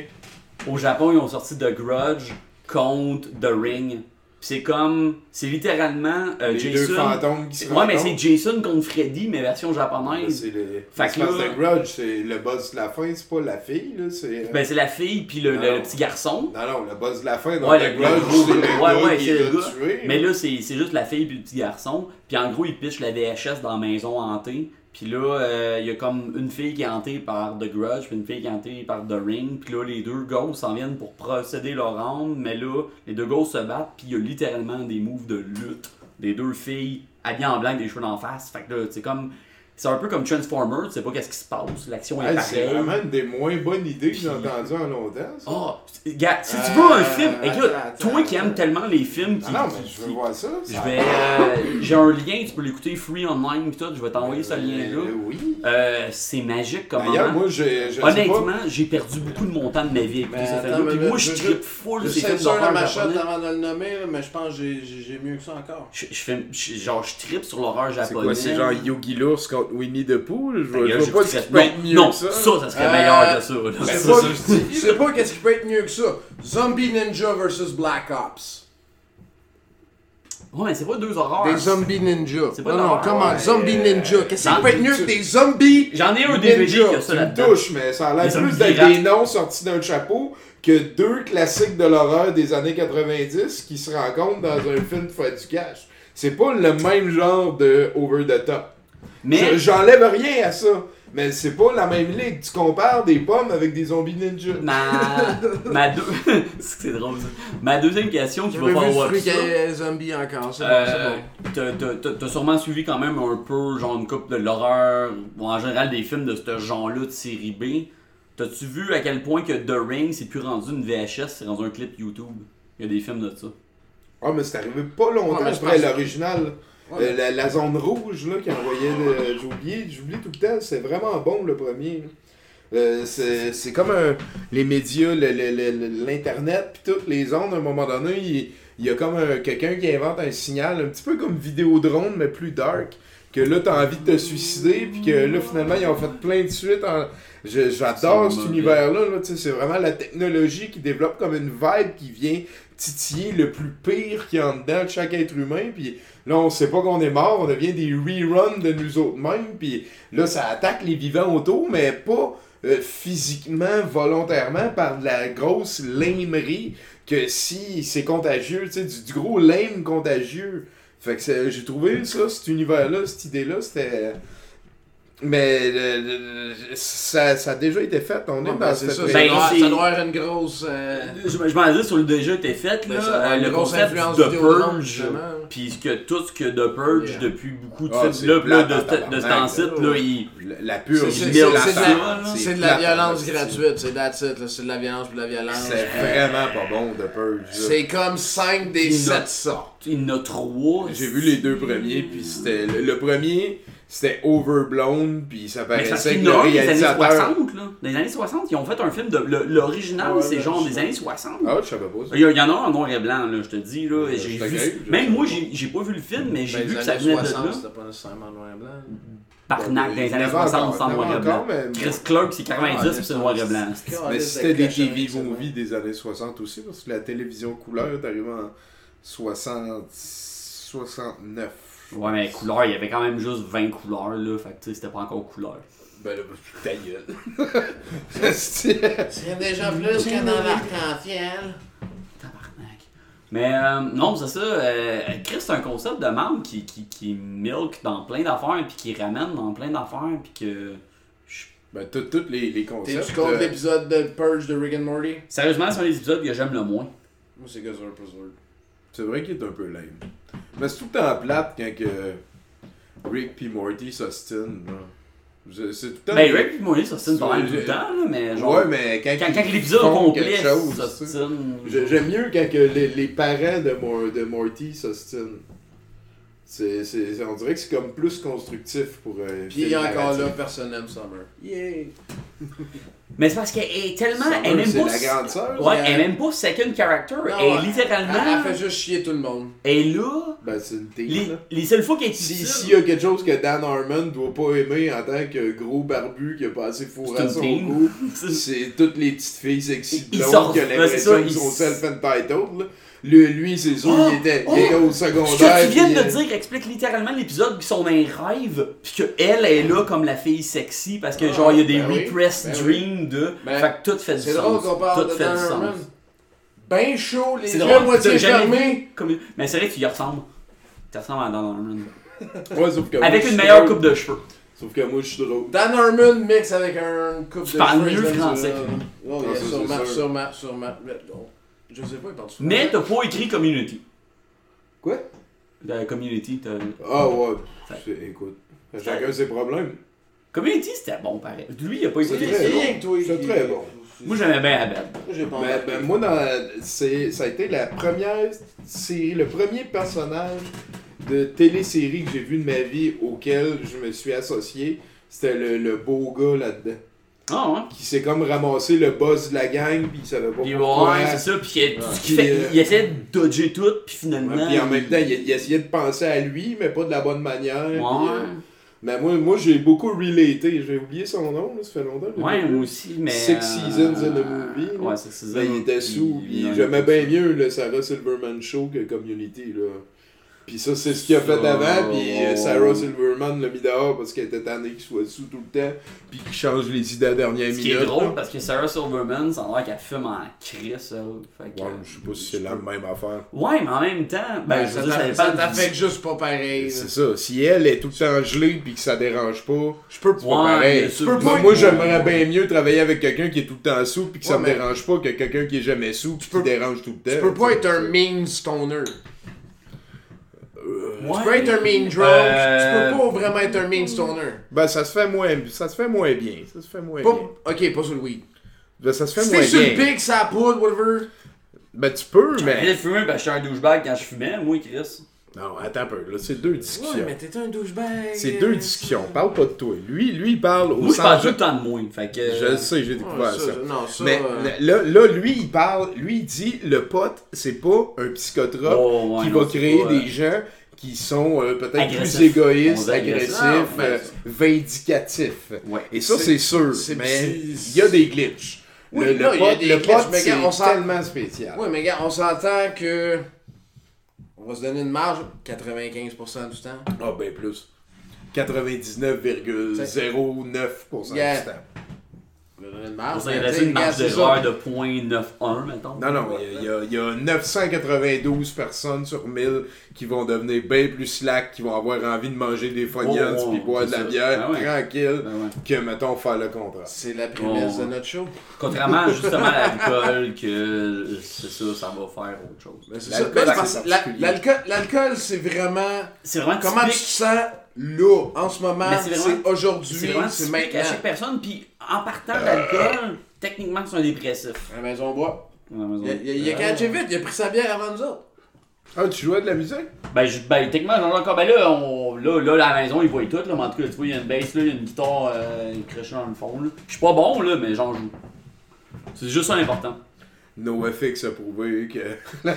Ok. Au Japon, ils ont sorti The Grudge contre The Ring. Puis c'est comme... C'est littéralement euh, Les Jason... deux fantômes qui se Ouais, mais c'est rencontrent. Jason contre Freddy, mais version Ouais, japonaise. c'est les... Fait c'est que parce là- que The Grudge, c'est le boss de la fin, c'est pas la fille, là, c'est... Ben, c'est la fille, puis le, le- Non. le petit garçon. Non, non, le boss de la fin, dans Ouais, The le- Grudge, le gros- c'est le ouais, gars ouais, qui c'est le l'a gars. tué. Mais là, c'est c'est juste la fille puis le petit garçon. Puis en gros, ils pitchent la V H S dans la maison hantée. Puis là, euh, il y a comme une fille qui est hantée par The Grudge, puis une fille qui est hantée par The Ring. Puis là, les deux ghosts s'en viennent pour procéder leur âme. Mais là, les deux ghosts se battent, puis il y a littéralement des moves de lutte. Des deux filles habillées en blanc, des cheveux d'en face. Fait que là, c'est comme... C'est un peu comme Transformers, tu sais pas qu'est-ce qui se passe, l'action est Hey, c'est pareille. vraiment une des moins bonnes idées que j'ai entendues en longtemps, ça. Oh, gars, si tu veux un Euh, film, écoute, attends, toi qui attends. aimes tellement les films qui... Ah non, mais qui- je veux qui- voir ça. Je ça- vais, euh, j'ai un lien, tu peux l'écouter free online pis tout, je vais t'envoyer ce lien-là. Euh, oui. Euh, c'est magique comme D'ailleurs, moment. moi, j'ai- je sais Honnêtement, pas... j'ai perdu beaucoup de mon temps de ma vie à écouter Mais ce attends, film-là. Puis mais moi, je- je je- trippe full Je ces sais films sur la d'horreur machette japonais. avant de le nommer, là, mais je pense que j'ai, j'ai j'ai mieux que ça encore. Je, je fais, je- genre, je trippe sur l'horreur C'est japonaise. quoi, c'est genre Yogi l'ours contre Winnie the Pooh? Je vois, Ben, je là, vois j'ai pas pris ce qui cette- peut être mieux non, que ça. ça, ça serait Euh, meilleur que ça. là. je sais Je sais pas, pas, ça, je dis. je sais pas qu'est-ce qui peut être mieux que ça. Zombie Ninja versus Black Ops. Ouais, mais c'est pas deux horreurs. Des zombies ninja. C'est pas non, non, d'horreur, comment? ouais, Zombies euh, ninja. Qu'est-ce dans- qui peut être mieux tu- que des zombies? J'en ai un D V D Ninja, que ça Tu me là-dedans. touches, mais ça a l'air Les plus zombies d'être pirates. des noms sortis d'un chapeau que deux classiques de l'horreur des années quatre-vingt-dix qui se rencontrent dans un film pour faire du cash. C'est pas le même genre de over the top. Mais. Je- J'enlève rien à ça. Mais c'est pas la même ligue. Tu compares des pommes avec des zombies ninja. Ma. Ma deux. C'est drôle ça. Ma deuxième question qui J'ai va pas faire vu voir Freak ça. et Zombie encore, c'est bon, Euh, c'est bon. t'as- t'as- t'as- T'as sûrement suivi quand même un peu, genre une couple de l'horreur, ou en général des films de ce genre-là de série B. T'as-tu vu à quel point que The Ring c'est plus rendu une V H S, c'est rendu un clip YouTube? Il y a des films de ça. Ah, mais c'est arrivé pas longtemps Ouais, mais je après pense- l'original. Ouais. Euh, la, la zone rouge là, qui envoyait le. J'oublie, j'oublie tout le temps, c'est vraiment bon le premier. Euh, c'est c'est comme un, les médias, le- le- le- l'internet, puis toutes les ondes, à un moment donné, il, il y a comme un- quelqu'un qui invente un signal, un petit peu comme Vidéodrome, mais plus dark, que là t'as envie de te suicider, puis que là finalement ils ont fait plein de suites. En... Je- J'adore C'est cet mauvais. univers-là, là, tu sais, c'est vraiment la technologie qui développe comme une vibe qui vient titiller le plus pire qu'il y a en dedans de chaque être humain, puis là on sait pas qu'on est mort, on devient des reruns de nous autres mêmes, puis là ça attaque les vivants autour, mais pas euh, physiquement, volontairement, par de la grosse laimerie, que si c'est contagieux, tu sais, du, du gros lame contagieux. Fait que c'est- j'ai trouvé ça, cet univers-là, cette idée-là, c'était... Mais le- le- le- ça, ça a déjà été fait, on est Ouais, dans ben, c'est cette ça, ça, Ben, doit, c'est- ça doit avoir une grosse... euh, Je, je m'en dis sur le déjà été fait, ben, là, ça doit avoir euh, une le grosse concept influence de Vidéodrome, Purge, justement. puis que tout ce que de Purge Yeah. depuis beaucoup de Ah, films, c'est là, là, plate de, en ce- de ce tabarnak, temps-ci, là. là, il... La, la purge, C'est- c'est- c'est c'est- la c'est- tarte, c'est- C'est de la plate, violence c'est- gratuite, c'est that's it, là, c'est de la violence pour la violence. C'est vraiment pas bon de Purge. là. C'est comme cinq des Il y en a- sept sortes. Il y en a trois. J'ai vu les deux premiers, puis c'était... Le, le premier, c'était overblown, puis ça Mais c'est parce paraissait qu'il que y en le a un des années réalisateur... soixante, là. Des années soixante, ils ont fait un film de... le- L'original, Ouais, c'est là, genre je des sais. années soixante. Ah, je savais pas ça. Il y, a- il y en a un en noir et blanc, là, je te dis, là. Euh, J'ai je vu... t'agrée, je Même sais moi, pas. j'ai j'ai pas vu le film, mais j'ai Ben, vu les que ça années venait de soixante, là. c'était pas nécessairement noir et blanc. Parnac, dans les Il y en années avait soixante, encore, c'est en il y en noir et avait blanc. encore, mais- Chris Clark, c'est Ah, quatre-vingt-dix, puis c'est noir et blanc. Mais c'était des T V movies des années soixante aussi, parce que la télévision couleur est arrivée en soixante... soixante-neuf. Ouais, mais couleur, il y avait quand même juste vingt couleurs, là. Fait que, tu sais, c'était pas encore couleur. Ben là, ta gueule. C'est- C'est déjà plus que dans l'arc-en-ciel. Tabarnak. Mais euh, non, c'est ça. Euh, Chris, c'est un concept de marde qui, qui, qui milk dans plein d'affaires, puis qui ramène dans plein d'affaires, puis que. je- Ben, tous tous les, les concepts. T'es-tu contre euh, l'épisode de Purge de Rick and Morty? Sérieusement, c'est un des épisodes que j'aime le moins. Moi, c'est Guzzler Puzzler. C'est vrai qu'il est un peu lame. Mais c'est tout le temps plate quand que Rick pis Morty s'ostinent. là. Je- C'est tout le temps. Ben, Rick et Morty, ça s'ostine pas mal Je- tout le temps, là, mais genre. Ouais, mais quand, Quand, ils quand l'épisode font complet quelque chose, tu sais. s'ostine. J'ai- J'aime mieux quand que les, les parents de, Mor- de Morty s'ostinent. C'est, c'est, on dirait que c'est comme plus constructif pour un Pis film encore narratif. là, personne n'aime Summer. Yay! Mais c'est parce qu'elle est tellement. Summer, Elle est même c'est pas. la grande sœur. Ouais, Yeah. elle est même pas second character. Non, elle est ouais. littéralement. Elle, elle fait juste chier tout le monde. Elle est là. Ben, c'est une team, Les, là. les seules fois qu'elle est Si- ici. S'il y a quelque chose que Dan Harmon doit pas aimer en tant que gros barbu qui a pas assez fourré C'est à une son team. goût, C'est- c'est toutes les petites filles sexy Ils blondes sortent. qui ont Ouais, c'est ça, l'impression qu'ils ils- sont self-entitled. Là. Lui, lui c'est sûr, Oh, il était, il oh, était au Ce secondaire. que tu viens puis, de euh, me dire explique littéralement l'épisode qui sont dans les rêves, puis qu'elle est là comme la fille sexy, parce que Ah, genre il y a des ben oui, repressed ben dreams de. Ben, fait que tout fait du C'est sens. drôle qu'on parle Tout de fait Dan du sens. Harmon. Ben chaud, les C'est yeux à drôle, moitié t'as jamais fermés. vu comme- Mais c'est vrai que tu y ressembles. Tu ressembles à Dan Harmon. Ouais, sauf que moi, Avec je une suis meilleure drôle. coupe de cheveux. Sauf que moi, je suis drôle. Dan Harmon mix avec un couple Tu de parles cheveux, mieux je français sais, que là. lui. Oh, Ah, yeah, ça, c'est sûrement, sûr. sûrement, sûrement. Mais, bon, je sais pas, il parle Mais t'as pas écrit Community. Quoi? La Community, t'as. Ah ouais, Fait- c'est- écoute, chacun ses problèmes. Community c'était bon pareil. Lui il a pas C'est écouté. très C'est bon. rien que toi, C'est il- très bon. Moi j'aimais bien Abel. Moi, j'ai pas Ben, envie. ben, moi, dans, c'est, ça a été la première série, le premier personnage de télésérie que j'ai vu de ma vie auquel je me suis associé. C'était le, le beau gars là-dedans. Ah ouais. Qui s'est comme ramassé le boss de la gang, puis il savait pas Puis pourquoi. ouais, c'est ça, puis il, tout ce qu'il Puis, fait, euh, il essaie de dodger tout, puis finalement. Ouais, puis en même temps, il, il essayait de penser à lui, mais pas de la bonne manière. puis, Ouais. euh, mais moi, moi j'ai beaucoup relaté. J'ai oublié son nom, là, ça fait longtemps. je l'ai Ouais, pas vu. moi aussi, mais. Six euh, Seasons in a Movie, là. Ouais, Six Seasons. Là, il était sous, Puis- puis non, j'aimais bien mieux le Sarah Silverman Show que Community. Là. Puis ça, c'est ce qu'il a fait avant, puis euh, Sarah Silverman l'a mis dehors parce qu'elle était tannée qu'il soit sous tout le temps, puis qu'il change les idées à la dernière Ce minute. qui est drôle là. parce que Sarah Silverman, ça a l'air qu'elle fume en crise. Fait que, Ouais, je sais pas si c'est la même affaire. ouais, mais en même temps, ben, je ça veux dire, ça t'a- dépend ça du- t'affecte juste pas pareil. C'est là. ça. Si elle est tout le temps gelée puis que ça dérange pas, Je peux c'est pas. pas Ouais, pareil. bien sûr. Moi, pas moi être- j'aimerais bien mieux travailler avec quelqu'un qui est tout le temps sous puis que ça Ouais, me mais- dérange pas que quelqu'un qui est jamais sous puis qui peux- dérange tout le temps. Tu peux pas tu sais. être un mean stoner. Ouais. Tu peux être un mean drunk, Euh, tu peux pas vraiment être un mean stoner. Ben, ça se fait moins, ça se fait moins bien. Ça se fait moins Pas- bien. ok, pas sur le weed. Ben, ça se fait Si moins t'es sur le bien. pic, ça poudre, whatever. Ben, tu peux, J'arrêtais mais. de fumer parce que j'étais un douchebag quand je fumais, moi, Chris. Non, attends un peu. Là, c'est deux discussions. Ouais, mais t'es un douchebag. C'est deux discussions. Parle pas de toi. Lui, lui, il parle au Moi, je sens. parle tout le temps de moi. Fait que. Je le sais, j'ai Ouais, découvert ça, ça. Non, ça. Mais euh, là, là, lui, il parle, lui, il dit, le pote, c'est pas un psychotrope Oh, ouais, qui non, va c'est créer pas, des euh, gens qui sont euh, peut-être Agressifs. plus égoïstes, On dit agressifs. agressifs, Ah, euh, vindicatifs. Ouais. Et ça, C'est- c'est sûr. c'est- Mais c'est- il y a des glitches. Oui, le le non, il y a pote, des le glitches, pote, mais c'est gars, on s'en- tellement spécial. Ouais, mais gars, on s'entend que. On va se donner une marge, quatre-vingt-quinze pour cent du temps. Ah, ben plus. quatre-vingt-dix-neuf virgule zéro neuf pour cent Yeah. du temps. On va se donner une Pour marge. ça, il mais reste t'sais, une marge gars, c'est d'erreur ça. de zéro virgule quatre-vingt-onze, mettons. Non, non, il y, a, il y a neuf cent quatre-vingt-douze personnes sur mille qui vont devenir bien plus slack, qui vont avoir envie de manger des funyuns Oh, puis boire de c'est la ça. bière Ah ouais. tranquille, Ben ouais. que, mettons, faire le contraire. C'est la prémisse Oh. de notre show. Contrairement justement à l'alcool, que c'est ça, ça va faire autre chose. Mais c'est L'alcool, ça. Ben, c'est parce que la- particulier. L'alcool, l'alcool, c'est vraiment. C'est vraiment Comment tu te typique. sens là, en ce moment, Mais c'est c'est vraiment- aujourd'hui, C'est vraiment c'est typique à maintenant. chaque personne. Puis en partant de l'alcool, techniquement, c'est un dépressif. À la maison bois. À la maison. Il a, il a, il a catché vite, il a pris sa bière avant nous autres. Ah, tu jouais de la musique? Ben, je, ben techniquement, j'en ai encore. Ben là, on, là, là, à la maison, ils voient tout. Là, mais en tout cas, tu vois, il y a une bass, là, il y a une guitare euh, crachée dans le fond. Là. Je suis pas bon, là, mais j'en joue. C'est juste ça l'important. NoFX a prouvé que.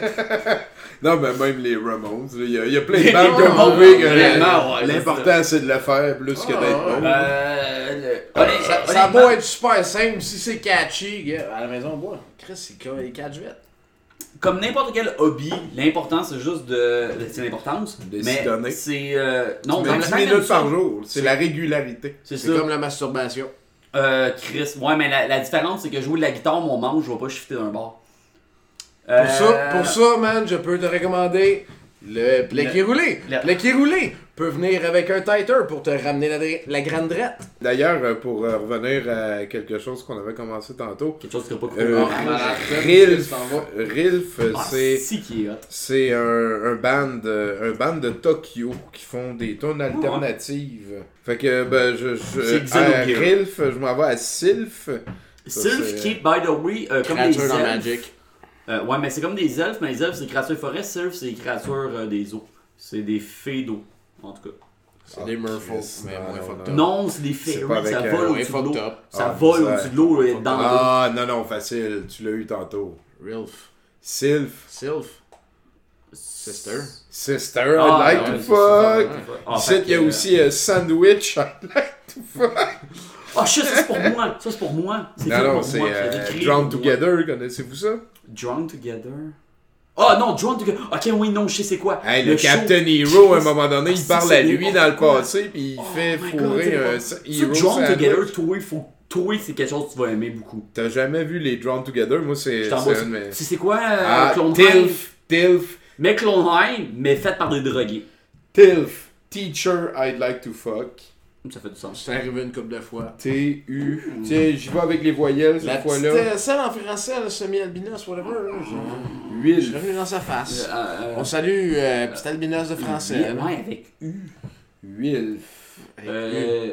non, mais même les Ramones, là, il y, a- il y a plein de bandes qui ont Ramones, prouvé que vraiment, ouais, l'important c'est de le faire plus que Ah, d'être ouais. bon. Euh. le- honnêt- Ça, ça a honnêtement, beau être super simple, si c'est catchy, gars, à la maison bois. Chris, c'est quoi, il catch vite. Comme n'importe quel hobby, l'important c'est juste de. C'est l'importance. De s'y mais donner. c'est. Euh, non, Tu dans mets le dix temps minutes comme ça, par jour, c'est la régularité. C'est C'est ça. comme la masturbation. Euh, Chris. Ouais, mais la, la différence c'est que jouer de la guitare, mon manche, je vais pas shifter d'un bord. Pour, ça, pour ça, man, je peux te recommander le plaqué Le- roulé. le- Plaqué roulé peut venir avec un titer pour te ramener la, dra- la grande drette. D'ailleurs, euh, pour euh, revenir à quelque chose qu'on avait commencé tantôt, Quelque chose qui n'a pas couru. euh, Ah, malade. Rilf, Ça s'en va. Rilf, euh, Ah, c'est si qui est hot. c'est un, un band euh, un band de Tokyo qui font des tunes alternatives. Fait que ben je, je C'est à Xenogear. Rilf, je m'en vais à Sylph. Ça, Sylph c'est- qui est, by the way, euh, comme des Créature dans elfes. Magic. Euh, ouais, mais c'est comme des elfes, mais les elfes c'est des créatures forêt, Sylph c'est des créatures euh, des eaux. C'est des fées d'eau, en tout cas. C'est Ah, des merfolk, Chris, mais non, moins non, fucked non. up. Non, c'est des C'est fairies, pas avec ça un- vole Ouais, au-dessus de fucked l'eau. up. Ça Ah, vole ça- au-dessus de l'eau, là, dans l'eau. Ah non non facile, tu l'as eu tantôt. Rilf. Sylph, Sylph. Sister. Sister, Ah, I'd like ouais, to c'est ça, fuck. Ah, Ici, fait il y a que, aussi euh, Sandwich, I'd like to fuck. Ah, shit, ça c'est pour moi. Ça c'est pour moi. C'est fait Non, non, pour c'est moi. euh, J'avais créé Drown pour moi. Together, connaissez-vous ça? Drown Together. Ah non, Drown Together. Ok, oui, non, je sais c'est quoi. Hey, le, show. Captain Hero, à un moment donné, il Ah, parle c'est à lui n'importe dans le quoi. passé, puis il Oh fait my God, fourrer c'est un pas- sa- Ça, Hero Drown Together, sandwich. toi, il faut. Toi, c'est quelque chose que tu vas aimer beaucoup. T'as jamais vu les Drown Together? Moi, c'est Je c'est t'envoie un ça. de mes... C'est c'est quoi, euh, Ah, Clone High? Tilf, Tilf, Mais Clone High, mais fait par des drogués. Tilf, Teacher, I'd like to fuck. Ça fait du sens. C'est arrivé une couple de fois. T U. Tiens, j'y vais avec les voyelles La cette petite, fois-là. euh, celle en français, le semi-albinos, whatever. là, Je je Huile. suis revenu dans sa face. Euh, euh, On salue euh, petite albinos de français. yeah, là. ouais, avec U. Huile. Avec Euh.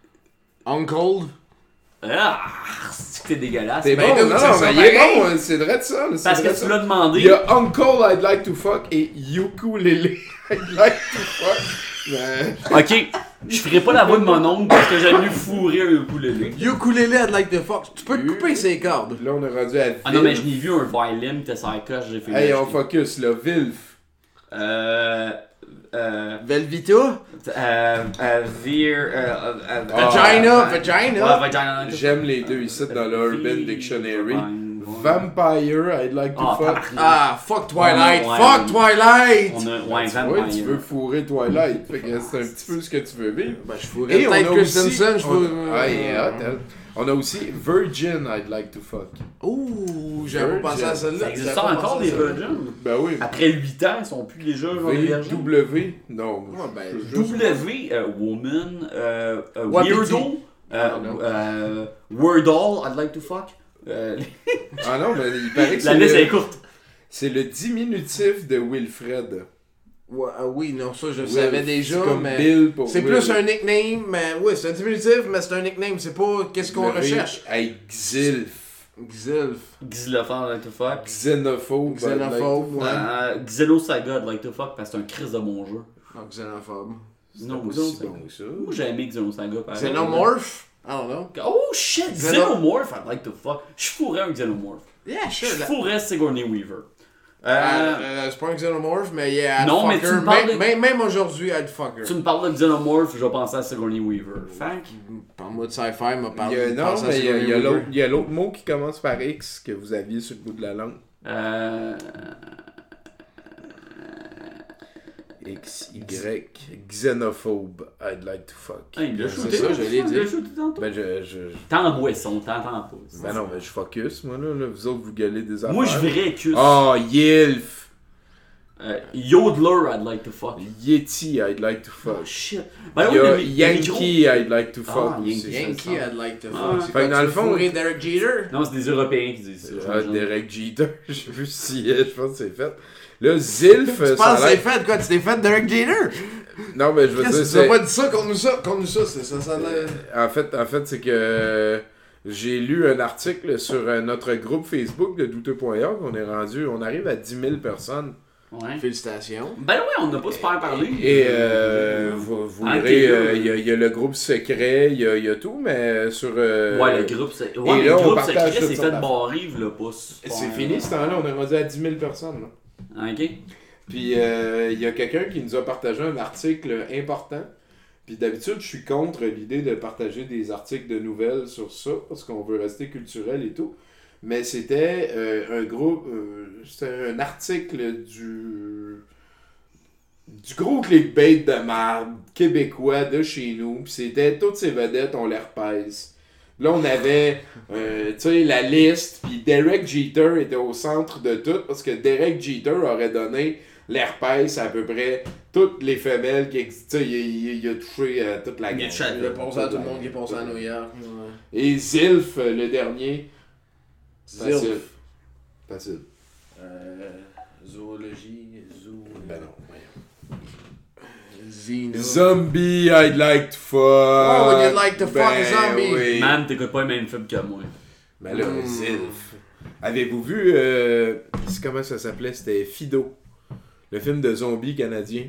Uncle. Ah, c'est que t'es dégueulasse. T'es Ben, bon, dude, non, c'est non, ça mais il est pareil. bon, hein, c'est vrai de ça. là, c'est Parce vrai que de tu ça. l'as demandé. Il y a Uncle, I'd like to fuck et Ukulele, I'd like to fuck. Ben, Ok, je ferai pas la voix de mon oncle parce que j'aime mieux fourrer un ukulélé. Ukulele I'd like the fuck. Tu peux te couper ses cordes. là, on est rendu à Vilf. Ah non, mais je n'ai vu un violin qui était sur la coche, j'ai fait. Hey, on l'acheter. focus, là, Vilf. Euh. Euh. Velvita. Euh. Euh. Veer. Euh. euh, Ah. Vagina. euh, Vagina. Ouais, vagina. J'aime les deux ici dans le Urban Dictionary. Vampire, I'd like to Ah, fuck. tabarnak. Ah, fuck Twilight! Oh, ouais, fuck ouais. Twilight! On a, ouais, Tu vois, Vampire. tu veux fourrer Twilight, fait que c'est un petit peu ce que tu veux vivre. Ben, je fourrais Et on peut-être a Christensen, aussi... je on- fourrais... Ah, yeah, tel. On a aussi Virgin, I'd like to fuck. Ouh, j'avais pas pensé à celle-là. Ça existe J'avais ça pas encore, pensé des à celle-là. virgins? Ben oui. Après huit ans, ils sont plus déjà genre des virgins? W, non. Ouais, ben, juste- W, euh, Woman, euh, euh, Wapiti. Weirdo, euh, Ah, non. euh, Wordall, I'd like to fuck. Euh, Ah non, mais il paraît que la c'est liste est le, courte. c'est le diminutif de Wilfred. Ouais, ah oui, non, ça je le Will, savais déjà, c'est comme mais... Bill pour C'est Will. plus un nickname, mais oui, c'est un diminutif, mais c'est un nickname, c'est pas qu'est-ce qu'on Le recherche. rire. Hey, Xilf. Xilf. Xylophone, I'd like to fuck. Xénophobe. Xénophobe, ouais. Euh, Xenosaga, I'd like to fuck, parce que c'est un crise de mon jeu. Non, xénophobe. Non, pas si Xenosaga. bon que ça. Moi j'ai aimé Xenosaga. pareil. Xenomorph? I don't know. Oh shit, Xeno- Xenomorph, I'd like to fuck. Je fourrais un Xenomorph. Yeah, Je sure. that- fourrais Sigourney Weaver. Euh, Euh, euh, c'est pas un xénomorph, mais yeah, I'd Non, fuck mais tu her. me parles Même, de- même, même aujourd'hui, I'd fuck her. tu me parles de Xenomorph, je vais penser à Sigourney Weaver. Fait que- Parle-moi de sci-fi, m'a Il parlé y a, de non, penser à mais il y a- il y a Sigourney l'autre- Weaver. il y a l'autre mot qui commence par X que vous aviez sur le bout de la langue. Euh... X, Y, xénophobe, I'd like to fuck. Ah, il l'a C'est shooté. ça, je l'ai Il l'a dit. shooté tantôt. Ben, je, je, T'es en boisson, t'entends pas. ben non, mais je focus, moi, là, là. Vous autres, vous gueulez des affaires. Moi, je verrais que. Oh, Yilf. Euh, Yodeler, I'd like to fuck. Yeti, I'd like to Oh fuck. shit. Ben, Il y ouais, a le mi- le micro- Yankee, I'd like to fuck. Ah, aussi. Yankee, I'd like to Ah. fuck. C'est Fait quoi, que dans tu le veux fond- fourrer Derek Jeter? Non, c'est des Européens qui disent ça. Ah, j'imagine. Derek Jeter, j'ai vu si, je pense que c'est fait. Là, Zilf, Tu ça penses a que c'est l'air... fait, quoi? Tu t'es fait Derek Jeter? Non, mais je veux Qu'est-ce dire, que tu as c'est... pas dit ça contre nous ça? Contre nous ça, c'est ça, ça a l'air- En fait, en fait c'est que j'ai lu un article sur euh, notre groupe Facebook de douteux point org. On est rendu, on arrive à dix mille personnes. Ouais. Félicitations. Ben ouais, on n'a pas super parlé. Et euh, vous, vous Ah, verrez, ok, là. euh, il y, a- il y a le groupe secret, il y a, il y a tout, mais sur... euh, Ouais, le groupe, c'est. Ouais, et mais là, le on groupe partage secret toutes s'est sortes fait d'affaires. barrer, là, pas super- C'est fini ce temps-là, on est rendu à dix mille personnes. Là. Ok. Puis euh, il y a quelqu'un qui nous a partagé un article important. Puis d'habitude, je suis contre l'idée de partager des articles de nouvelles sur ça, parce qu'on veut rester culturel et tout. Mais c'était euh, un groupe, euh, c'était un article du du gros clickbait de marde québécois de chez nous. Puis c'était toutes ces vedettes, on les repèse. Là, on avait, euh, tu sais, la liste, puis Derek Jeter était au centre de tout, parce que Derek Jeter aurait donné l'herpès à à peu près toutes les femelles qui existent. Tu sais, il, il- il a touché euh, toute la Il a gang. touché à- Il a pensé à tout le monde qui est passé à New York. Ouais. Et Zilf, euh, le dernier. Facile. Zilf. Facile. Euh, zoologie, zoo... Ben non, voyons. Zino. Zombie, I'd like to fuck. Oh, would you like to fuck a Ben zombie? oui. Man, t'écoutes pas les mêmes films que moi. Ben là, Mm. Zilf. Avez-vous vu, euh, c'est- comment ça s'appelait? C'était Fido. Le film de zombies canadien.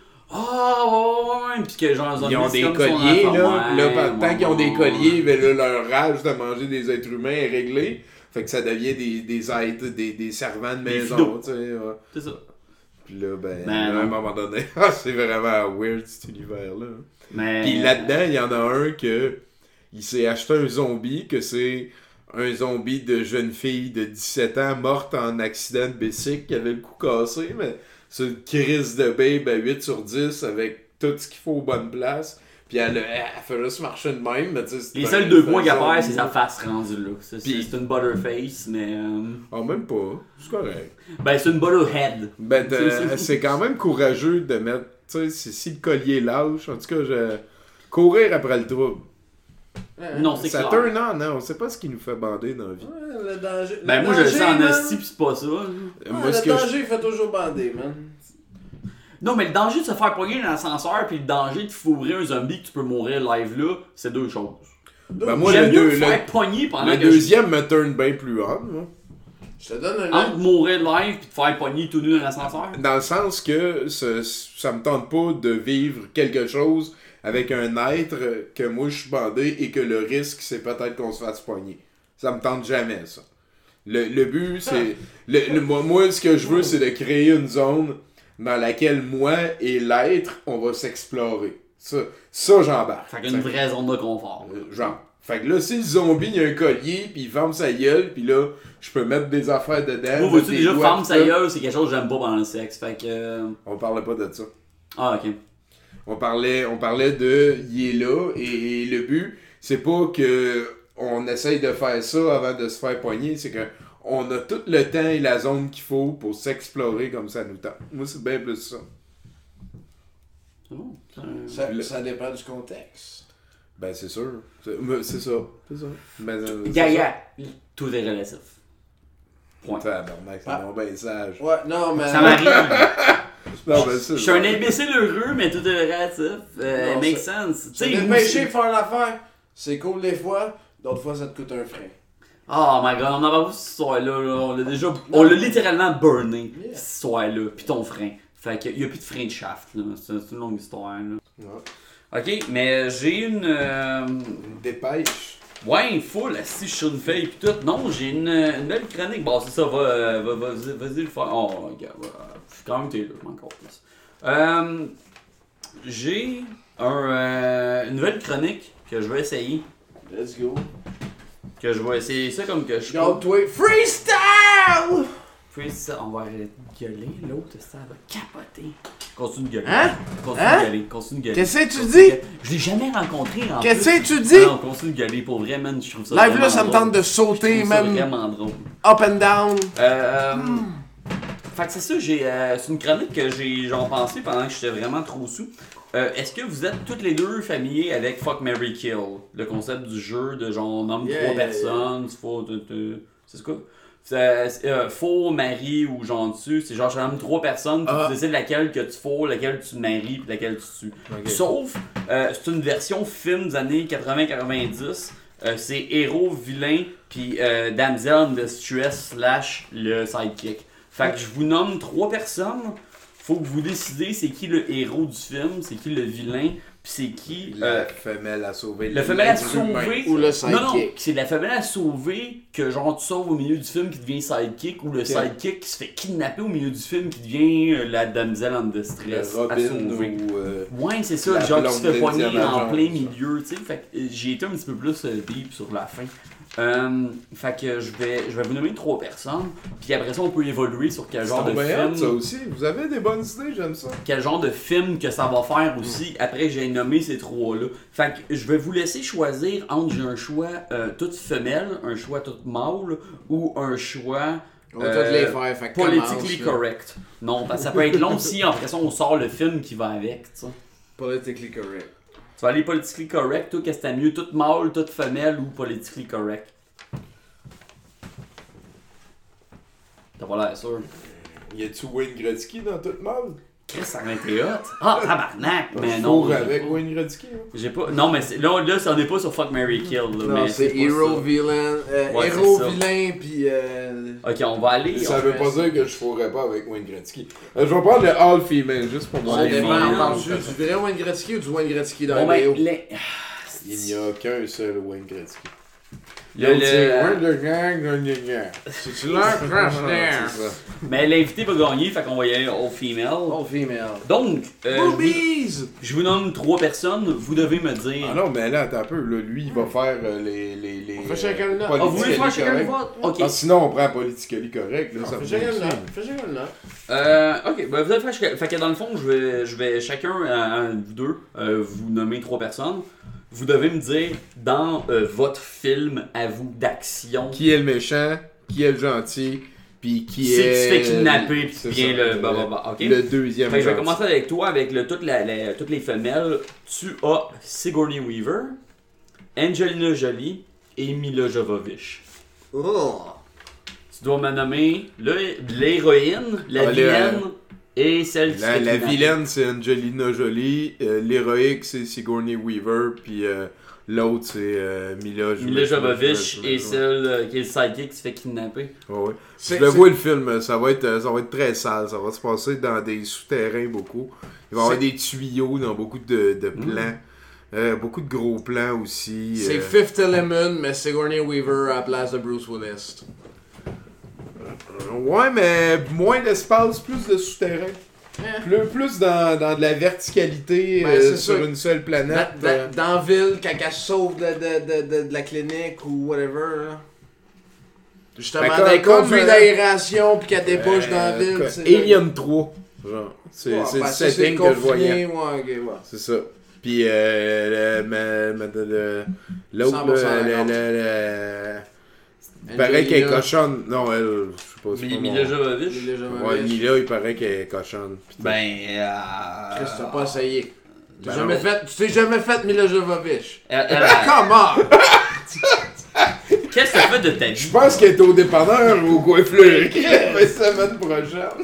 Oh, ouais, ouais, pis que genre, Ils ont zombies, des c'est comme son colliers, enfant. là. Ouais, là par- tant ouais, qu'ils ont des ouais, colliers, ouais. ben là, leur rage de manger des êtres humains est réglée. Fait que ça devient des, des êtres, des, des servants de Des maison, fidos. tu sais. Ouais. C'est ça. Puis là, ben, Ben, à un non. moment donné, ah, c'est vraiment weird cet univers-là. Mais. Puis là-dedans, il y en a un que il s'est acheté un zombie, que c'est un zombie de jeune fille de dix-sept ans morte en accident de bicycle qui avait le cou cassé, mais c'est une crise de babe à huit sur dix avec tout ce qu'il faut aux bonnes places. Puis elle, elle, elle fait juste marcher de même, mais tu sais, c'est Les un- seuls deux c'est un points qu'à faire, zombie. c'est sa face rendue là. C'est Puis- c'est une butterface, mais. euh, Ah, même pas. C'est correct. Ben, c'est une butterhead. Ben, euh, C'est- c'est- c'est quand même courageux de mettre, tu sais, si, si le collier lâche, en tout cas, je... courir après le trouble. Ouais. Non, c'est Ça clair. turn on, hein? On sait pas ce qui nous fait bander dans la vie. Ouais, le danger. Ben, le moi, je le danger, sais en man. esti pis c'est pas ça. là. Euh, Ouais, Moi, le ce que je... danger fait toujours bander, man. Non, mais le danger de se faire pogner dans l'ascenseur pis le danger de fourrer un zombie que tu peux mourir live là, c'est deux choses. Ben, moi, J'aime le, mieux deux- me faire le- pogner pendant le que deuxième me turn bien plus on, moi. Je te donne un je... Entre mourir live pis te faire pogner tout nu dans l'ascenseur. Dans le sens que ça, ça me tente pas de vivre quelque chose avec un être que moi je suis bandé et que le risque c'est peut-être qu'on se fasse pogner. Ça me tente jamais ça. Le, le but c'est... Le, le- moi, moi, ce que je veux c'est de créer une zone dans laquelle moi et l'être on va s'explorer. Ça, ça j'embarque. Fait qu'une vraie zone de confort. Euh, Genre. Fait que là, si le zombie, il a un collier, puis il ferme sa gueule, puis là, je peux mettre des affaires dedans. Moi, vois-tu des déjà, doigts, ferme pis sa ça. gueule, c'est quelque chose que j'aime pas pendant le sexe. Fait que. euh, On parlait pas de ça. Ah, ok. On parlait, on parlait de il est là, et, et le but, c'est pas que on essaye de faire ça avant de se faire poigner, c'est que on a tout le temps et la zone qu'il faut pour s'explorer comme ça nous tente. Moi, c'est bien plus ça. C'est bon. Ça, ça dépend du contexte. Ben, c'est sûr. C'est, mais c'est ça. C'est ça. Ben, euh, c'est Gaga, tout est relatif. Point. ça. Tabarnak, c'est Ah. non ben sage. Ouais, non, mais. Ça m'arrive. Non, ben, c'est Je suis un imbécile heureux, mais tout est relatif. Euh, Non, make ça- sense. C'est Tu sais, des moi péchés aussi- de faire l'affaire. C'est cool des fois, d'autres fois ça te coûte un frein. Oh my god, on en va pas cette histoire-là. Là. On l'a déjà. On l'a littéralement burné, Yeah. cette histoire-là. Pis ton frein. Fait qu'il y a plus de frein de shaft. Là. C'est, c'est une longue histoire. Là. Ouais. Ok, mais j'ai une. euh, Une dépêche. Ouais, full, si je suis sur une feuille pis tout. Non, j'ai une, une belle chronique. Bon, c'est ça, va, euh, va, va, vas-y, vas-y le faire. Oh, regarde, je suis quand même t'es là, je m'en encore plus. Euh, j'ai un, euh, une nouvelle chronique que je vais essayer. Let's go. Que je vais essayer ça comme que je Garde-toi. Freestyle! Puis ça, on va arrêter de gueuler. L'autre, ça va capoter. Continue de gueuler. Hein? Continue Hein? de gueuler. Continue de gueuler. Qu'est-ce que tu Continue dis? de gueuler. Je l'ai jamais rencontré en Qu'est-ce plus. que tu dis? Non, continue de gueuler. Pour vrai, man, je trouve ça Live vraiment là, ça me drôle. tente de sauter, Je trouve ça même vraiment drôle. up and down. Euh, Fait que c'est ça, j'ai, euh, c'est une chronique que j'ai genre pensé pendant que j'étais vraiment trop sous. Euh, est-ce que vous êtes toutes les deux familiers avec Fuck, Marry, Kill? Le concept du jeu de genre nomme Yeah, trois yeah, personnes, il faut... te- te- C'est quoi? C'est, c'est, euh, faux, mari ou genre dessus, c'est genre je nomme trois personnes, puis Ah. tu décides laquelle que tu faux, laquelle tu maries, puis laquelle tu tues. Ok. Sauf, euh, c'est une version film des années quatre-vingts quatre-vingt-dix. Euh, c'est héros, vilain, puis euh, damsel in distress slash le sidekick. Fait que je vous nomme trois personnes. Faut que vous décidez c'est qui le héros du film, c'est qui le vilain, puis c'est qui La euh, femelle à sauver. le femelle à l'être humain. sauver. Ou le Non, non, sidekick. c'est la femelle à sauver que genre tu sauves au milieu du film qui devient sidekick, ou le Ok. sidekick qui se fait kidnapper au milieu du film qui devient euh, la damsel en Le distress à Robin sauver. ou... euh, Ouais, c'est ça, La genre qui se fait blonde poigner d'Indiana en Jones. plein milieu, tu sais. Fait que euh, j'ai été un petit peu plus euh, deep sur la fin. Euh, fait que je vais, je vais vous nommer trois personnes, puis après ça on peut évoluer sur quel genre de c'est bien hot, ça film, aussi. Vous avez des bonnes idées, j'aime ça. quel genre de film que ça va faire aussi. Après j'ai nommé ces trois-là. Fait que je vais vous laisser choisir entre j'ai un choix euh, toute femelle, un choix toute mâle, ou un choix On va euh, toutes les faire, fait que politically commence, là. correct. Non, parce que ça peut être long si après ça on sort le film qui va avec, tu sais. Politically correct. Tu vas aller politically correct, toi, qu'est-ce que t'as mieux, toute mâle, toute femelle ou politically correct? T'as pas l'air sûr. Y a-tu Wayne Gretzky dans toute mal? Chris, ça aurait été hot. Ah, tabarnak! Mais non. Four j'ai avec pas- Wayne Gretzky. hein. J'ai pas. Non, mais c'est- là, là, ça, on est pas sur Fuck, Marry, Kill. Là, Non, mais c'est pas héros, ça. vilain, euh, Ouais, héros, c'est ça. vilain, pis euh... Ok, on va aller. Ça on veut fait pas dire que je fourrais pas avec Wayne Gretzky. Euh, je vais prendre le All Female juste pour Ouais, voir Ça les dépend, mais on non, parle-tu du vrai Wayne Gretzky ou du Wayne Gretzky dans Bon, le ben, vidéo? les- Il n'y a qu'un seul Wayne Gretzky. le- L'autre, c'est le- Wayne de gang, gang, gang, gang. C'est-tu leur crash C'est ça. Mais l'invité va gagner, fait qu'on va y aller all female. Oh, female. Donc, euh, je, vous, Boobies! je vous nomme trois personnes, vous devez me dire. Ah non, mais là, attends un peu. Là, lui, il va faire euh, les, les, les. On fait chacun le note. Ah, vous voulez faire politically chacun le correct. vote? Ok. Ah, sinon, on prend politically correct. Là, ça Fais me chacun le fait note. chier. Fais chacun le note. Euh, ok, ben vous allez faire chacun- Fait que dans le fond, je vais, je vais chacun, euh, vous deux, euh, vous nommer trois personnes. Vous devez me dire dans euh, votre film à vous d'action. Qui est le méchant, qui est le gentil, puis qui Si tu est. te fais kidnapper, puis C'est tu viens ça, le. Bah, bah, bah, ok. Le deuxième. Fait que je vais gentil. commencer avec toi, avec le, toute la, la- toutes les femelles. Tu as Sigourney Weaver, Angelina Jolie et Mila Jovovich. Oh! Tu dois me nommer le- l'héroïne, la Ah, le- vilaine et celle qui se La, fait la kidnapper. vilaine, c'est Angelina Jolie. euh, L'héroïque, c'est Sigourney Weaver. Puis euh, l'autre, c'est euh, Mila Mila Jovovich Ouais, et celle euh, qui est le sidekick qui se fait kidnapper. ouais. C'est- Je le c'est- vois le film, ça va, être, euh, ça va être très sale. Ça va se passer dans des souterrains beaucoup. Il va y avoir C'est- des tuyaux dans beaucoup de, de Mm. plans. Euh, beaucoup de gros plans aussi. C'est euh, Fifth Element, mais Sigourney Weaver à la place de Bruce Willis. Ouais, mais moins d'espace, plus de souterrains. Plus, plus dans, dans de la verticalité Ben, euh, c'est sur ça. une seule planète. Dans, euh, dans, dans la ville, quand elle se sauve de, de, de, de, de la clinique ou whatever. Là. Justement, Ben, dans les comme- conduits comme, d'aération puis qu'elle débouche euh, dans la ville. que- c'est Alien trois. Genre. C'est Ouais, c'est ben, le ça, setting que je voyais. Ouais, ok, ouais. C'est ça. Puis euh, le, ma- ma- le- l'autre, cent pour cent là, le, d'accord. le, le- il paraît qu'elle est Angelina. cochonne. Non, elle, je sais pas. c'est pas Mila mon- Jovovich. Mila Jovovich. Ouais, Mila, il paraît qu'elle est cochonne. Putain. Ben, euh... Chris, t'as pas essayé. Tu Ben jamais non. fait, tu t'es jamais fait Mila Jovovich. Elle, elle- Comment? Qu'est-ce que ça fait de ta Je vie? pense qu'elle est au dépanneur ou au coin fleury la semaine prochaine.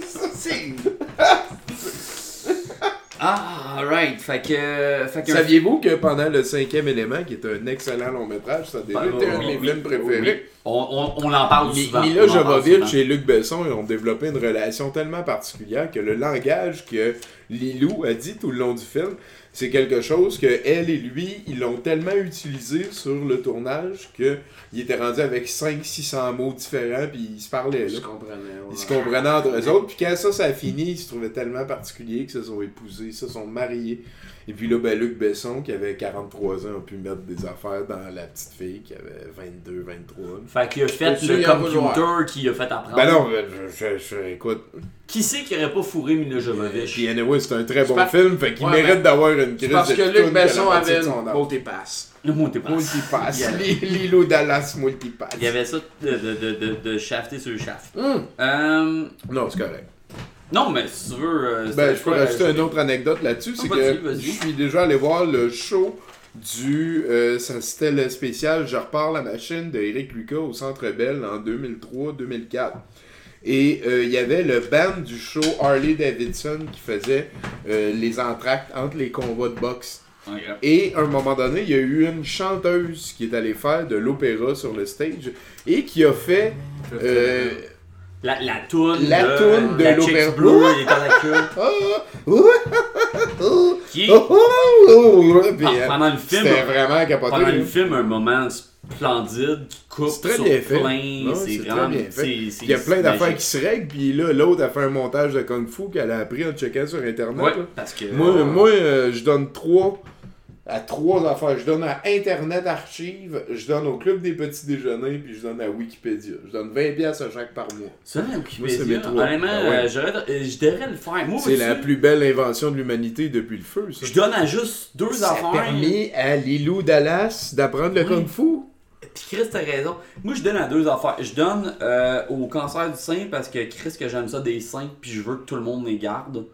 Ah, right. Fait que... Fait que Saviez-vous que pendant le cinquième élément, qui est un excellent long métrage, ça a déjà Ben, été oui, un de mes oui, films oui, préférés? On, on, on en parle Mi- souvent. Mila On en parle Jovovich souvent. et Luc Besson ils ont développé une relation tellement particulière que le langage que Lilou a dit tout le long du film, c'est quelque chose que elle et lui, ils l'ont tellement utilisé sur le tournage que il était rendu avec cinq cents six cents mots différents puis ils se parlaient là. Je comprenais. Ouais. Ils se comprenaient entre eux autres, puis quand ça, ça a fini, ils se trouvaient tellement particuliers qu'ils se sont épousés, ils se sont mariés. Et puis là, ben, Luc Besson, qui avait quarante-trois ans, a pu mettre des affaires dans la petite fille qui avait vingt-deux vingt-trois. Fait qu'il a fait Faut-tu le y en vouloir? computer qui a fait apprendre. Ben non, je, je, je- écoute. Qui c'est qui aurait pas fourré Mila Jovovich? Puis anyway, c'est un très bon pas- film, fait qu'il Ouais, mérite mais- d'avoir une C'est crise parce de que pitoune Luc qu'à la Besson moitié avait de son une âge. multipass. Le mot t'es pas. Multipass. Il y avait- Li- Lilo Dallas Multipass. Il y avait ça de, de, de, de, de shafter sur le shaft. Hum. Euh, Non, c'est correct. non, mais si tu veux. euh, Ben, c'était je peux quoi, rajouter euh, une autre anecdote là-dessus, c'est Ah, vas-y, que vas-y. je suis déjà allé voir le show du... euh, ça, c'était le spécial « Je repars la machine » de Eric Lucas au Centre Bell en deux mille trois deux mille quatre. Et euh, il y avait le band du show Harley Davidson qui faisait euh, les entractes entre les combats de boxe. Ok. Et à un moment donné, il y a eu une chanteuse qui est allée faire de l'opéra sur le stage et qui a fait... euh, La, la toune La de, toune de la l'opéra. Chicks Blue et Tentacule. Ah, oh, oh, Qui, oh, oh, oh, puis, pen- euh, pendant le film, c'était vraiment capoté. pendant là. le film, un moment splendide qui coupe C'est très sur bien fait. plein. Ouais, c'est c'est très vraiment. bien fait. c'est- c'est- Il y a plein c'est d'affaires magique. qui se règlent, puis là, l'autre a fait un montage de Kung Fu qu'elle a appris en checkant sur Internet. Ouais, là. parce que. Moi, moi euh, je donne trois à trois affaires. Je donne à Internet Archive, je donne au Club des Petits Déjeuners, puis je donne à Wikipédia. Je donne vingt piastres à chaque par mois. C'est vrai, Moi, Wikipédia. c'est mes trois. Honnêtement, Ah ouais. euh, j'aurais- euh, je devrais le faire. Moi, C'est vois-tu, la plus belle invention de l'humanité depuis le feu, ça. Je donne à juste deux Ça a affaires. permis à Lilou Dallas d'apprendre le Oui. Kung Fu. Puis Chris, t'as raison. Moi, je donne à deux affaires. Je donne euh, au cancer du sein parce que Chris, que j'aime ça des seins, puis je veux que tout le monde les garde.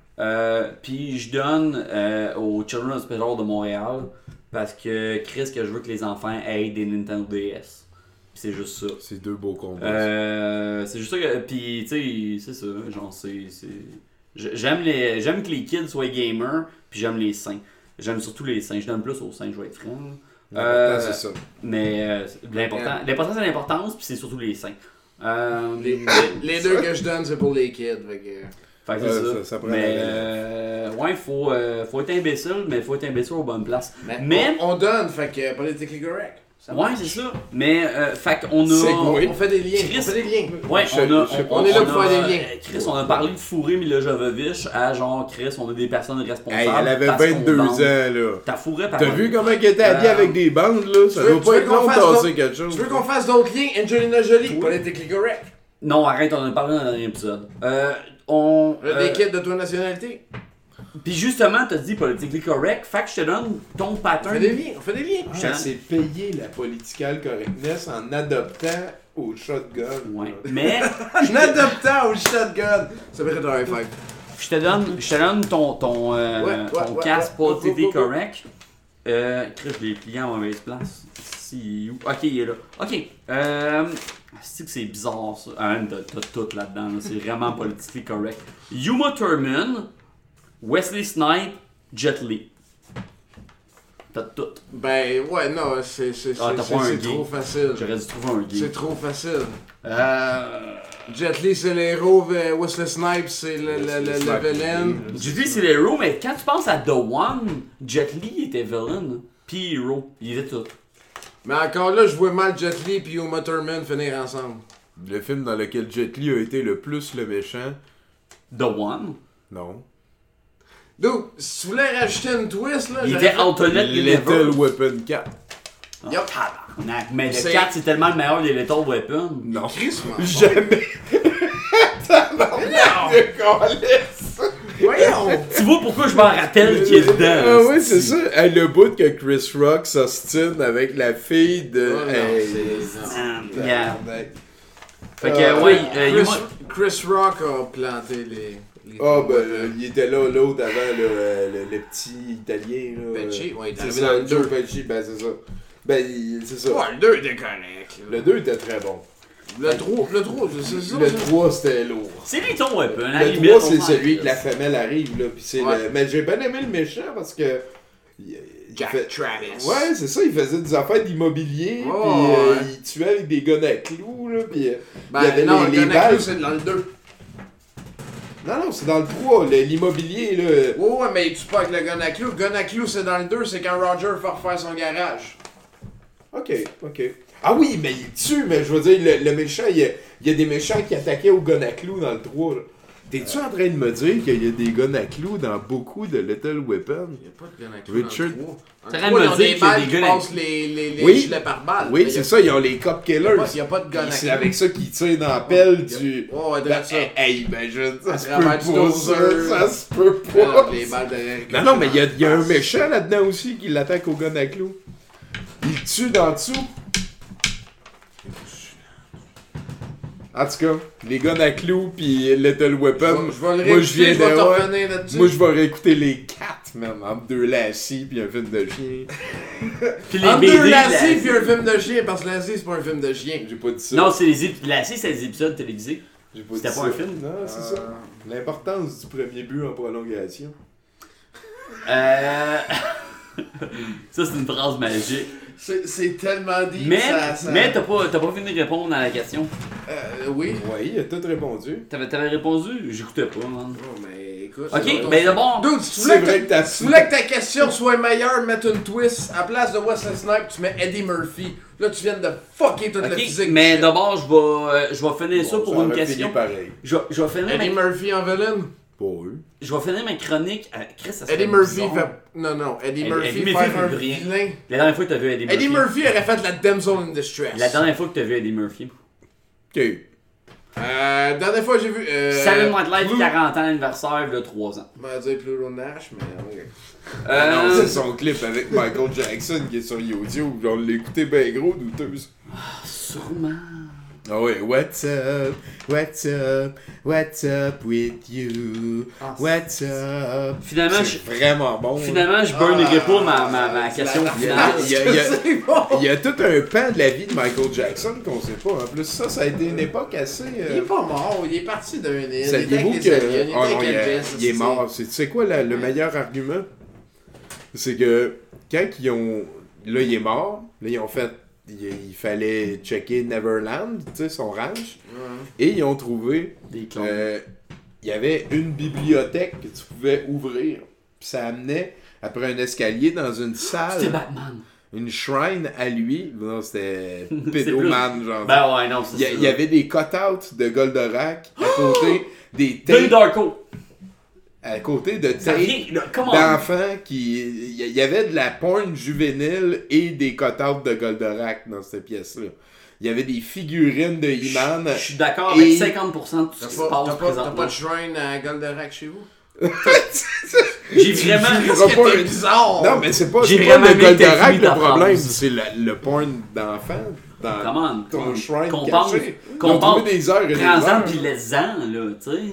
Euh, puis je donne euh, au Children's Hospital de Montréal parce que Chris, que je veux que les enfants aient des Nintendo D S. Puis c'est juste ça. C'est deux beaux combats. Euh, c'est juste ça que. Puis, tu sais, c'est ça. Genre, c'est. c'est- je- J'aime les, j'aime que les kids soient gamers, puis j'aime les seins. J'aime surtout les seins. Je donne plus aux seins, je vais être franc. là. L'important, euh, c'est ça. Mais euh, l'important, l'important c'est l'importance, puis c'est surtout les seins. Euh, Les, les- les deux que je donne, c'est pour les kids. Fait que... fait que c'est Euh, ça. ça- ça prend mais la euh, ouais, faut, euh, faut être imbécile, mais faut être imbécile aux bonnes places. Mais, Mais- on, on donne, fait que politically correct. Ça Ouais, marche. c'est ça. Mais, euh, fait qu'on a. C'est On, oui. on fait des liens. Chris. On fait des liens. Ouais, Je- on, a, je sais pas. On est là pour a- faire des liens. Chris, on a parlé de fourrer Mila Jovovich à genre, Chris, on a des personnes responsables. Hey, elle avait parce qu'on vingt-deux bande. ans, là. T'as fourré par T'as vu comment elle était habillée Euh, avec des bandes, là? Ça tu veux- doit tu pas veux être qu'on long de fasse tasser d'autres- quelque chose. Je veux qu'on fasse d'autres liens. Angelina Jolie, Oui. politically correct. Non, arrête, on en a parlé dans le dernier épisode. Euh, on. Le euh, des kids de toi nationalité. Puis justement, t'as dit politically correct, fait que je te donne ton On pattern. fait des liens. On fait des liens. Ah, c'est payer la political correctness en adoptant au shotgun. Ouais. Mais En adoptant au shotgun. Ça mérite un high five. je te donne, je te donne ton, ton, euh, Ouais, ouais, ton ouais, casque ouais. politically Oh, oh, oh, oh. correct. Euh, Chris, je l'ai plié en mauvaise place. Si, où? Ok, il est là. Ok. Euh. C'est que c'est bizarre ça. Ah, t'as, t'as tout là-dedans. Là. C'est vraiment politically correct. Uma Thurman, Wesley Snipes, Jet Li. T'as tout. Ben ouais, non, c'est c'est Ah, c'est- t'as c'est- pas un c'est gay. trop facile. J'aurais dû trouver un C'est gay. trop facile. Euh. Jet Li, c'est l'héros. euh, Wesley Snipes, c'est le, le, le, le Snipes, villain. Jet Li, c'est l'héros, mais quand tu penses à The One, Jet Li était villain. Puis héros. Il était tout. Mais encore là, je vois mal Jet Li et Uma Thurman finir ensemble. Le film dans lequel Jet Li a été le plus le méchant. The One. Non. Donc, si tu voulais rajouter une twist, là, Il j'aurais était fait- Antoinette Little Weapon quatre. Yup. Tabarnak. Mais le C'est- quatre, c'est tellement le meilleur des Lethal Weapon. Non. Chris, moi. Jamais. Tabarnak de câlisse. Voyons! Tu vois pourquoi je m'en rappelle qu'il est dedans. Ah oui, c'est ça. Hey, le bout que Chris Rock s'ostine avec la fille de... Oh, non, Hey. c'est- Ah, yeah. Tabarnak. Fait que, Ah, ouais, euh, il y a Chris, moi- Chris Rock a planté les... les Ah, ben, euh, il était là, l'autre avant, là, euh, le, le petit italien. Là, Pesci, ouais, il est c'est arrivé ça, dans le Joe deux. Pesci, ben c'est ça. Ben, il- c'est ça. Ouais, le deux était connect. là. Le deux était très bon. Le trois, le trois, c'est ça. Le ça. trois, c'était lourd. C'est lui ton weapon. à la Le limite, trois, on c'est s'en celui crisse. que la femelle arrive, là. Puis c'est Ouais. le... Mais j'ai bien aimé le méchant parce que. il- il Jack fait- Travis. Ouais, c'est ça, il faisait des affaires d'immobilier, Ouais, puis euh, ouais. il tuait avec des guns à clous, là, puis euh, Ben, il y avait non, les, le les Gun à balles. clous, c'est dans le deux. Non, non, c'est dans le trois, le- l'immobilier, là. Ouais, ouais, mais tu pas avec le gun à clous. Le gun à clous, c'est dans le deux, c'est quand Roger fait refaire son garage. Ok, ok. Ah oui, mais il tue, mais je veux dire, le, le méchant, il y, a, il y a des méchants qui attaquaient au gun à clous dans le trois, là. T'es-tu en train de me dire qu'il y a des guns à clous dans beaucoup de Little Weapon? Il n'y a pas de gun à clous Richard. dans le trois. T'es Dans en le train de trois, me ils ont dire des qu'il y a balles des qui guns à- passent les, les, les Oui. gilets par balle. Oui, Mais c'est y a- ça, ils ont les cop Il n'y killers. a, pas de gun à Puis clous. c'est avec ça qu'ils tirent dans la pelle du... Oh, ouais, Ben, de ça. hey, hey, ben je ça À se travers peut du pas, dozer. ça, ça se peut Ah, pas. les balles de... Non, non, mais il y a, il y a un méchant là-dedans aussi qui l'attaque au gun à clous. Il le tue d'en dessous. En tout cas, les guns à clous pis Little Weapon. Je vais le moi, je viens réécouter, je vais de te ouais, revenir là-dessus. moi, je vais réécouter les quatre, même, entre deux lacis pis un film de chien. Puis les Entre B D. deux de la- Lassie puis un film de chien, parce que Lassie, c'est pas un film de chien. J'ai pas dit ça. Non, c'est les épisodes. Là, c'est des épisodes télévisés. J'ai pas c'était dit pas ça. un film? Non, c'est ça. L'importance du premier but en prolongation. Euh. Ça, c'est une phrase magique. C'est c'est tellement dit. Mais, ça, ça... mais t'as pas, t'as pas fini de répondre à la question. Euh, oui. Oui, il a tout répondu. T'avais, t'avais répondu? J'écoutais pas, man. Oh, mais écoute. Ok, c'est mais d'abord. Dude, si tu C'est voulais, vrai que que ta, t'as si tu voulais que ta question soit meilleure, mettre une twist. À place de Wesley Snipes, tu mets Eddie Murphy. Là, tu viens de fucker toute la Ok, physique. mais du d'abord, je vais, euh, je vais finir ça Bon, pour ça une aurait question. fini pareil. Je, vais- je vais finir shit. Eddie ma, Murphy en villain. Pour eux. je vais finir ma chronique. à- Chris, ça serait Eddie Murphy bizarre. fait. Non, non, Eddie Eddie- Murphy Eddie fait Murphy un fait rien. vilain. La dernière fois que t'as vu Eddie Murphy. Eddie Murphy aurait fait la Damsel in Distress. La dernière fois que t'as vu Eddie Murphy. Ok. Euh, dernière fois, j'ai vu. Euh, Saturday Night Live, Blue- quarante ans anniversaire, de trois ans. On va dire Pluto Nash, mais. ok. Euh, Non, c'est son clip avec Michael Jackson qui est sur YouTube. On l'a écouté ben gros, douteuse. Sûrement. Ah ouais, what's up, what's up, what's up with you, Ah, what's up. Finalement, je, C'est vraiment bon. hein. finalement, je burnerai pas ma, ma, ma c'est question la- finale. Il y a- il y a- C'est bon. Il y a tout un pan de la vie de Michael Jackson qu'on sait pas. En plus, ça, ça a été une époque assez... euh, Il est pas mort, il est parti d'un île. Il était Saviez-vous avec que... les aliens, il Oh était non, avec il, a- Elvis, il est c'est- mort. C'est- Tu sais quoi, la- le Ouais. meilleur argument? C'est que quand ils ont... Là, il est mort. Là, ils ont fait... Il, il fallait checker Neverland, tu sais, son ranch. Ouais. Et ils ont trouvé... Des clones. euh, il y avait une bibliothèque que tu pouvais ouvrir. Puis ça amenait, après un escalier, dans une C'était salle, Batman. une shrine à lui. Non, c'était C'est pédoman, genre. Ben ouais, non, c'est Il y, a- ça. il y avait des cut-outs de Goldorak à côté des Donnie tapes, Darko. à côté de Ça tapes vient, là, comment? d'enfants qui... Il y- il y avait de la porn juvénile et des cut-outs de Goldorak dans cette pièce-là. Il y avait des figurines de He-Man. Je suis d'accord Et- avec cinquante pour cent de tout ce T'as qui se pas, passe t'as pas, t'as présentement. pas de shrine à Goldorak chez vous? J'ai vraiment... Tu Qu'est-ce qui pas était un- bizarre? Non, mais c'est pas, J'ai c'est pas vraiment le aimé ta Goldorak fille, le ta problème, phrase. c'est le, le porn d'enfant dans Comment? ton Qu'on- shrine qu'on caché. pense- Ils qu'on ont trouvé pense- des heures et des Prends-en heures. pis laisse-en, là, tu sais.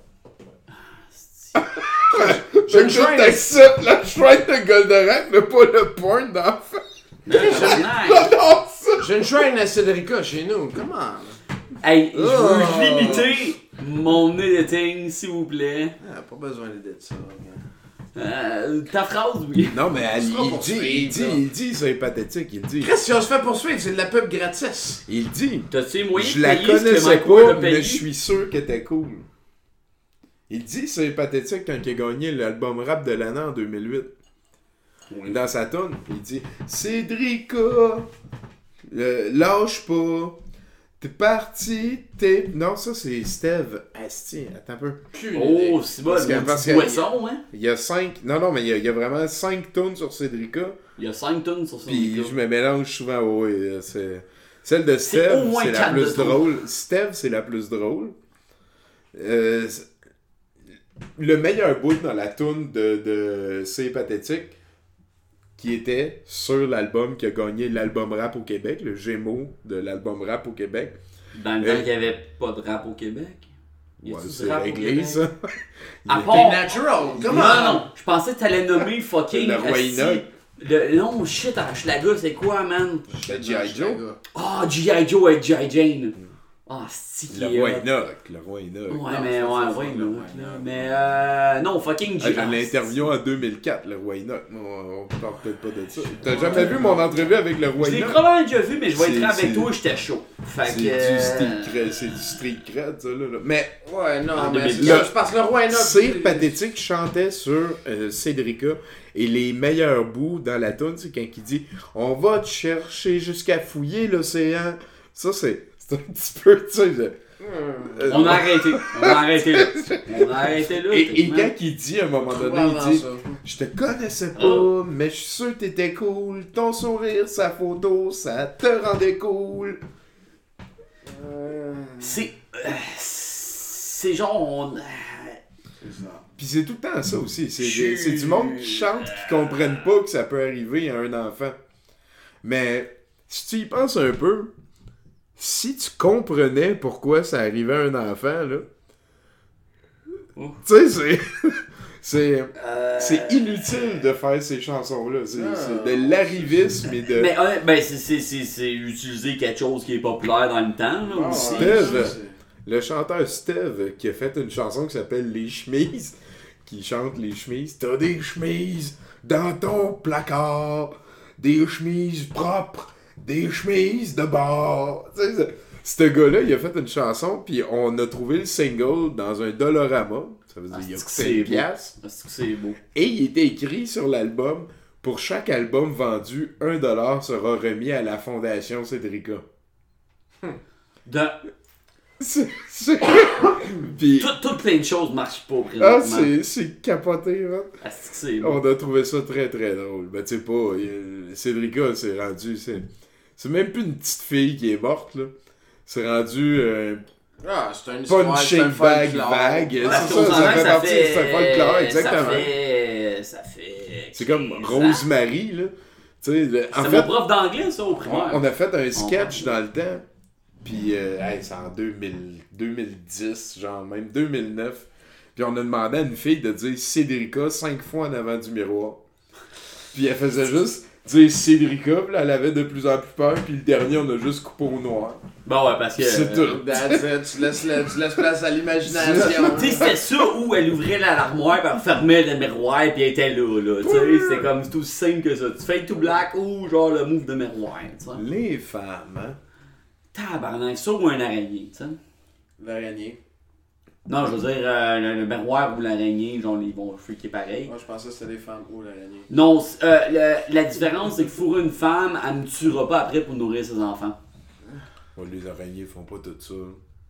J'ai une shrine- shrine t'acceptes la shrine de Goldorak, mais pas le porn d'enfant. Tabarnak. Non, ça! J'ai une shrine à Cédrica chez nous, comment? Hey, je veux Oh. limiter mon editing, s'il vous plaît. Ah, pas besoin d'aider de ça. regarde. Euh, ta phrase, oui. Non, mais elle- sera il, poursuivre, dit, il dit, là. il dit, c'est pathétique, il dit. Chris, si on se fait poursuivre, c'est de la pub gratis. Il dit. T'as-tu les moyens Je de la payer ce que connaissais Mike pas, Ward a mais payé? je suis sûr qu'elle était cool. Il dit c'est pathétique quand il a gagné l'album rap de l'année en deux mille huit. Oui. Dans sa tune, il dit Cédrica, euh, lâche pas, T'es parti, t'es... Non, ça, c'est Steve. Asti, attends un peu. Oh, c'est bon, Parce que- le parce petit que- poisson, hein? Il y a cinq... Non, non, mais il y a, il y a vraiment cinq tonnes sur Cédrica. Il y a cinq tonnes sur son Puis micro. je me mélange souvent, oui. euh, C'est... Celle de C'est au Steve, moins c'est la quatre de plus trop. drôle. Steve, c'est la plus drôle. Euh, c'est- le meilleur bout dans la toune de, de C'est pathétique, qui était sur l'album qui a gagné l'album rap au Québec, le Gémeaux de l'album rap au Québec. Dans le temps Euh, qu'il n'y avait pas de rap au Québec. Y Ouais, a-tu du c'est rap au réglé, Québec? ça. Il À était- part- T'es natural, Non, comment? non, non. Je pensais que t'allais nommer fucking. Le roi asti, Enoch. Le, non, shit, Hochelaga, c'est quoi, man? Le G I. Joe. Ah, G I. Joe avec G I. Jane. Ah, c'est qui Le est roi hot. Enoch. Le roi Enoch. Ouais, Non, mais ça, ouais, ça, ouais, ça, ouais, le là. roi Enoch. Mais euh. Non, fucking G Ah, I. j'en ai interviewé en deux mille quatre, le roi Enoch. On, on parle peut-être pas de ça. T'as jamais vu mon entrevue avec le roi Je l'ai Enoch? probablement déjà vu, mais je vais C'est- être avec c'est- toi, j'étais chaud. Fait C'est que. du euh, street cred, c'est du street cred, ça, là. là. Mais Ouais, non, En mais deux mille c'est quatre. c'est parce que le roi Enoch. C'est pathétique chantait sur euh, Cédrica et les meilleurs bouts dans la tune, c'est quand il dit on va te chercher jusqu'à fouiller l'océan. Ça c'est c'est un petit peu tu sais. je- euh, On a arrêté. On a arrêté là. On a arrêté là. et, et techniquement. quand il dit à un moment donné, il dit je te connaissais pas, Oh. mais je suis sûr que t'étais cool. Ton sourire, sa photo, ça te rendait cool. C'est. euh, c'est genre. On... Puis c'est tout le temps ça aussi. C'est, Je- c'est du monde qui chante qui comprennent pas que ça peut arriver à un enfant. Mais si tu y penses un peu, si tu comprenais pourquoi ça arrivait à un enfant, là, Oh. tu sais, c'est. c'est. Euh, C'est inutile de faire ces chansons-là. C'est, Ah. c'est de l'arrivisme et de. Mais ouais, ben, c'est, c'est, c'est, c'est utiliser quelque chose qui est populaire dans le temps, là, Ah, aussi. Steve. Le chanteur Steve qui a fait une chanson qui s'appelle Les Chemises, qui chante les chemises. T'as des chemises dans ton placard, des chemises propres, des chemises de bord. Tu sais, ce- ce gars-là, il a fait une chanson, puis on a trouvé le single dans un Dollarama. Ça veut dire Ah, il a c'est que coûté c'est une beau. piastre. Est-ce que c'est beau? Et il était écrit sur l'album, pour chaque album vendu, un dollar sera remis à la Fondation Cédrica. Dans... C'est... c'est... Puis... Tout, tout plein de choses marchent pas, Ah, présentement. c'est, c'est capoté, hein? Est-ce que c'est beau? On a trouvé ça très très drôle. Ben, tu sais pas, il- Cédrica s'est rendu. C'est, c'est même plus une petite fille qui est morte, là. C'est rendu euh, Ah, c'est une histoire, c'est punching un bag folklore. vague. Parce C'est qu'on ça, s'entend ça que fait partie de ce folklore, Ça exactement. fait... Ça fait... C'est comme quinze ans. Rosemary, là. Tu sais, le- en C'est fait, mon prof d'anglais, ça, au on, primaire. on a fait un sketch On- dans le temps. Puis, euh, hey, c'est en deux mille, deux mille dix, genre même deux mille neuf. Puis on a demandé à une fille de dire Cédrica cinq fois en avant du miroir. Puis elle faisait juste dire Cédrica, puis là, elle avait de plus en plus peur. Puis le dernier, on a juste coupé au noir. Bon, ouais, parce que... C'est euh, tout. That's it, tu laisses, le- tu laisses place à l'imagination. Tu sais, c'était ça où elle ouvrait la- l'armoire, puis elle fermait le miroir, puis elle était là, là. Tu sais, c'était comme, c'est aussi simple que ça. Tu fais tout black ou genre le move de miroir, tu sais. Les femmes, hein? Tabarnak, ça ou un araignée, tu sais. L'araignée. Non, je veux dire, euh, le, le miroir ou l'araignée, genre, ils vont freaker pareil. Moi, je pensais que c'était des femmes ou l'araignée. Non, c'est- euh, le- la différence, c'est que fourrer une femme, elle ne tuera pas après pour nourrir ses enfants. Ouais, les araignées font pas tout ça.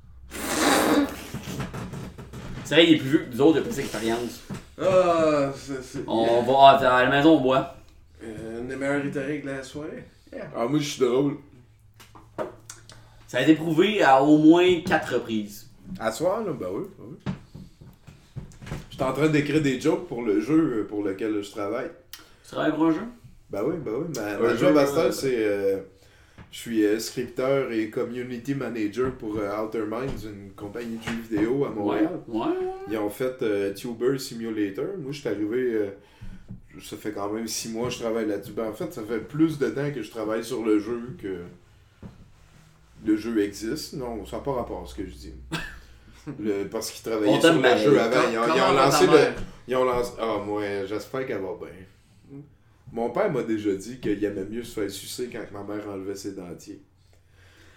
C'est vrai, il est plus vieux que nous autres, il a pas cette expérience. Ah, c'est. c'est- On va à la maison, on boit. Euh, une des meilleures rhétoriques de la soirée. Ah, moi, je suis drôle. Ça a été prouvé à au moins quatre reprises. À soir, là, ben oui, ben oui. J'étais en train d'écrire des jokes pour le jeu pour lequel je travaille. Tu travailles pour un jeu? Ben oui, ben oui. Ma, Un ma jeu, job à euh, cette heure, c'est... euh, je suis euh, scripteur et community manager pour euh, Outer Minds, une compagnie de jeux vidéo à Montréal. Ouais. Ouais. Ils ont fait euh, Tuber Simulator. Moi, je suis arrivé... euh, ça fait quand même six mois que je travaille là-dessus. Ben, en fait, ça fait plus de temps que je travaille sur le jeu que le jeu existe. Non, ça n'a pas rapport à ce que je dis. Le, parce qu'ils On travaillaient sur t'aime le bien. jeu avant. Ils ont, ils ont Comment va lancé ta le... mère? Ils ont lancé... Ah, moi, j'espère qu'elle va bien. Mon père m'a déjà dit qu'il aimait mieux se faire sucer quand ma mère enlevait ses dentiers.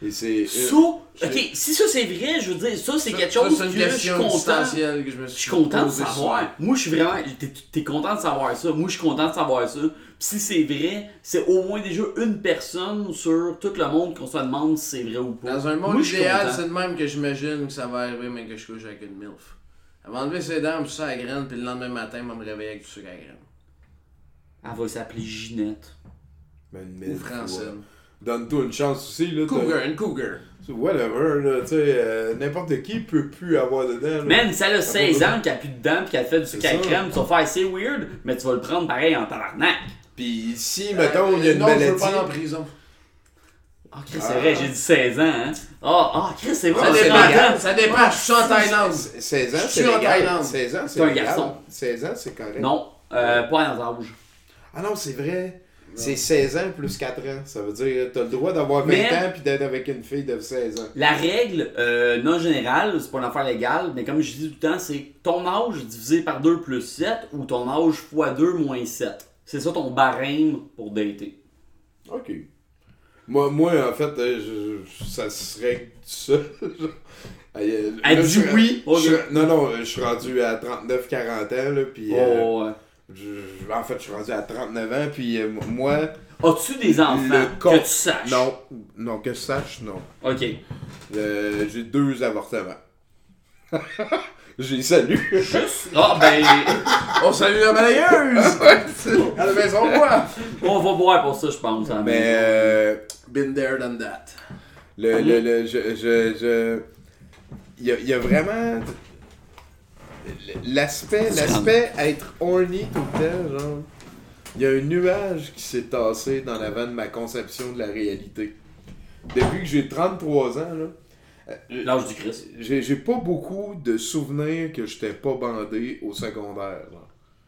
Et c'est... Ça, ok, si ça c'est vrai, je veux dire, ça c'est quelque chose Ça, c'est que une je suis question content. existentielle que je me Je suis suis content de posée savoir. souvent. Moi, je suis vraiment. T'es, t'es content de savoir ça. Moi, je suis content de savoir ça. Puis si c'est vrai, c'est au moins déjà une personne sur tout le monde qu'on se demande si c'est vrai ou pas. Dans un monde Moi, je suis idéal, content. c'est de même que j'imagine que ça va arriver, mais que je couche avec une MILF. Elle va enlever ses dents, puis ça à la graine, puis le lendemain matin, elle va me réveiller avec du sucre à la graine. Elle va s'appeler Ginette. Ben, Ou mais, Francine. ouais. Donne-toi une chance aussi, là. t'as- Cougar, une cougar. Whatever, là, tu sais, euh, n'importe qui peut plus avoir dedans, là. Man, si elle a Ça seize va. ans, qu'elle a plus de dents, pis qu'elle te fait du sucre à C'est ça. crème, tu vas faire c'est weird, mais tu vas le prendre pareil en tabarnak. Pis si, mettons, il y a Euh, une non, je veux maladie... pas aller en prison. Ah, Chris, c'est vrai, j'ai dit seize ans, hein. Ah, ah, Chris, c'est vrai, Ça c'est dépend, légal. ça dépend, je suis en Thaïlande. seize ans, Je c'est suis en légal. Thaïlande. seize ans, c'est C'est un légal. garçon. seize ans, c'est correct. Non, euh, pas à nos âges. Ah non, c'est vrai. C'est seize ans plus quatre ans. Ça veut dire t'as le droit d'avoir vingt Mais- ans puis d'être avec une fille de seize ans. La règle euh, non générale, c'est pas une affaire légale, mais comme je dis tout le temps, c'est ton âge divisé par deux plus sept ou ton âge fois deux moins sept. C'est ça ton barème pour dater. Ok. Moi, moi en fait, euh, je, je- ça serait ça. Elle Elle dit oui. Non, non, je suis rendu à trente-neuf quarante ans, là, puis... euh, Oh, ouais. je- je- en fait, je suis rendu à trente-neuf ans, puis euh, moi... As-tu des enfants Le que con- tu saches? Non, non, que je sache, non. Ok. Euh, j'ai deux avortements. J'ai salue. Juste. Ah, ben. On salue la balayeuse! À la maison, quoi? On va boire pour ça, je pense. à la Mais... maison. Euh, Been there, done that. le, le, le, je... je, je... Il y a, il y a vraiment... L'aspect, l'aspect être horny tout le temps, genre... Il y a un nuage qui s'est tassé dans l'avant de ma conception de la réalité. Depuis que j'ai trente-trois ans, là... euh, L'âge du Christ. J'ai, j'ai pas beaucoup de souvenirs que j'étais pas bandé au secondaire. Là.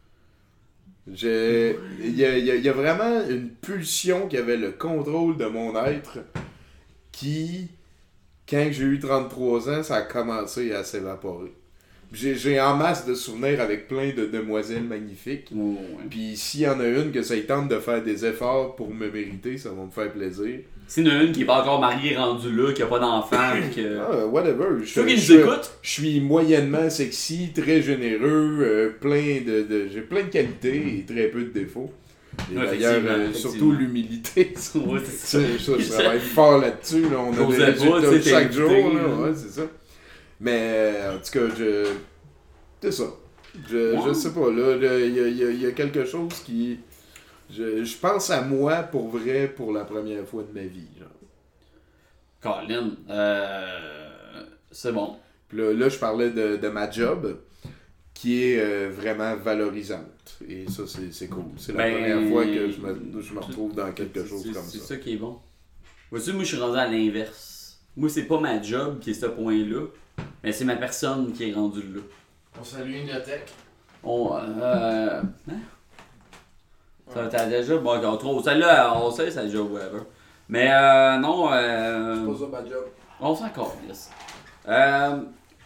J'ai, il y a, il y a- il y a vraiment une pulsion qui avait le contrôle de mon être qui, quand j'ai eu trente-trois ans, ça a commencé à s'évaporer. J'ai, j'ai en masse de souvenirs avec plein de demoiselles magnifiques. Oh, ouais. Puis s'il y en a une que ça y tente de faire des efforts pour me mériter, ça va me faire plaisir. S'il y en a une qui est pas encore mariée, rendue là, qui a pas d'enfant, pis que. Ah, whatever. Je, Ceux qui je- nous écoutent, Je suis moyennement sexy, très généreux, euh, plein de, de- j'ai plein de qualités et très peu de défauts. Et Ouais, d'ailleurs, effectivement, euh, effectivement. surtout l'humilité. ça, ouais, c'est ça. ça, je travaille fort là-dessus. Là. On a J'osais des pas, résultats tu sais, chaque t'es jour. invité, Là. là. Ouais, c'est ça. Mais euh, en tout cas, je... c'est ça. Je, Ouais. je sais pas. Là, là, il y, a- il y a- il y a quelque chose qui... Je, je pense à moi pour vrai pour la première fois de ma vie. Genre. Colin, euh. C'est bon. Puis là, là, je parlais de, de ma job, qui est euh, vraiment valorisante. Et ça, c'est, c'est cool. C'est la Ben, première fois que je me, je me retrouve dans quelque chose C'est- comme C'est ça. ça qui est bon. Vois-tu, moi, je suis rendu à l'inverse. Moi, c'est pas ma job qui est ce point-là, mais c'est ma personne qui est rendue là. On salue Ignotech. On. Euh. Hein? Ça, t'as déjà. Bon, encore trop. Celle-là, on sait, ça déjà whatever. Mais euh, non, euh. C'est pas ça ma job. On s'en calisse. Euh.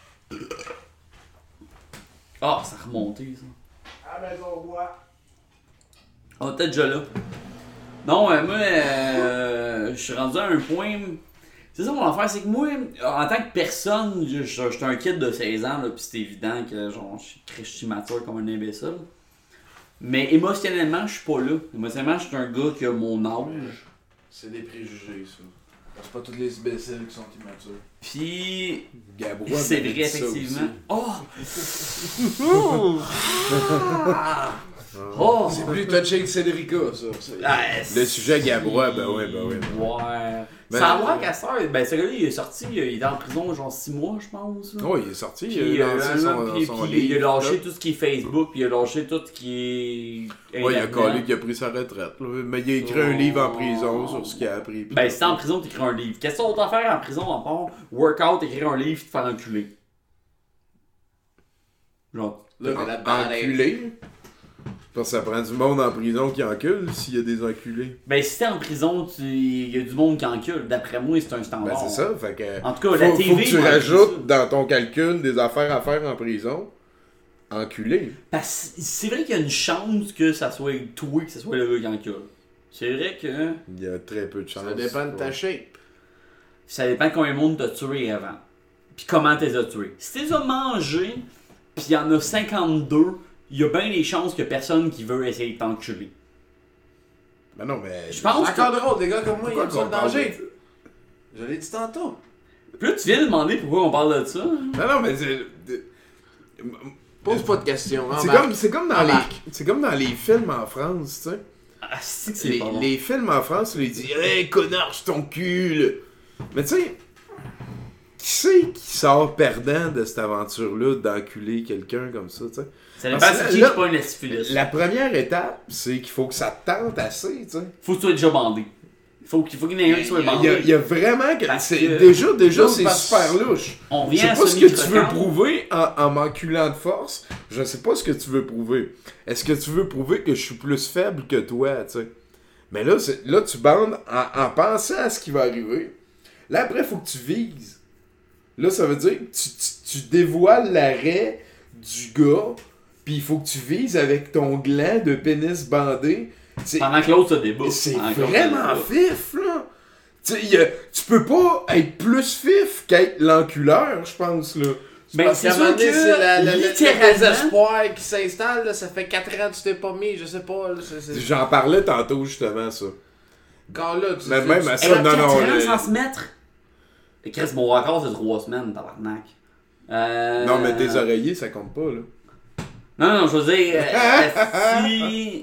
Ah, ça a remonté, ça. À la maison, bois. On était déjà là. Non, euh, moi, euh, je suis rendu à un point. C'est ça mon affaire, c'est que moi, en tant que personne, je je- j'étais un kid de seize ans, là, pis c'est évident que genre, je suis très je suis mature comme un imbécile. Mais émotionnellement, je suis pas là. Émotionnellement, je suis un gars qui a mon âge. C'est des préjugés, ça. C'est pas tous les imbéciles qui sont immatures. Pis. Gabrois C'est m'avait vrai, dit ça effectivement. aussi. Oh! Oh! C'est plus touché que Cédrica, ça. C'est- Ah, Le sujet Gabrois, ben ouais, ben ouais. Ben ouais. Ouais. Ben, Ça a l'air qu'à ça, ben ce gars-là, il est sorti, il est en prison genre six mois, je pense. là. Oh, il est sorti, Puis, il a euh, lancé son, puis- son puis livre. il a lâché tout. tout ce qui est Facebook, puis il a lâché tout ce qui est. Ouais, il a Internet. collé qu'il a pris sa retraite. Là. Mais il a écrit un livre en prison sur ce qu'il a appris. puis Ben, tout. si t'es en prison, t'écris un livre. Qu'est-ce que t'as à faire en prison à part workout, écrire un livre, te faire enculer? Genre. Là, mais la barre est- Enculé. Parce que ça prend du monde en prison qui encule s'il y a des enculés. Ben, si t'es en prison, tu- il y a du monde qui encule. D'après moi, c'est un standard. Ben, c'est ça. Fait que. En tout cas, Faut, la T V. faut que tu m'a dit rajoutes ça. dans ton calcul des affaires à faire en prison. Enculé. Parce que c'est vrai qu'il y a une chance que ça soit toi, que ce soit le gars qui encule. C'est vrai que. Il y a très peu de chance. Ça dépend de ta Ouais. shape. ça dépend combien de monde t'as tué avant. Puis comment t'es as tué. Si t'es as mangé, puis il y en a cinquante-deux, il y a bien des chances qu'il y a personne qui veut essayer de t'enculer. Ben non, mais. Je pense C'est que... encore drôle, des gars comme moi, ils Pourquoi aiment ça le qu'on parle danger. de- Je l'ai dit tantôt. Puis là, tu viens de demander pourquoi on parle de ça. Non, non, mais c'est. Pose pas de questions. C'est embarque. comme, c'est comme dans les, Embarque. c'est comme dans les films en France, tu sais. Ah, c'est que c'est Les, pas bon. les films en France, ils disent hey, connard, je ton cul. Là. Mais tu sais, qui c'est qui sort perdant de cette aventure-là d'enculer quelqu'un comme ça, tu sais? Ça dépend Parce c'est que qui là- qui pas une syphilis. La première étape, c'est qu'il faut que ça te tente assez, tu sais. Faut que tu sois déjà bandé. Faut qu'il faut qu'il y en ait un qui soit Il y, a, bandé. il y a vraiment que. Parce c'est- que- Déjà, déjà Non, c'est parce- super louche. On Je vient sais à pas ce Sony que tu veux Crocante. prouver en, en m'enculant de force. Je sais pas ce que tu veux prouver. Est-ce que tu veux prouver que je suis plus faible que toi, tu sais? Mais là, c'est- là tu bandes en, en pensant à ce qui va arriver. Là, après, il faut que tu vises. Là, ça veut dire que tu, tu, tu dévoiles l'arrêt du gars, puis il faut que tu vises avec ton gland de pénis bandé. C'est Pendant que l'autre se débat. c'est Pendant que l'autre se vraiment débat. fif, là. Tu sais, y a- tu peux pas être plus fif qu'être l'enculeur, je pense, là. Ben, Parce c'est qu'à un sûr moment donné, que, c'est la, la, la- le littéralement- désespoir qui s'installe, là, ça fait quatre ans que tu t'es pas mis, je sais pas. Là, c'est, c'est... J'en parlais tantôt, justement, ça. Quand là, tu Mais tu- même tu- à Elle ça, a non, quatre non. ans le- sans se mettre. Et Chris, mon record, c'est trois semaines, tabarnak. Euh... Non, mais tes oreillers, ça compte pas, là. Non, non, je veux dire, euh, si...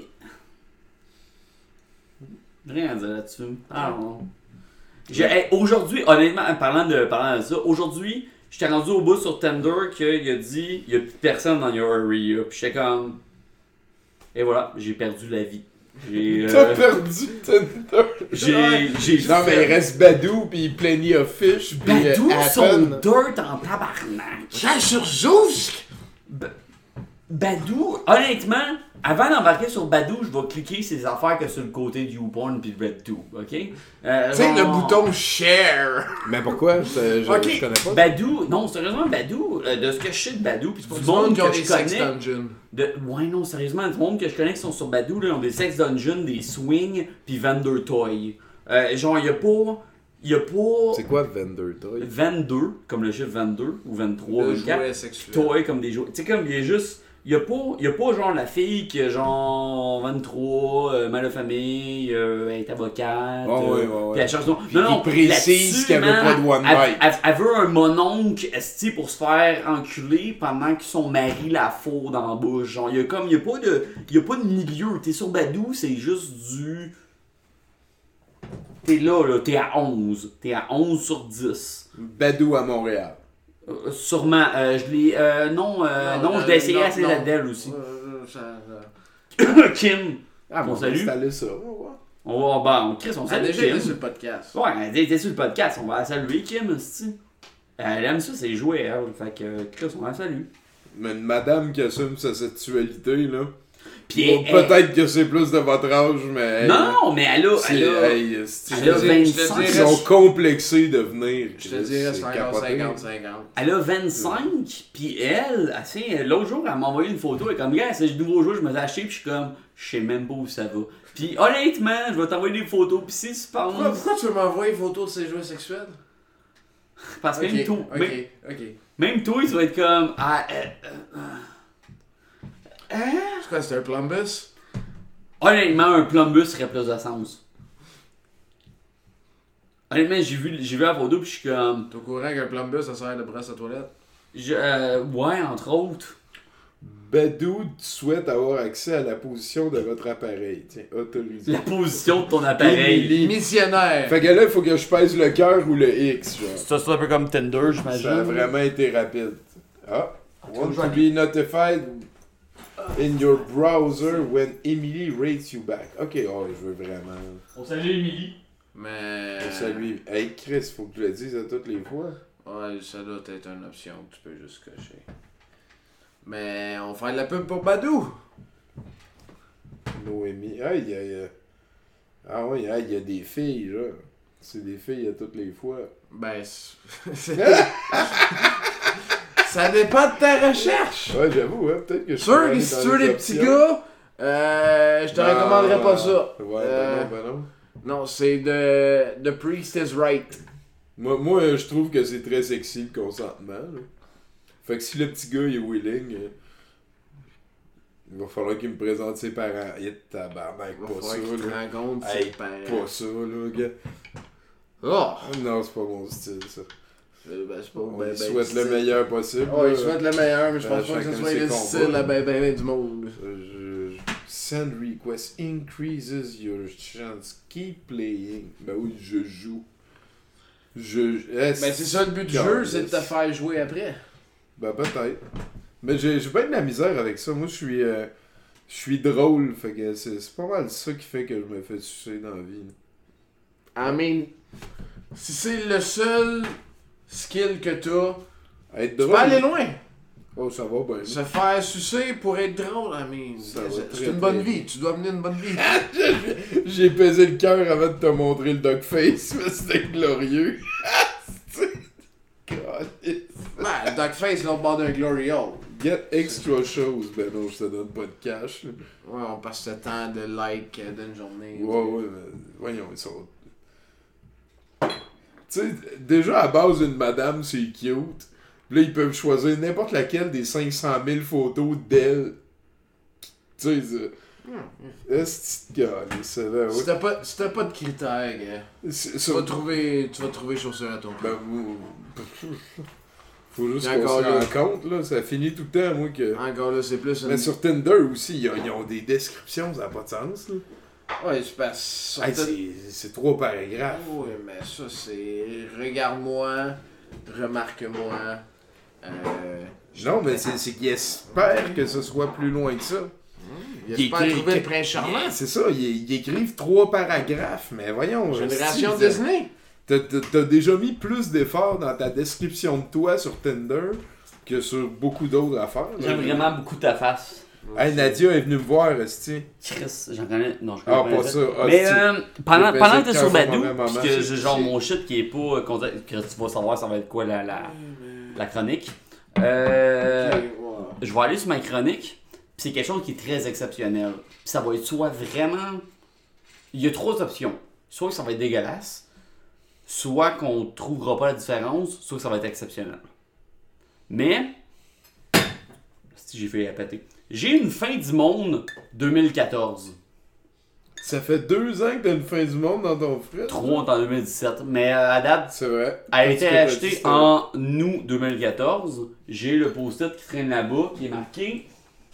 Rien à dire là-dessus. Ah non. J'ai- hey, aujourd'hui, honnêtement, en parlant de, parlant de ça, aujourd'hui, j'étais rendu au bout sur Tinder qu'il a dit il y a plus personne dans your area. Puis j'étais comme. Et voilà, j'ai perdu la vie. J'ai. T'as euh, perdu Tinder. J'ai. j'ai Non, mais il reste Badou, puis Plenty of Fish, puis Badou euh, son Happen. dirt en tabarnak. J'ai sur Zousk! Ba- Badou, honnêtement, avant d'embarquer sur Badou, je vais cliquer ces affaires que sur le côté du YouPorn puis de RedTube, ok? Euh, Tu sais, le genre- bouton share! Mais pourquoi? Je, je, Ok. je connais pas. Badou, non, sérieusement, Badou, euh, de ce que je sais de Badou, puis Pour du du monde monde qui ont que des je sex connais. dungeons. De... Ouais, non, sérieusement, du monde que je connais qui sont sur Badou, là, ils ont des sex dungeons, des swings, puis vendeur toys. Euh, genre, il y a pas. Il y a pas. C'est quoi Vendor Toy? vingt-deux, comme le chiffre vingt-deux, ou vingt-trois, Le vingt-quatre. jouet sexuel. Toys comme des jouets. Tu sais, comme il y a juste. Il y a pas, il y a pas genre la fille qui a genre vingt-trois, euh, mère de famille, euh, elle est avocate. Oh, euh, ouais, ouais, ouais. puis elle cherche non, Puis non, non, il précise là-dessus, qu'elle veut man, pas de one elle, night. Elle, elle veut un mononcle esti pour se faire enculer pendant que son mari la fourre dans la bouche. Genre, il y a comme, il y a pas de, il y a pas de milieu. T'es sur Badou, c'est juste du. T'es là, là, t'es à onze. T'es à onze sur dix. Badou à Montréal. Euh, sûrement. Euh, je l'ai. Euh, non, euh, non, je l'ai essayé à Citadel aussi. Euh, ça- ça- Kim. Ah, On bon, salue. installer ça. On va voir. On va, bah, on, Chris, on Elle a salue déjà Kim. été sur le podcast. Ouais, elle était sur le podcast. On va la saluer, Kim, esti. Elle aime ça, c'est jouer, elle. Fait que, Chris, on la salue. Mais une madame qui assume sa sexualité, là. Puis Bon, elle- peut-être que c'est plus de votre âge, mais. Non, non, mais elle a. c'est- Elle a, hey, c'est- elle a je te dis- je te vingt-cinq. Ils dirais- sont complexés de venir. Je te dirais, c'est c'est encore capoté. cinquante cinquante. Elle a vingt-cinq, puis elle, elle sait, l'autre jour, elle m'a envoyé une photo, elle est comme, gars, c'est le nouveau jeu, je me l'ai acheté, puis je suis comme, je sais même pas où ça va. Puis honnêtement, je vais t'envoyer des photos, puis si tu penses. Pourquoi, pourquoi tu veux m'envoyer une photo de ces jouets sexuels? Parce que Ok, même, toi, ok, même, ok. même toi, tu vas être comme, ah, euh, euh, euh. Hein? C'est quoi, c'est un plumbus? Honnêtement, un plumbus serait plus de sens. Honnêtement, j'ai vu, j'ai vu la photo, puis je suis comme, T'es au courant qu'un plumbus, ça sert de brosse à toilette? je, euh, ouais, entre autres. Badou souhaite avoir accès à la position de votre appareil. Tiens, autorisé. La position de ton appareil. Émilie. Missionnaire! Fait que là, il faut que je pèse le cœur ou le X, genre. Ça, c'est un peu comme Tinder, j'imagine. Ça a vraiment été rapide. Ah, want to joli. be notified in your browser when Emily rates you back. Ok, oh, je veux vraiment. On salue Émilie. Mais. On salue. Hey Chris, faut que je le dise à toutes les fois. Ouais, ça doit être une option que tu peux juste cocher. Mais on fait de la pub pour Badou! Noémie. Ah, il y a. il y a- Ah ouais, ah, il y a des filles, là. C'est des filles à toutes les fois. Ben, c'est. Ça dépend de ta recherche! Ouais, j'avoue, hein, peut-être que je Sûr pourrais que aller si dans tu veux les des petits options. gars, euh, je te Non, recommanderais pas ça. Ouais, Euh, ben non, ben non. Non, c'est de The Priest is Right. Moi, moi, je trouve que c'est très sexy le consentement. Là. Fait que si le petit gars il est willing, euh, il va falloir qu'il me présente ses parents. Il est tabarnak, Il va pas falloir ça, qu'il te là. rencontre Hey, ses parents. Pas ça, là, gars. Oh! Non, c'est pas mon style, ça. Euh, Ben, c'est pas On ben, lui ben souhaite style. le meilleur possible. Ouais, là. il souhaite le meilleur, mais je Ben, pense pas que ce chacun soit ses le combats. style à ben ben ben du monde. Euh, je- Send request increases your chance. Keep playing. Ben oui, je joue. Je. Ben, c'est ça le but du jeu, c'est de te faire jouer après. Ben peut-être. Mais j'ai j'ai pas eu de la misère avec ça. Moi, je suis. euh, Je suis drôle. Fait que c'est c'est pas mal ça qui fait que je me fais sucer dans la vie. I mean, si c'est le seul skill que t'as, Être tu drôle. peux aller loin. Oh, ça va bien. Se faire sucer pour être drôle, I mean, Ça va c'est très, c'est une très bonne bien. vie. Tu dois mener une bonne vie. J'ai pesé le cœur avant de te montrer le dog face, mais c'était glorieux. God. Ben, le Duckface, l'autre bord d'un Glory Hole. Get extra shows. Ben non, je te donne pas de cash. là. Ouais, on passe le temps de like euh, d'une journée. Ouais, ouais, mais voyons, ils sont. Tu sais, déjà à base, une madame, c'est cute. Puis là, ils peuvent choisir n'importe laquelle des cinq cent mille photos d'elle. Tu sais, c'est. Est-ce que c'est là, Si ouais. t'as pas, si t'as pas de critères, gars, C'est- tu sur- vas trouver, tu vas trouver chaussure à ton pied. Ben, vous- faut juste Et qu'on encore se là. rende compte, là. Ça finit tout le temps, moi, que. Encore là, c'est plus une... Mais sur Tinder aussi, ils ont, ils ont des descriptions, ça n'a pas de sens, là. Ouais, c'est parce... Hey, c'est- c'est trois paragraphes. Oui, mais ça, c'est... Regarde-moi, remarque-moi... Euh... Non, mais c'est c'est qu'ils espèrent que ce soit plus loin que ça. Il espère écrit- trouver le prince charmant. Yeah, c'est ça, ils, ils écrivent trois paragraphes, mais voyons. Génération si, Disney. T'as t'as- t'as déjà mis plus d'efforts dans ta description de toi sur Tinder que sur beaucoup d'autres affaires. là. J'aime vraiment beaucoup ta face. Hey, Nadia est venue me voir, esti. Chris, j'en connais. Non, je connais Ah, pas. pas les ça. autres. Ah, Mais si. euh, pendant, J'ai pendant baisé que t'es le sur cœur sur Badou, ma maman, puisque c'est- j'ai genre c'est- mon shit qui est pas. euh, content- que tu vas savoir ça va être quoi la, la, la chronique. Euh, Ok, ouais. Je vais aller sur ma chronique, puis c'est quelque chose qui est très exceptionnel. Puis ça va être soit vraiment. Il y a trois options. Soit que ça va être dégueulasse, soit qu'on trouvera pas la différence, soit que ça va être exceptionnel. Mais. Si j'ai fait la péter. J'ai une fin du monde deux mille quatorze. Ça fait deux ans que t'as une fin du monde dans ton fret. Trois en deux mille dix-sept. Mais euh, à date, C'est vrai. elle a Tout ce été que t'as achetée dit, c'était- en août deux mille quatorze. J'ai le post-it qui traîne là-bas, qui est marqué.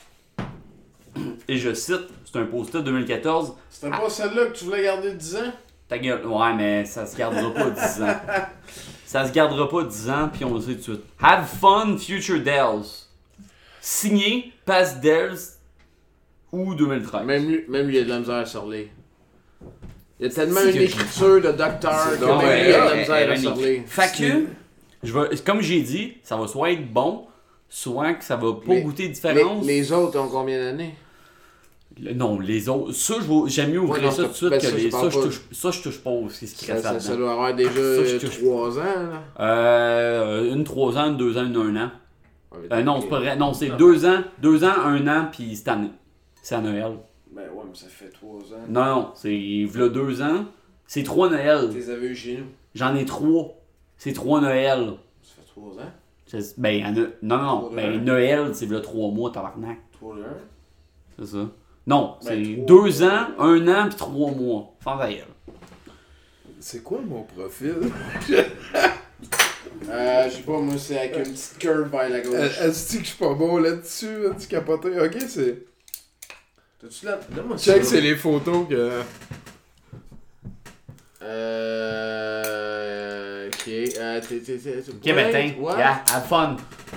Et je cite, c'est un post-it deux mille quatorze. C'était pas celle-là que tu voulais garder dix ans? Ta gueule. Ouais, mais ça se gardera pas dix ans. Ça se gardera pas dix ans, puis on le sait tout de suite. Have fun, Future Dells. Signé, Past Dells ou deux mille treize. Même lui, même lui, il a de la misère à sorler. Il y a tellement C'est une que- écriture de docteur C'est que donc, même ouais, lui, il a de la ouais, misère à ouais, sorler. Fait que, je vais, comme j'ai dit, ça va soit être bon, soit que ça va pas Mais- goûter Les, différence. les autres ont combien d'années? Le- Non, les autres. Ça, je vais- j'aime mieux ouvrir Ouais, non, ça tout de suite ben, que ça, je les. Ça, parle je pas. touche, ça, je touche pas au c'est ce qui Ça, reste ça, là-dedans. ça doit avoir déjà Ça, je touche. trois ans, là. Euh, une trois ans, une deux ans, une un an. Ouais, Euh, non, ok. c'est pas vrai. Non, c'est deux ans, deux ans, un an, puis cette année. C'est à Noël. Ben ouais, mais ça fait trois ans. Non, non, c'est v'là deux ans. C'est trois Tu Noël. les avais eu chez nous. J'en ai trois. C'est trois Noël. Ça fait trois ans. Je- Ben, y en a- non, non, Trois de ben, un. Noël, c'est v'là trois mois, tabarnak. Trois de un. C'est ça. Non, Ben, c'est trois deux mois. ans, un an, puis trois mois. Fin ta gueule. C'est quoi mon profil? Euh, je sais pas, moi, c'est avec une petite curve vers la gauche. Euh, Est-ce que je suis pas bon là-dessus, là, tu capoté? Ok, c'est. T'as-tu là? Donne-moi ça. Check, c'est les photos que. Euh. Ok. Euh, t'es. t'es. t'es. Ok, ben, tiens, What? yeah, have fun.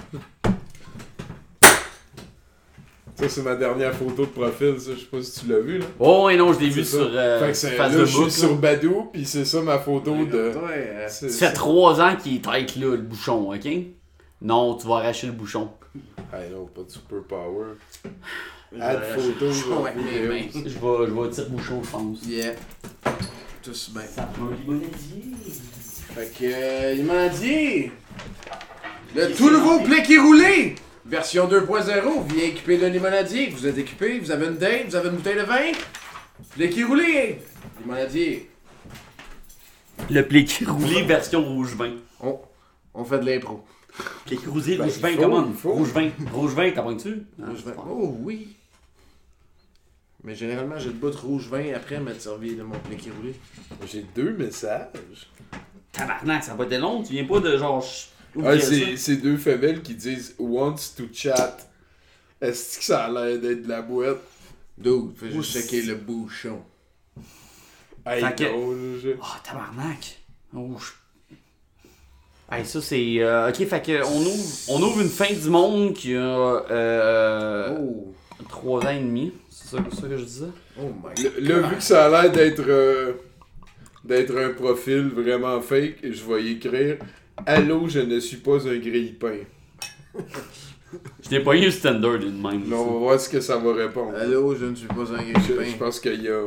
Ça, c'est ma dernière photo de profil, ça. Je sais pas si tu l'as vu, là. Oh, et non, je l'ai vu C'est sur ça. euh, Fait que c'est- Facebook. là, je suis sur Badou, pis c'est ça ma photo de. Ouais, euh, c'est- Ça fait trois ans qu'il est tête là, le bouchon, ok? Non, tu vas arracher le bouchon. Hey, non, pas de super power. je Add vais photo, arracher- je Ouais, vais mes mains. Je vais, je vais tirer bouchon, je pense. Yeah. Tous bien. Ça peut limonadier. Fait que, euh, il m'a dit. Le tout nouveau play qui roulé! Version deux point zéro, vient équipé de limonadier. Vous êtes équipé, vous avez une date, vous avez une bouteille de vin. Play qui roulé! Limonadier. Le pliqué roulé version rouge vin. On, on fait de l'impro. Pliqué roulé, Ben, rouge il vin, faut, comment? il faut. Rouge vin. Rouge vin, t'as pointu? Rouge vin. Oh oui! Mais généralement, j'ai le bout de rouge vin après m'être servi de mon pliqué roulé. J'ai deux messages. Tabarnak, ça a pas été long, tu viens pas de genre. ch- Ah, ouvrir ça. c'est, c'est deux femelles qui disent wants to chat. Est-ce que ça a l'air d'être de la boîte? Dude, fais juste Ouh, checker c'est- le bouchon. Hey, Fait que- non, là, je- Oh, tabarnak. Oh, je- Hey, ça c'est. euh, ok, fait que on ouvre, on ouvre une fin du monde qui a euh, Oh! trois ans et demi. C'est ça, ça que je disais? Oh my Là, god! là, vu que ça a l'air d'être euh, d'être un profil vraiment fake, je vais y écrire Allô, je ne suis pas un grille-pain. Je t'ai pas eu le standard de même. Là, on va voir ce que ça va répondre. Allô, je ne suis pas un Je, grille-pain. je pense qu'il y a.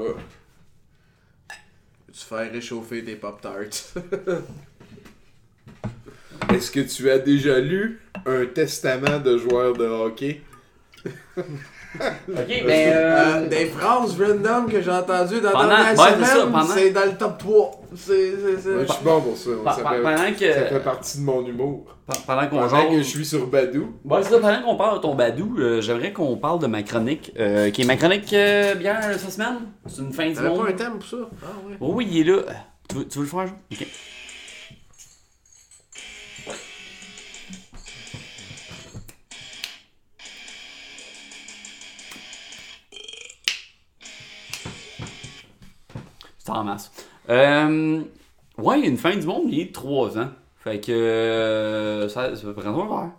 Tu fais réchauffer tes Pop-Tarts. Est-ce que tu as déjà lu un testament de joueur de hockey? Ok, ben. Euh, Euh, des phrases random que j'ai entendues dans Pendant- la dernière ouais, c'est ça, semaine, pendant- c'est dans le top trois. C'est, c'est, c'est... Ouais, je suis bon pour ça. pa- ça, pa- fait, pendant que. ça fait partie de mon humour. pa- Pendant qu'on Pendant que je jase. suis sur Badou. Ouais, c'est ça, pendant qu'on parle de ton badou, euh, j'aimerais qu'on parle de ma chronique, euh, qui est ma chronique euh, bière cette semaine. C'est une fin du T'avais monde. pas un thème pour ça? Ah ouais. Oh oui, il est là. Tu veux, tu veux le faire, Jean? Ok. C'est en masse. Euh, ouais, il y a une fin du monde, il est de trois ans. Fait que euh, ça, ça va prendre un verre.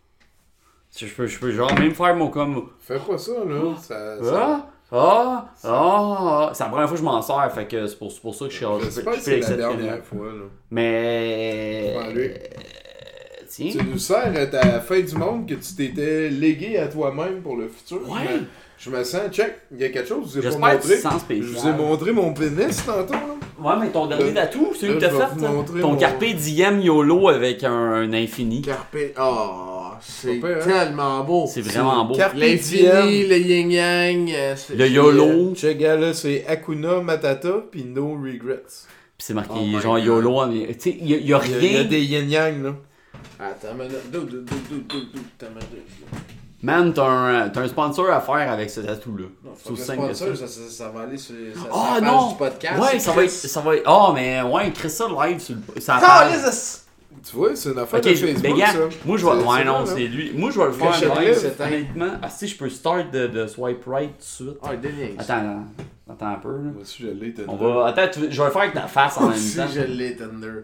Si je peux, je peux genre même faire mon comme. Fais pas ça, là. Ça, ça- Ah! Ah! Ah! ah. C'est la première fois que je m'en sers, fait que c'est pour, c'est pour ça que je suis je J'espère fais- que je c'est fais la exceptionnel. dernière fois, là. Mais. Ouais, lui. Euh, Tiens. Tu nous sers à ta fin du monde que tu t'étais légué à toi-même pour le futur. Ouais. Je me, je me sens, check, il y a quelque chose, je vous ai pas J'espère que tu montré. te sens Je spécial. vous ai montré mon pénis tantôt, là. Ouais, mais ton dernier Là, tatou, celui là, que t'as je vais fait, vous hein? montrer Ton mon- Carpe Diem YOLO avec un, un infini. Carpe... Oh, c'est Pas pire, hein? tellement beau. C'est vraiment beau. Carpe L'infini, Diem. le yin-yang. euh, c'est- Le c'est, YOLO. Check, gars, là, c'est Hakuna Matata puis No Regrets. Pis c'est marqué Oh my genre God. YOLO. en- Tu sais, il y, a- y a Il y a, rien. il y a des yin-yang, là. euh, Attends, mais... Dou, dou, dou, dou, dou, dou, t'as mal de- Man, t'as un, t'as un sponsor à faire avec ce tatou-là. Non, C'est faut aussi que simple que ça. sponsor, ça, ça, ça va aller sur, les- sur Ah la page non! du podcast. Ouais, c'est ça va être. Chris. Ça va être. Oh, mais ouais, écris ça live sur le. Ça Ah, les as- Tu vois, c'est une affaire Ok, de Facebook, mais gars, ça. moi je vais. C'est- Ouais, c'est non, bon, c'est là. lui. Moi je vais le faire Gâchette live, live, c'est un- honnêtement. Ah, si je peux start de, de swipe right tout de suite. Ah, Denis. hein. Attends, attends un peu. Là. Moi aussi, je l'ai, t'as On dit. va. Attends, tu- je vais le faire avec ta face en même Si temps. je l'ai, Thunder.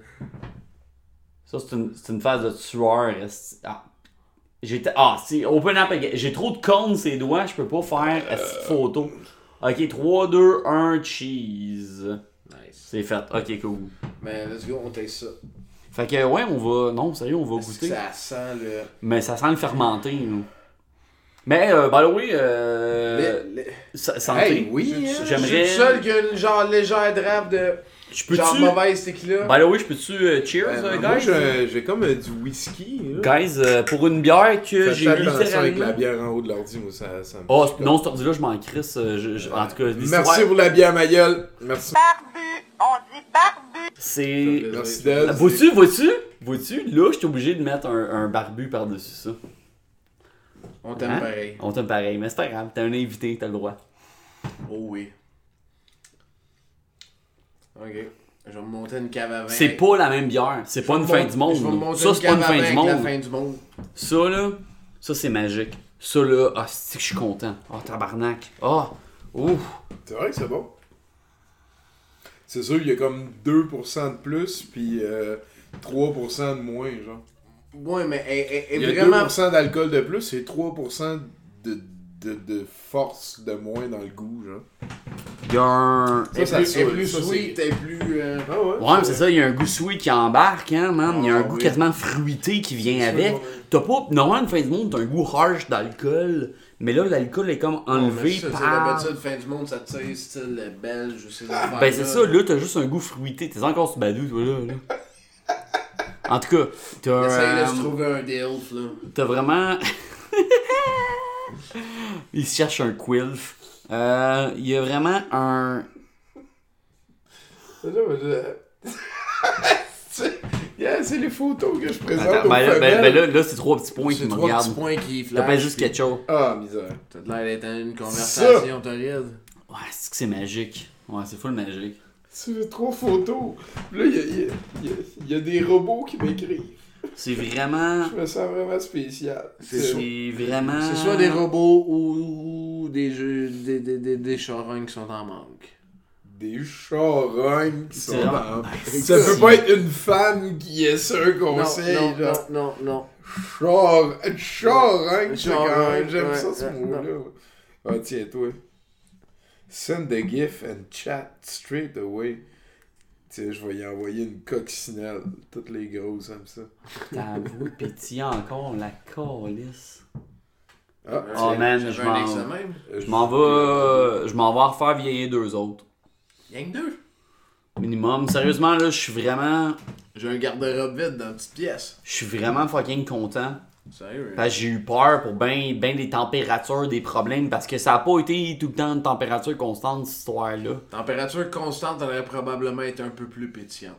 Ça, c'est une, c'est une phase de tueur. esti. Ah. J'ai ah, c'est open up again. J'ai trop de cornes ces doigts, je peux pas faire esti de photo. Ok, trois, deux, un, cheese. Nice. C'est fait. Ok, cool. Mais let's go, on taste ça. Fait que, ouais, on va. Non, sérieux, on va Est-ce que goûter. ça sent le... Mais ça sent le fermenté, nous. Mais, euh, by the way, euh. le- le- sa- Santé. Hey, oui, Je- hein. je- j'aimerais- Je suis le seul qui a une genre légère drape de... Je peux-tu. Genre mauvaise tequila. By the way, je peux-tu. euh, cheers, Ben, euh, moi, guys? j'ai j'ai comme euh, du whisky, là. Guys, euh, pour une bière que Faites j'ai attention avec littéralement. la bière en haut de l'ordi, moi, ça, ça me... Oh, non, cet ordi-là, je m'en crisse. euh, je- je- En tout cas, l'histoire- Merci pour la bière, ma gueule. Merci. On dit barbu. C'est. Merci, Dave. Vois-tu, vois-tu? Vois-tu? Là, je suis obligé de mettre un, un barbu par-dessus ça. On t'aime Hein? pareil. On t'aime pareil, mais c'est pas grave. T'es un invité, t'as le droit. Oh oui. Ok. Je vais me monter une cave à vin. C'est pas la même bière. C'est pas une fin du monde. Je vais me là. monter Ça, c'est pas une cave à fin vin du avec la monde. fin du monde. Ça, là, ça, c'est magique. Ça, là, ah, c'est que je suis content. Ah, tabarnak. Ah, ouf. C'est vrai que c'est bon. C'est sûr, il y a comme deux pour cent de plus, puis euh, trois pour cent de moins, genre. Ouais, mais elle, elle- elle Il y est a deux vraiment... pour cent d'alcool de plus et trois pour cent de, de, de force de moins dans le goût, genre. Il y a un. Elle est Ça, plus, ça, elle est ça, plus ça, sweet, c'est- elle est plus... euh, Ah ouais? Ouais, mais c'est ça, il y a un goût sweet qui embarque, hein, man. Il y a un Ah, goût oui. quasiment fruité qui vient C'est avec. sûr, T'as pas. Normalement, une fin du monde, t'as un goût harsh d'alcool. Mais là, l'alcool est comme enlevé ça, c'est par. d'habitude, fin du monde, ça tire style belge ou ces affaires-là. Ben c'est ça, là t'as juste un goût fruité, t'es encore sur Badou toi là. là. En tout cas, t'as Essaye de se euh, trouver un dilf, là. t'as vraiment... Il se cherche un quilf. Euh, Il y a vraiment un... C'est ça, mais je- Yeah, c'est les photos que je présente Attends, aux ben là, ben- femelles. ben là, là, c'est trois petits points qui C'est me trois petits regardent. points qui T'as pas flashent. juste quelque chose. Ah, misère. T'as l'air d'être dans une conversation torride. Ouais, c'est que c'est magique. Ouais, c'est full magique. C'est trois photos. Là, il y a, y, a, y, a, y a des robots qui m'écrivent. C'est vraiment... Je me sens vraiment spécial. C'est C'est vraiment... C'est soit des robots ou, ou des jeux, des, des, des, des charognes qui sont en manque. Des charognes qui sont C'est dans... vraiment- Ça peut pas être une femme qui est sur un conseil, non, non, genre. non, non, non. Char... Charogne, c'est quand même... Charogne, J'aime ouais, ça, ce ouais, mot-là. Ah, tiens, toi. Send the gif and chat straight away. Tiens, je vais y envoyer une coccinelle. Toutes les grosses aiment ça. T'as avoué pétillant encore, la calice. Ah, Oh man, J'avais je un m'en- ex de même. euh, Je m'en vais... Je m'en vais en refaire vieillir deux autres. Y'en que deux. Minimum. Sérieusement, là, je suis vraiment... J'ai un garde-robe vide dans une petite pièce. Je suis vraiment fucking content. Sérieux, hein? Parce que j'ai eu peur pour ben, ben des températures, des problèmes, parce que ça a pas été tout le temps une température constante, cette histoire-là. Température constante, elle aurait probablement été un peu plus pétillante.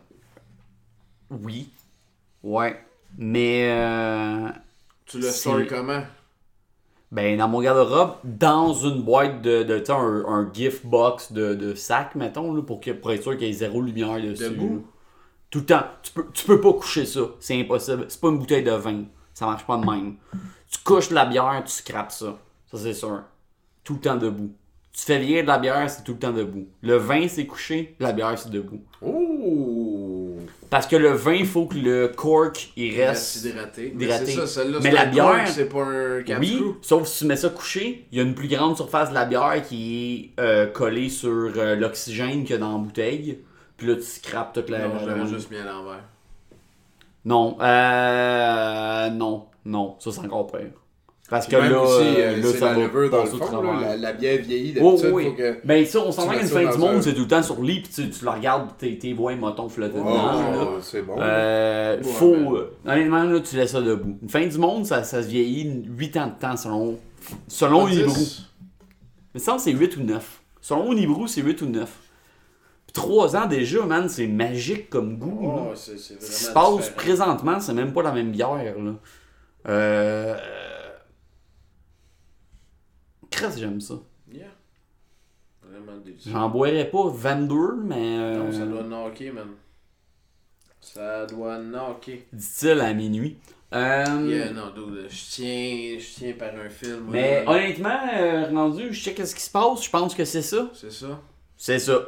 Oui. Ouais. Mais... Euh... Tu le C'est- sors comment? Ben, dans mon garde-robe, dans une boîte de, de tu sais, un, un gift box de, de sac, mettons, là, pour, que, pour être sûr qu'il y ait zéro lumière dessus. Debout? là. Tout le temps. Tu peux, tu peux pas coucher ça. C'est impossible. C'est pas une bouteille de vin. Ça marche pas de même. Tu couches la bière, tu scrapes ça. Ça, c'est sûr. Tout le temps debout. Tu fais vieillir de la bière, c'est tout le temps debout. Le vin, c'est couché. La bière, c'est debout. Oh! Parce que le vin, il faut que le cork, il Il reste reste... hydraté. hydraté. Mais c'est ça, celle-là, Mais c'est la un bière- cork, c'est pas un cap Oui, screw. sauf si tu mets ça couché, il y a une plus grande surface de la bière qui est euh, collée sur euh, l'oxygène qu'il y a dans la bouteille. Puis là, tu scrapes toute la... Non, la- je l'avais la- juste mis à l'envers. Non, euh... Non, non, ça c'est encore pire. Parce que Même là, aussi, euh, euh, là c'est ça la va levure dans le passer au fond, travers. là, la, la bière vieillie Oh, d'habitude, oui. faut que... Ben ça, on s'en Tu va mets une ça fin dans du monde, un- c'est tout le temps sur le lit, pis tu, tu le regardes, tes, tes voix et motons flotter Oh, dedans. là. c'est bon. Euh, Ouais, faut... ben. euh, honnêtement, là, tu laisses ça debout. Une fin du monde, ça, ça se vieillit huit ans de temps selon... Selon Pas Unibrou. dix. Mais ça, c'est huit ou neuf. Selon Unibrou, c'est huit ou neuf. Puis trois ans déjà, man, c'est magique comme goût. là. Oh, c'est c'est Ce qui se vraiment passe différent. présentement, c'est même pas la même bière, là. Euh... Cresse, j'aime ça. Yeah. Vraiment délicieux. J'en boirais pas vingt-deux, mais... euh, Non, ça doit knocker, man. Ça doit knocker. Dit-il à minuit. Euh... Yeah, non, dude, je tiens, je tiens par un film. Mais là. honnêtement, euh, rendu, je sais qu'est-ce qui se passe, je pense que c'est ça. C'est ça. C'est ça.